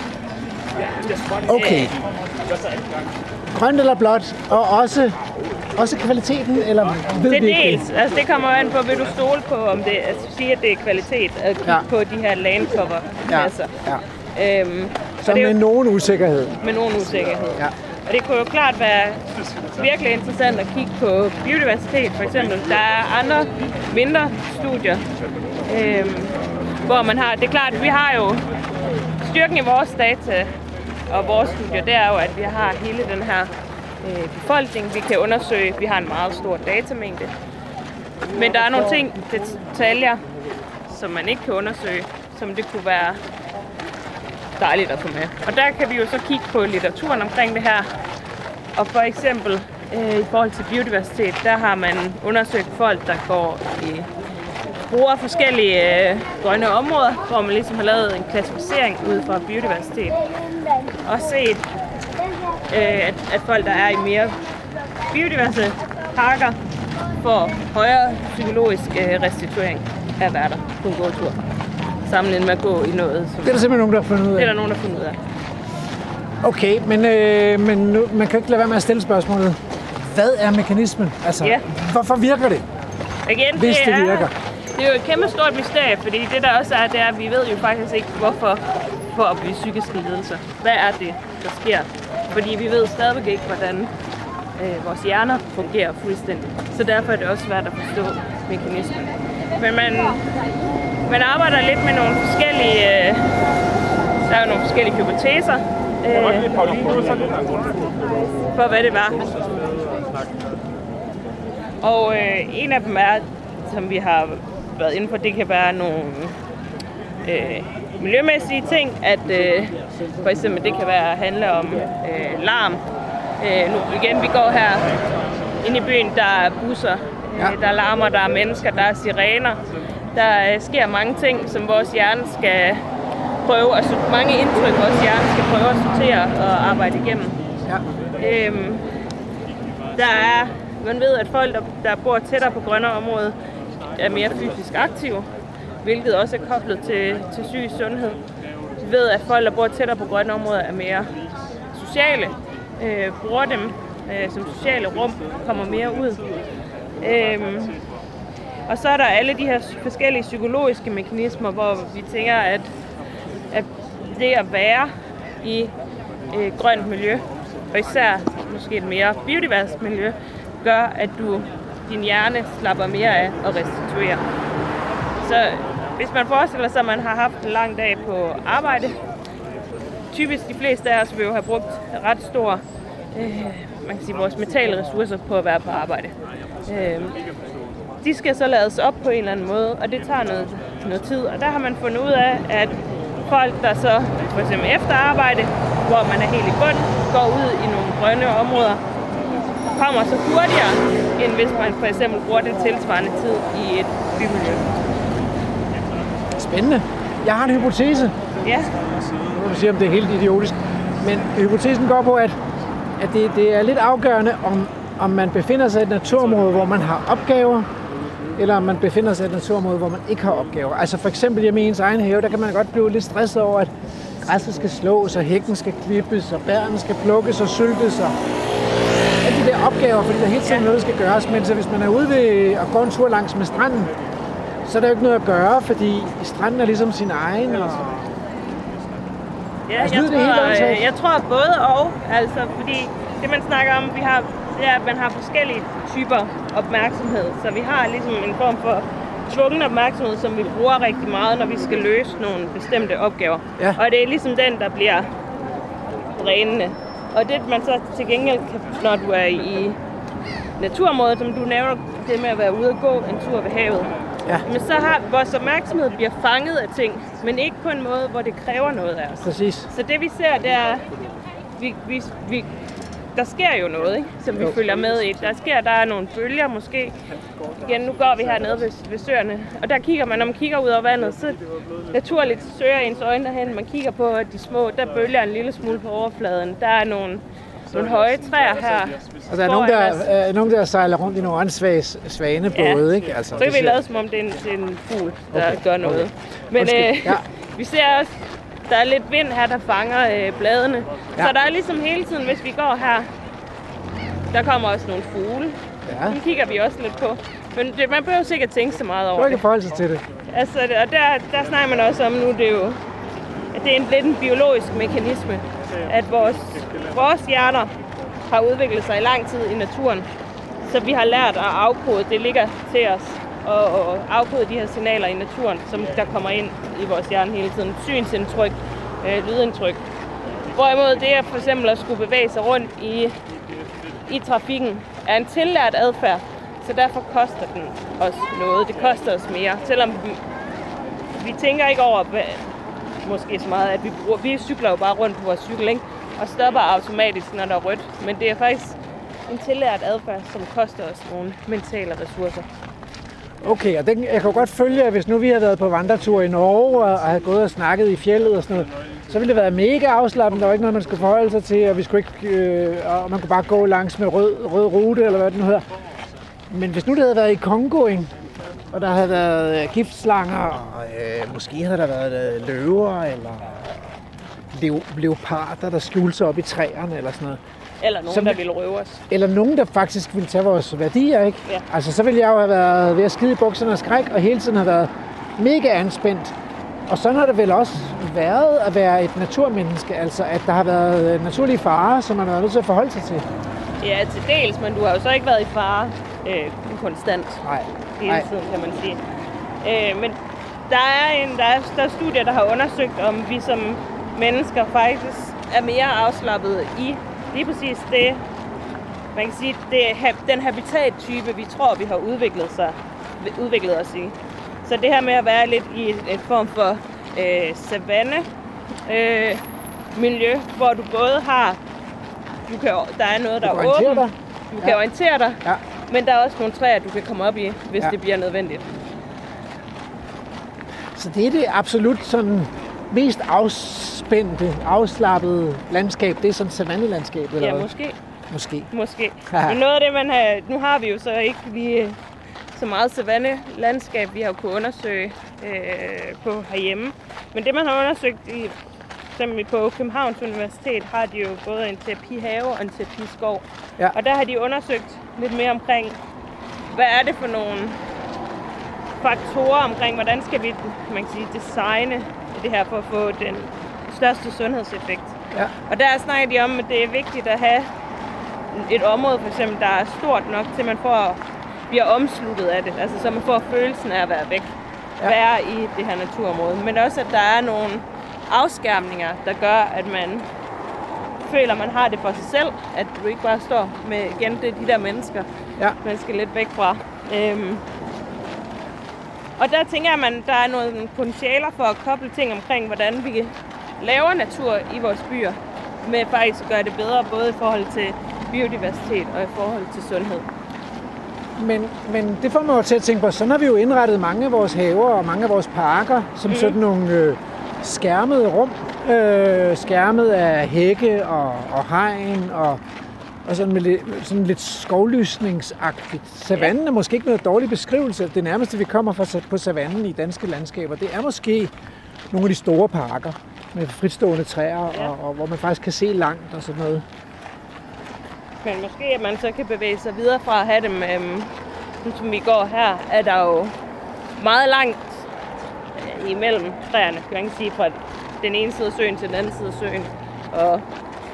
Okay. Grønt eller blåt, og også, også kvaliteten, eller ved det vi ikke dels. Altså, det kommer an på, vil du stole på, om det altså, sige, at det er kvalitet, at kigge ja. på de her landcover-kasser. Ja. Ja. Øhm, Så med nogen usikkerhed. Med nogen usikkerhed. Ja. Og det kunne jo klart være virkelig interessant at kigge på biodiversitet, for eksempel. Der er andre mindre studier, øhm, hvor man har... Det er klart, at vi har jo styrken i vores data og vores studier, det er jo, at vi har hele den her øh, befolkning, vi kan undersøge. Vi har en meget stor datamængde. Men der er nogle ting, detaljer, som man ikke kan undersøge, som det kunne være dejligt at få med. Og der kan vi jo så kigge på litteraturen omkring det her. Og for eksempel øh, i forhold til biodiversitet, der har man undersøgt folk, der går i bruger forskellige øh, grønne områder, hvor man ligesom har lavet en klassificering ud fra biodiversitet. Og set, øh, at, at folk, der er i mere biodiverse parker, får højere psykologisk øh, restituering af at være der på en gåtur, sammenlignet med at gå i noget. Som det er der simpelthen nogen, der har fundet ud af? Det er der nogen, der har fundet ud af. Okay, men, øh, men nu, man kan ikke lade være med at stille spørgsmålet. Hvad er mekanismen? Altså, ja. Hvorfor virker det? Igen, hvis det, det virker. Er, det er jo et kæmpe stort mysterie, fordi det der også er, det er, at vi ved jo faktisk ikke, hvorfor for at blive psykiske lidelser. Hvad er det, der sker? Fordi vi ved stadigvæk ikke, hvordan øh, vores hjerner fungerer fuldstændig. Så derfor er det også svært at forstå mekanismen. Men man, man arbejder lidt med nogle forskellige, øh, der er jo nogle forskellige hypoteser øh, for, hvad det var. Og øh, en af dem er, som vi har været inde på, det kan være nogle øh, miljømæssige ting, at øh, for eksempel det kan være handle om øh, larm. Øh, nu igen, vi går her inde i byen, der er busser, ja. øh, der er larmer, der er mennesker, der er sirener. Der øh, sker mange ting, som vores hjerne skal prøve, altså mange indtryk, vores hjerne skal prøve at sortere og arbejde igennem. Ja. Øhm, der er, man ved, at folk, der, der bor tættere på grønne områder, er mere fysisk aktive, hvilket også er koblet til, til psykisk sundhed. Vi ved, at folk, der bor tættere på grønne områder, er mere sociale, øh, bruger dem øh, som sociale rum, kommer mere ud. Øhm, og så er der alle de her forskellige psykologiske mekanismer, hvor vi tænker, at at det at være i øh, grønt miljø, og især måske et mere biodiverst miljø, gør, at du, din hjerne slapper mere af og restituerer. Så hvis man forestiller sig, at man har haft en lang dag på arbejde, typisk de fleste af os vil jo have brugt ret stor, øh, man kan sige, vores mentale ressourcer på at være på arbejde. Øh, de skal så lades op på en eller anden måde, og det tager noget, noget tid. Og der har man fundet ud af, at folk, der så for eksempel efter arbejde, hvor man er helt i bund, går ud i nogle grønne områder, kommer så hurtigere, end hvis man for eksempel bruger den tilsvarende tid i et bymiljø. Spændende. Jeg har en hypotese. Ja. Nu må du sige, om det er helt idiotisk. Men hypotesen går på, at, at det, det er lidt afgørende, om, om man befinder sig i et naturområde, hvor man har opgaver, eller om man befinder sig i et naturområde, hvor man ikke har opgaver. Altså for eksempel hjemme i ens egen have, der kan man godt blive lidt stresset over, at græsset skal slås, og hækken skal klippes, og bærene skal plukkes og syltes, og alle de der opgaver, fordi der hele tiden noget, der skal gøres. Men så hvis man er ude ved at gå en tur langs med stranden, så er der jo ikke noget at gøre, fordi stranden er ligesom sin egen. Og... Ja, jeg, jeg, tror, jeg, jeg tror både og, altså fordi det man snakker om, vi har, det er, at man har forskellige typer opmærksomhed, så vi har ligesom en form for tvungen opmærksomhed, som vi bruger rigtig meget, når vi skal løse nogle bestemte opgaver. Ja. Og det er ligesom den, der bliver drænende. Og det man så til gengæld kan, når du er i naturområdet, som du nævner, det med at være ude og gå en tur ved havet, ja. Men så har vores opmærksomhed bliver fanget af ting, men ikke på en måde, hvor det kræver noget af os. Præcis. Så det vi ser, det er, vi, vi, vi, der sker jo noget, ikke, som vi jo. følger med i. Der sker, der er nogle bølger måske. Igen, nu går vi hernede ved, ved søerne, og der kigger man, når man kigger ud over vandet, så naturligt søger ens øjne derhen. Man kigger på de små, der bølger en lille smule på overfladen. Der er nogle, nogle høje træer her. Og der er nogen, der, øh, nogen, der sejler rundt i nogle åndssvage svanebåde, ja. Ikke? Altså, så kan vi lade som om, det er en, det er en fugl, der okay. gør noget. Okay. Men øh, ja. vi ser også, der er lidt vind her, der fanger øh, bladene. Ja. Så der er ligesom hele tiden, hvis vi går her, der kommer også nogle fugle. Ja. Dem kigger vi også lidt på. Men det, man behøver sikkert tænke så meget over det. Du kan ikke forholde sig til det. Altså, og der, der snakker man også om nu, det er jo, at det er en lidt en biologisk mekanisme, at vores, vores hjerner har udviklet sig i lang tid i naturen. Så vi har lært at afkode, det ligger til os, og, og afkode de her signaler i naturen, som der kommer ind i vores hjerne hele tiden. Synsindtryk, øh, lydindtryk. Hvorimod det at for eksempel at skulle bevæge sig rundt i, i trafikken er en tillært adfærd, så derfor koster den os noget. Det koster os mere, selvom vi, vi tænker ikke over, hvad, måske så meget, at vi, bruger, vi cykler jo bare rundt på vores cykel, ikke? Og stopper automatisk, når der er rødt. Men det er faktisk en tillært adfærd, som koster os nogle mentale ressourcer. Okay, og den, jeg kan godt følge, at hvis nu vi havde været på vandretur i Norge og havde gået og snakket i fjeldet og sådan noget, så ville det være mega afslappende. Der var ikke noget, man skulle forholde sig til, og vi skulle ikke, øh, og man kunne bare gå langs med rød, rød rute, eller hvad det nu hedder. Men hvis nu det havde været i Kongo, ikke? Og der havde været giftslanger, og øh, måske havde der været øh, løver, eller leoparder, der skjulte sig op i træerne, eller sådan noget. Eller nogen, så, der ville røve os. Eller nogen, der faktisk ville tage vores værdier, ikke? Ja. Altså, så ville jeg jo have været ved at skide i bukserne og skræk, og hele tiden have været mega anspændt. Og sådan har det vel også været at være et naturmenneske, altså at der har været naturlige farer, som man har været nødt til at forholde sig til. Ja, til dels, men du har jo så ikke været i fare øh, konstant. Nej. Hele Nej. tiden, kan man sige. Øh, men der er, en, der, er, der er studier, der har undersøgt, om vi som mennesker faktisk er mere afslappet i lige præcis det, man kan sige, det er den habitattype, vi tror, vi har udviklet, sig, udviklet os i. Så det her med at være lidt i en form for øh, savanne øh, miljø, hvor du både har, du kan, der er noget, der er åbent, dig. du kan ja. orientere dig, ja. men der er også nogle træer, du kan komme op i, hvis ja. det bliver nødvendigt. Så det er det absolut sådan mest afspændte, afslappede landskab, det er sådan savannelandskab, eller Ja, hvad? måske. Måske. Måske. Men noget af det, man har, nu har vi jo så ikke lige så meget savannelandskab, vi har kunnet undersøge øh, på herhjemme. Men det, man har undersøgt i, som på Københavns Universitet, har de jo både en terapihave og en terapiskov. Ja. Og der har de undersøgt lidt mere omkring, hvad er det for nogle faktorer omkring, hvordan skal vi, man kan sige, designe til det her for at få den største sundhedseffekt. Ja. Og der snakker de om, at det er vigtigt at have et område, for eksempel, der er stort nok til, at man får, bliver omsluttet af det. Altså, så man får følelsen af at være væk. Ja. Være i det her naturområde. Men også, at der er nogle afskærmninger, der gør, at man føler, at man har det for sig selv. At du ikke bare står med igen det de der mennesker, ja. man skal lidt væk fra. Øhm. Og der tænker jeg, at man, der er nogle potentialer for at koble ting omkring, hvordan vi laver natur i vores byer, med faktisk at gøre det bedre, både i forhold til biodiversitet og i forhold til sundhed. Men, men det får mig jo til at tænke på, sådan har vi jo indrettet mange af vores haver og mange af vores parker, som mm. sådan nogle øh, skærmede rum, øh, skærmet af hække og, og hegn og, og sådan, med lidt, sådan lidt skovlysningsagtigt. Savannen er måske ikke noget dårlig beskrivelse. Det nærmeste, vi kommer fra på savannen i danske landskaber, det er måske nogle af de store parker med fritstående træer, ja. og, og hvor man faktisk kan se langt og sådan noget. Men måske, at man så kan bevæge sig videre fra at have dem, øhm, som vi går her, er der jo meget langt øh, imellem træerne, kan man sige, fra den ene side af søen til den anden side af søen. Og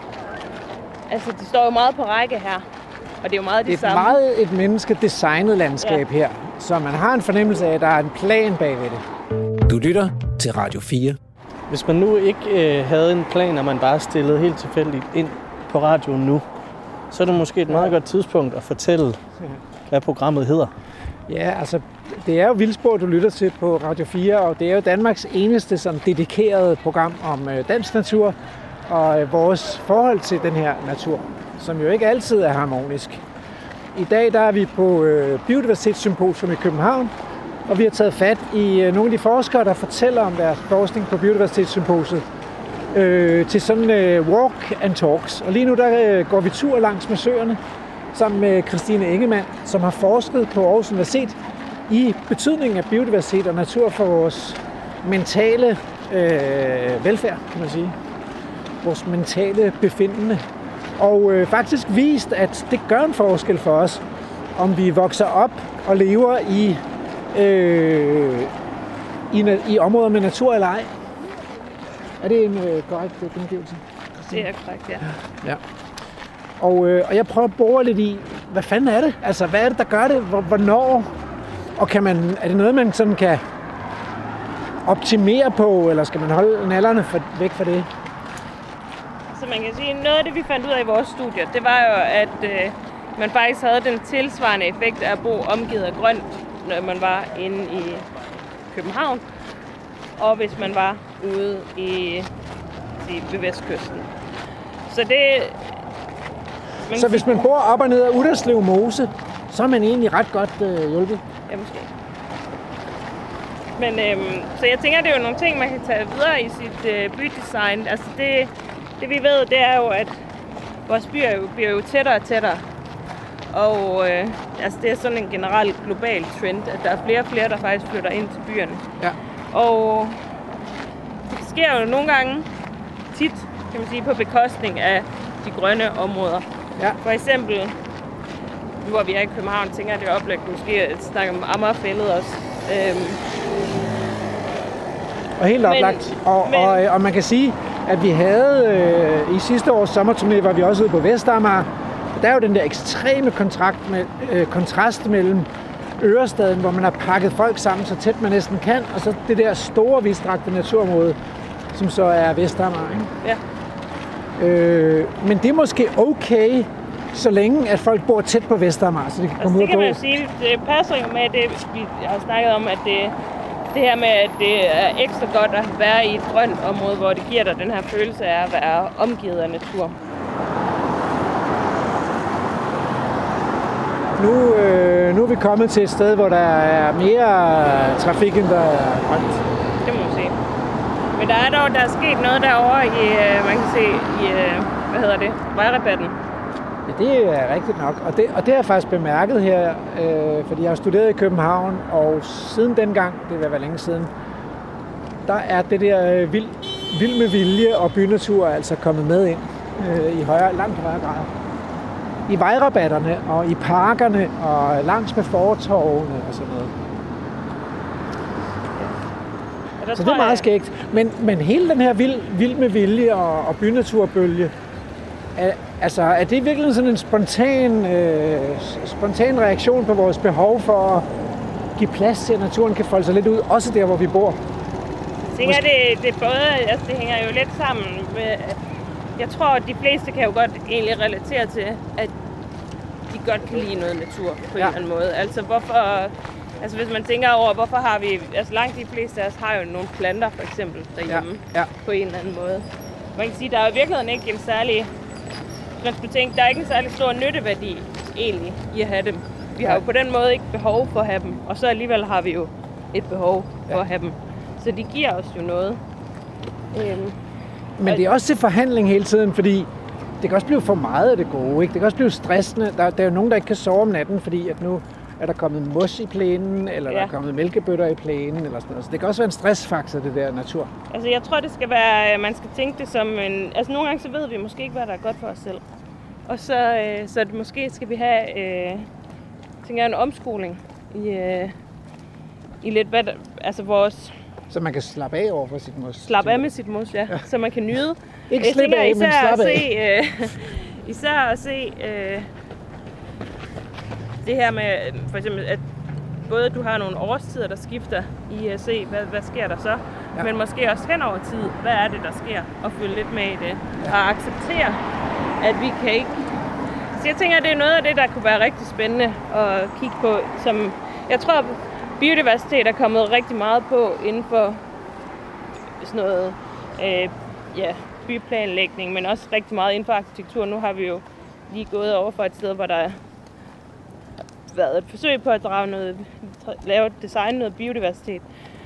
altså, de står jo meget på række her, og det er jo meget de det er samme. Det er meget et menneskedesignet landskab ja. her, så man har en fornemmelse af, at der er en plan bagved det. Du lytter til Radio fire. Hvis man nu ikke øh, havde en plan, og man bare stillede helt tilfældigt ind på radioen nu, så er det måske et meget godt tidspunkt at fortælle, hvad programmet hedder. Ja, altså, det er jo Vildspor, du lytter til på Radio fire, og det er jo Danmarks eneste sådan dedikerede program om øh, dansk natur og øh, vores forhold til den her natur, som jo ikke altid er harmonisk. I dag der er vi på øh, Biodiversitetssymposium i København, og vi har taget fat i øh, nogle af de forskere, der fortæller om deres forskning på Biodiversitetssymposiet. Øh, til sådan øh, walk and talks. Og lige nu der øh, går vi tur langs med søerne sammen med Christine Ingemann, som har forsket på Aarhus Universitet i betydningen af biodiversitet og natur for vores mentale øh, velfærd, kan man sige. Vores mentale befindende. Og øh, faktisk vist, at det gør en forskel for os, om vi vokser op og lever i, øh, i, i områder med natur eller ej. Er det en øh, korrekt gengivelse? Det er korrekt, ja. ja. Og, øh, og jeg prøver at bore lidt i, hvad fanden er det? Altså, hvad er det, der gør det? Hvornår? Og kan man, er det noget, man sådan kan optimere på, eller skal man holde nallerne for, væk fra det? Så man kan sige, noget af det, vi fandt ud af i vores studier, det var jo, at øh, man faktisk havde den tilsvarende effekt af at bo omgivet af grønt, når man var inde i København, og hvis man var ude i, i ved vestkysten. Så det... Så sige, hvis man bor op og ned af Utterslev Mose, så er man egentlig ret godt øh, hjulpet? Ja, måske. Men øhm, så jeg tænker, det er jo nogle ting, man kan tage videre i sit øh, bydesign. Altså det, det vi ved, det er jo, at vores byer jo, bliver jo tættere og tættere. Og øh, altså, det er sådan en generel global trend, at der er flere og flere, der faktisk flytter ind til byerne. Ja. Og det sker jo nogle gange tit, kan man sige, på bekostning af de grønne områder. Ja. For eksempel, nu hvor vi er i København, tænker jeg, det er oplagt måske at snakke om Amagerfællet også. Øhm. Og helt oplagt. Men, og, men, og, og man kan sige, at vi havde øh, i sidste års sommerturné, var vi også ude på Vestamager. Der er jo den der ekstreme kontrakt med, øh, kontrast mellem Ørestaden, hvor man har pakket folk sammen så tæt man næsten kan, og så det der store, vidtstrakte naturområde, som så er Vestamager, ikke? Ja. Øh, men det er måske okay, så længe at folk bor tæt på Vestamager, så de kan komme altså, ud og gå. Det kan man sige, det passer jo med det, vi har snakket om, at det, det her med, at det er ekstra godt at være i et grønt område, hvor det giver dig den her følelse af at være omgivet af natur. Nu, øh, nu er vi kommet til et sted, hvor der er mere trafik, end der er grønt. Det må man sige. Men der er dog, der er sket noget derovre i, man kan se, i, hvad hedder det, vejrabatten. Ja, det er rigtigt nok. Og det, og det har jeg faktisk bemærket her, øh, fordi jeg har studeret i København, og siden dengang, det vil være længe siden, der er det der øh, vild, vild med vilje og bynatur altså kommet med ind øh, i højere, langt højere grad. I vejrabatterne og i parkerne og langs med fortovene og sådan noget. Så det er meget skægt. Men, men hele den her vild, vild med vilje og, og bynaturbølge, er, altså, er det virkelig sådan en spontan, øh, spontan reaktion på vores behov for at give plads til, at naturen kan folde sig lidt ud, også der, hvor vi bor? Jeg tænker, det, det, både, altså, det hænger jo lidt sammen med, jeg tror, at de fleste kan jo godt egentlig relatere til, at de godt kan lide noget natur på ja. en eller anden måde. Altså, hvorfor, altså hvis man tænker over, hvorfor har vi, altså langt de fleste af os har jo nogle planter, for eksempel, derhjemme, ja. Ja. på en eller anden måde. Man kan sige, der er jo i virkeligheden ikke en særlig, man skulle tænke, der er ikke en særlig stor nytteværdi egentlig i at have dem. Vi har jo på den måde ikke behov for at have dem, og så alligevel har vi jo et behov for ja. at have dem. Så de giver os jo noget. Øhm, Men det er også til forhandling hele tiden, fordi det kan også blive for meget af det gode, ikke? Det kan også blive stressende. Der, der er jo nogen, der ikke kan sove om natten, fordi at nu er der kommet mos i plænen, eller ja. der er kommet mælkebøtter i plænen, eller sådan noget. Så det kan også være en stressfaktor, det der natur. Altså jeg tror, det skal være, man skal tænke det som en, altså nogle gange så ved vi måske ikke, hvad der er godt for os selv. Og så, øh, så det, måske skal vi have, øh, tænker jeg, en omskoling i, øh, i lidt, hvad der, altså vores... Så man kan slappe af over for sit mos. Slappe af med sit mos, ja. ja. Så man kan nyde. Ikke slippe af, men slappe af. Se, øh, især at se øh, det her med, for eksempel, at både du har nogle årstider, der skifter i at se, hvad, hvad sker der så, ja. men måske også hen over tid, hvad er det, der sker, og følge lidt med i det. Ja. Og acceptere, at vi kan ikke... Så jeg tænker, at det er noget af det, der kunne være rigtig spændende at kigge på, som jeg tror, biodiversitet er kommet rigtig meget på inden for sådan noget øh, ja, byplanlægning, men også rigtig meget inden for arkitektur. Nu har vi jo lige gået over for et sted, hvor der har været et forsøg på at drage noget, lave design noget biodiversitet.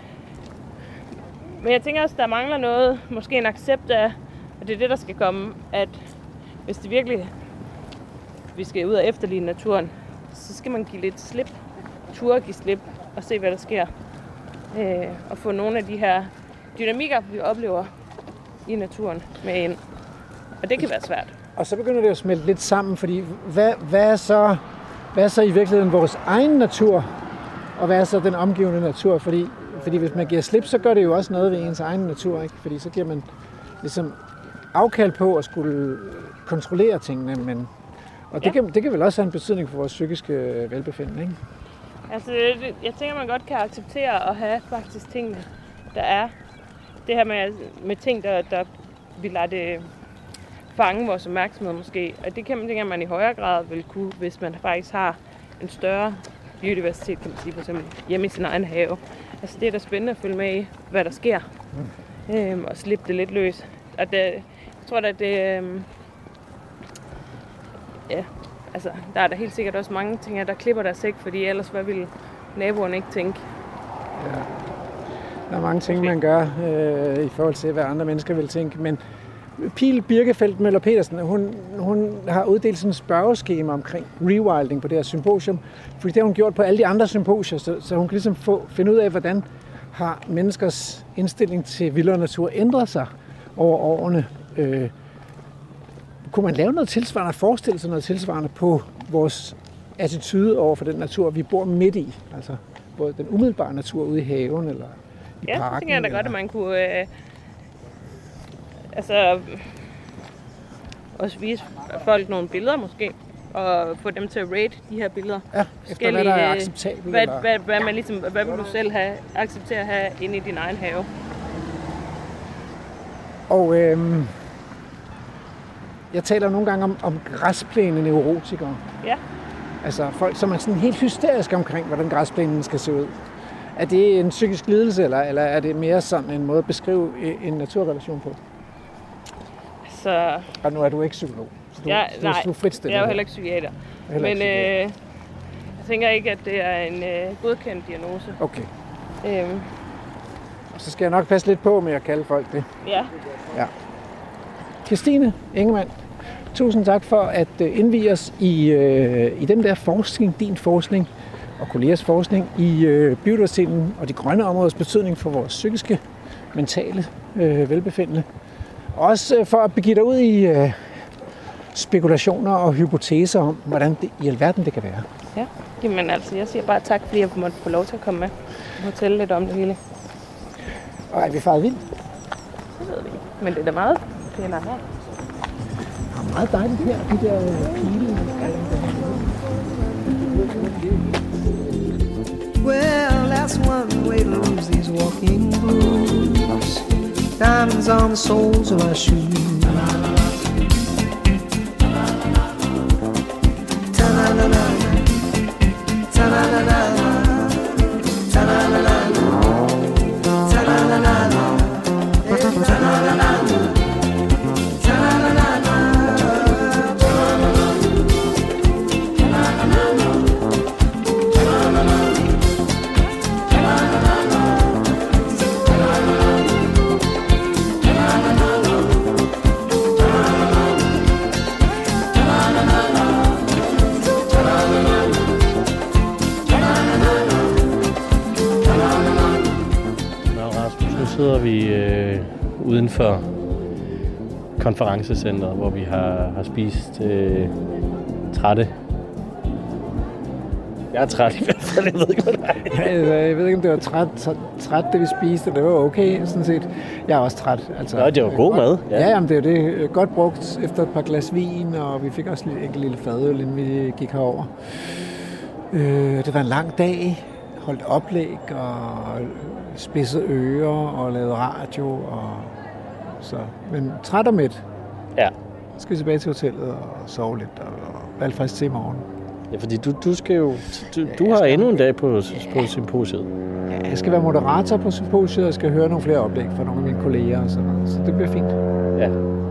Men jeg tænker også, der mangler noget, måske en accept af, og det er det, der skal komme, at hvis det virkelig, vi skal ud og efterligne naturen, så skal man give lidt slip, turde give slip, og se, hvad der sker. Øh, og få nogle af de her dynamikker, vi oplever i naturen, med ind. Og det kan være svært. Og så begynder det at smelte lidt sammen, fordi hvad, hvad, er så, hvad er så i virkeligheden vores egen natur, og hvad er så den omgivende natur? Fordi, fordi hvis man giver slip, så gør det jo også noget ved ens egen natur, ikke? Fordi så giver man ligesom afkald på at skulle kontrollere tingene, men, og det, ja. kan, det kan vel også have en betydning for vores psykiske velbefindende, ikke? Altså, jeg tænker, man godt kan acceptere at have faktisk tingene, der er. Det her med, med ting, der, der vi lader det fange vores opmærksomhed måske. Og det kan man tænke, at man i højere grad vil kunne, hvis man faktisk har en større biodiversitet, kan man sige, for eksempel hjemme i sin egen have. Altså, det er da spændende at følge med i, hvad der sker. Mm. Øhm, og slippe det lidt løs. Og det, jeg tror da, det... Øhm, ja... Altså, der er der helt sikkert også mange ting, der klipper deres sæk, fordi ellers hvad ville naboerne ikke tænke? Ja. Der er mange ting, man gør øh, i forhold til, hvad andre mennesker vil tænke. Men Pil Birkefeldt Møller Petersen, hun, hun har uddelt sådan et spørgeskema omkring rewilding på det her symposium. Fordi det har hun gjort på alle de andre symposier, så, så hun kan ligesom få, finde ud af, hvordan har menneskers indstilling til vildere natur ændret sig over årene. Øh, Kunne man lave noget tilsvarende, forestille sig noget tilsvarende på vores attitude over for den natur, vi bor midt i? Altså både den umiddelbare natur ude i haven eller i ja, parken? Ja, det tænker jeg da godt, at man kunne øh, altså også vise folk nogle billeder måske, og få dem til at rate de her billeder. Ja, efter hvad der er acceptabelt. Hvad, hvad, hvad, man ligesom, hvad vil du selv have, acceptere at have inde i din egen have? Og øhm, jeg taler nogle gange om, om græsplæneneurotikere. Ja. Altså folk, som er sådan helt hysteriske omkring, hvordan græsplænen skal se ud. Er det en psykisk lidelse, eller, eller er det mere sådan en måde at beskrive en naturrelation på? Så... Og nu er du ikke psykolog, så du, ja, du, nej, du er fritstillet. Jeg er jo heller ikke psykiater. Heller ikke Men psykiater. Øh, jeg tænker ikke, at det er en øh, godkendt diagnose. Okay. Øhm. Så skal jeg nok passe lidt på med at kalde folk det. Ja. Ja. Kirstine Ingemann, tusind tak for at indvie os i, øh, i den der forskning, din forskning og kollegers forskning i øh, biodiversiteten og de grønne områders betydning for vores psykiske, mentale øh, velbefindende. Også øh, for at begive dig ud i øh, spekulationer og hypoteser om, hvordan det i alverden det kan være. Ja, jamen altså, jeg siger bare tak, fordi jeg måtte få lov til at komme med og fortælle lidt om det hele. Og er vi faret vildt? Det ved vi ikke. Men det er da meget pænere her. Det er meget dejligt her, de der pile. Well, that's one way to lose these walking blues. Diamonds on the soles of our shoes. Ta-na-na-na, ta-na-na-na, ta-na-na-na, ta-na-na-na, ta-na-na-na. Sidder vi øh, uden for konferencecentret, hvor vi har, har spist øh, trætte. Jeg er træt i hvert fald, jeg ved ikke, hvad det er. Altså, jeg ved ikke, om det var træt, træt det vi spiste, det var okay, sådan set. Jeg er også træt. Altså, Nå, det var god mad. Ja, ja, jamen, det er det. Godt brugt efter et par glas vin, og vi fik også et lille fadøl, inden vi gik herover. Øh, det var en lang dag, holdt oplæg og spidset ører og lavet radio. Og så. Men træt og mæt. Ja. Så skal vi tilbage til hotellet og sove lidt og være frisk til i morgen. Ja, fordi du, du skal jo... Du, du ja, har endnu en dag på, på symposiet. Ja, jeg skal være moderator på symposiet, og jeg skal høre nogle flere oplæg fra nogle af mine kolleger og sådan noget. Så det bliver fint. Ja.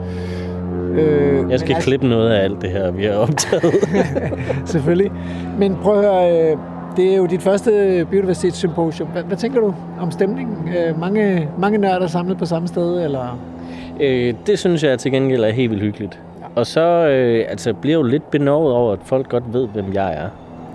Øh, jeg skal altså, klippe noget af alt det her, vi har optaget. Selvfølgelig. Men prøv at høre, det er jo dit første biodiversitetssymposium. Hvad, hvad tænker du om stemningen? Mange, mange nørder samlet på samme sted, eller? Øh, det synes jeg til gengæld er helt vildt hyggeligt. Og så øh, altså, bliver jeg jo lidt benovet over, at folk godt ved, hvem jeg er.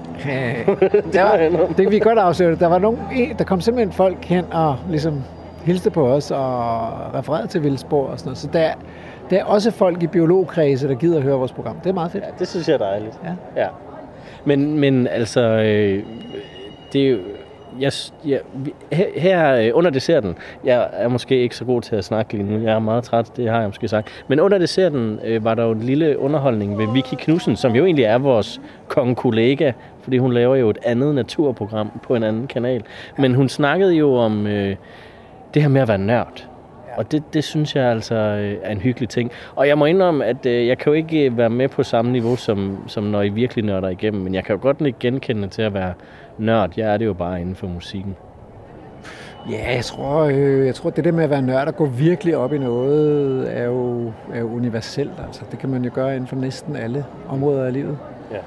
det, var, det kan vi godt afsløre. Der var nogen, der kom simpelthen folk hen og ligesom hilste på os og refererede til vildspor og sådan noget. Så der, der er også folk i biologkredse, der gider at høre vores program. Det er meget fedt. Ja, det synes jeg er dejligt. Ja. Ja. Men, men altså, øh, det er jo... Jeg, jeg, her, her under desserten, jeg er måske ikke så god til at snakke lige nu, jeg er meget træt, det har jeg måske sagt, men under desserten øh, var der jo en lille underholdning med Vicky Knudsen, som jo egentlig er vores kongekollega, fordi hun laver jo et andet naturprogram på en anden kanal, men hun snakkede jo om øh, det her med at være nørd. Og det, det synes jeg altså er en hyggelig ting. Og jeg må indrømme, at øh, jeg kan jo ikke være med på samme niveau, som, som når I virkelig nørder igennem. Men jeg kan jo godt ikke genkende til at være nørd. Jeg er det jo bare inden for musikken. Ja, jeg tror, øh, jeg tror det der med at være nørd og gå virkelig op i noget, er jo, er jo universelt. Altså. Det kan man jo gøre inden for næsten alle områder af livet. Ja.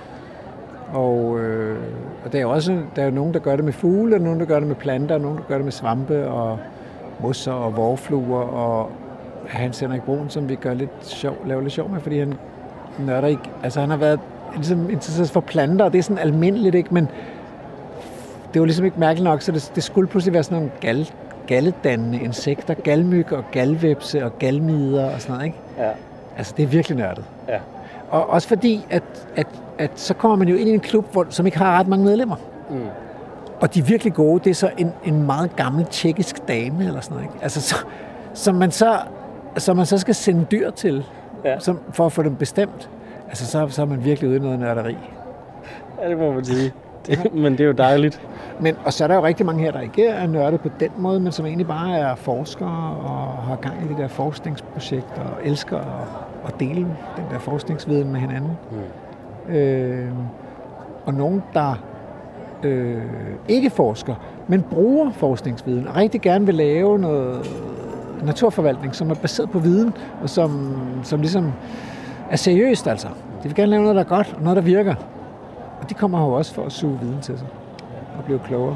Og, øh, og der er jo også der er jo nogen, der gør det med fugle, og nogen, der gør det med planter, og nogen, der gør det med svampe og mosser og vorfluer, og Hans Henrik Brun, som vi gør lidt sjov, laver lidt sjov med, fordi han nørder ikke, altså han har været ligesom interesseret for planter, og det er sådan almindeligt, ikke, men det var ligesom ikke mærkeligt nok, så det, det skulle pludselig være sådan nogle gal, galledannende insekter, galmyg og galvepse og galmider og sådan noget, ikke? Ja. Altså det er virkelig nørdet. Ja. Og også fordi, at, at, at så kommer man jo ind i en klub, hvor, som ikke har ret mange medlemmer. Mm. Og de virkelig gode, det er så en, en meget gammel tjekkisk dame, eller sådan noget, ikke? Altså, så, som, man så, som man så skal sende dyr til, ja. som, for at få dem bestemt. Altså, så, så er man virkelig ude i noget nørderi. Ja, det må man sige. Det, men det er jo dejligt. Men, og så er der jo rigtig mange her, der ikke er nørdet på den måde, men som egentlig bare er forskere og har gang i de der forskningsprojekter og elsker at, at dele den der forskningsviden med hinanden. Mm. Øh, og nogen, der øh, ikke forsker, men bruger forskningsviden og rigtig gerne vil lave noget naturforvaltning, som er baseret på viden, og som, som ligesom er seriøst altså. De vil gerne lave noget, der er godt, og noget, der virker. Og de kommer jo også for at suge viden til sig og blive klogere.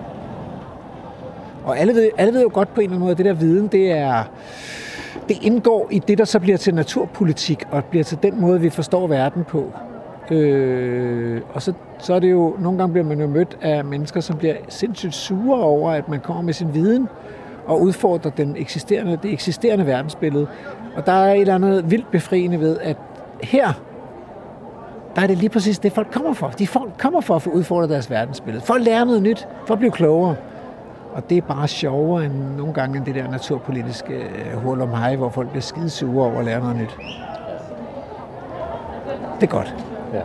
Og alle ved, alle ved jo godt på en eller anden måde, at det der viden, det er det indgår i det, der så bliver til naturpolitik, og bliver til den måde, vi forstår verden på. Øh, og så, så er det jo, nogle gange bliver man jo mødt af mennesker, som bliver sindssygt sure over, at man kommer med sin viden og udfordrer den eksisterende, det eksisterende verdensbillede. Og der er et eller andet vildt befriende ved, at her, der er det lige præcis det, folk kommer for. De folk kommer for at få udfordret deres verdensbillede. For at lære noget nyt, for at blive klogere. Og det er bare sjovere end nogle gange end det der naturpolitiske hul om hej, hvor folk bliver skide sure over at lære noget nyt. Det er godt. Ja.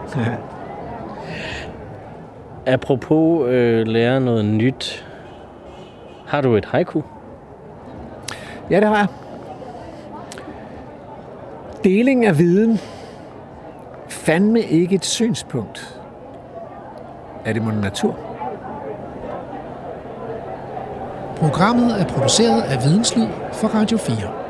Apropos øh, lære noget nyt. Har du et haiku? Ja, det har jeg. Deling af viden. Fandme ikke et synspunkt. Er det mon natur? Programmet er produceret af Videnslyd for Radio fire.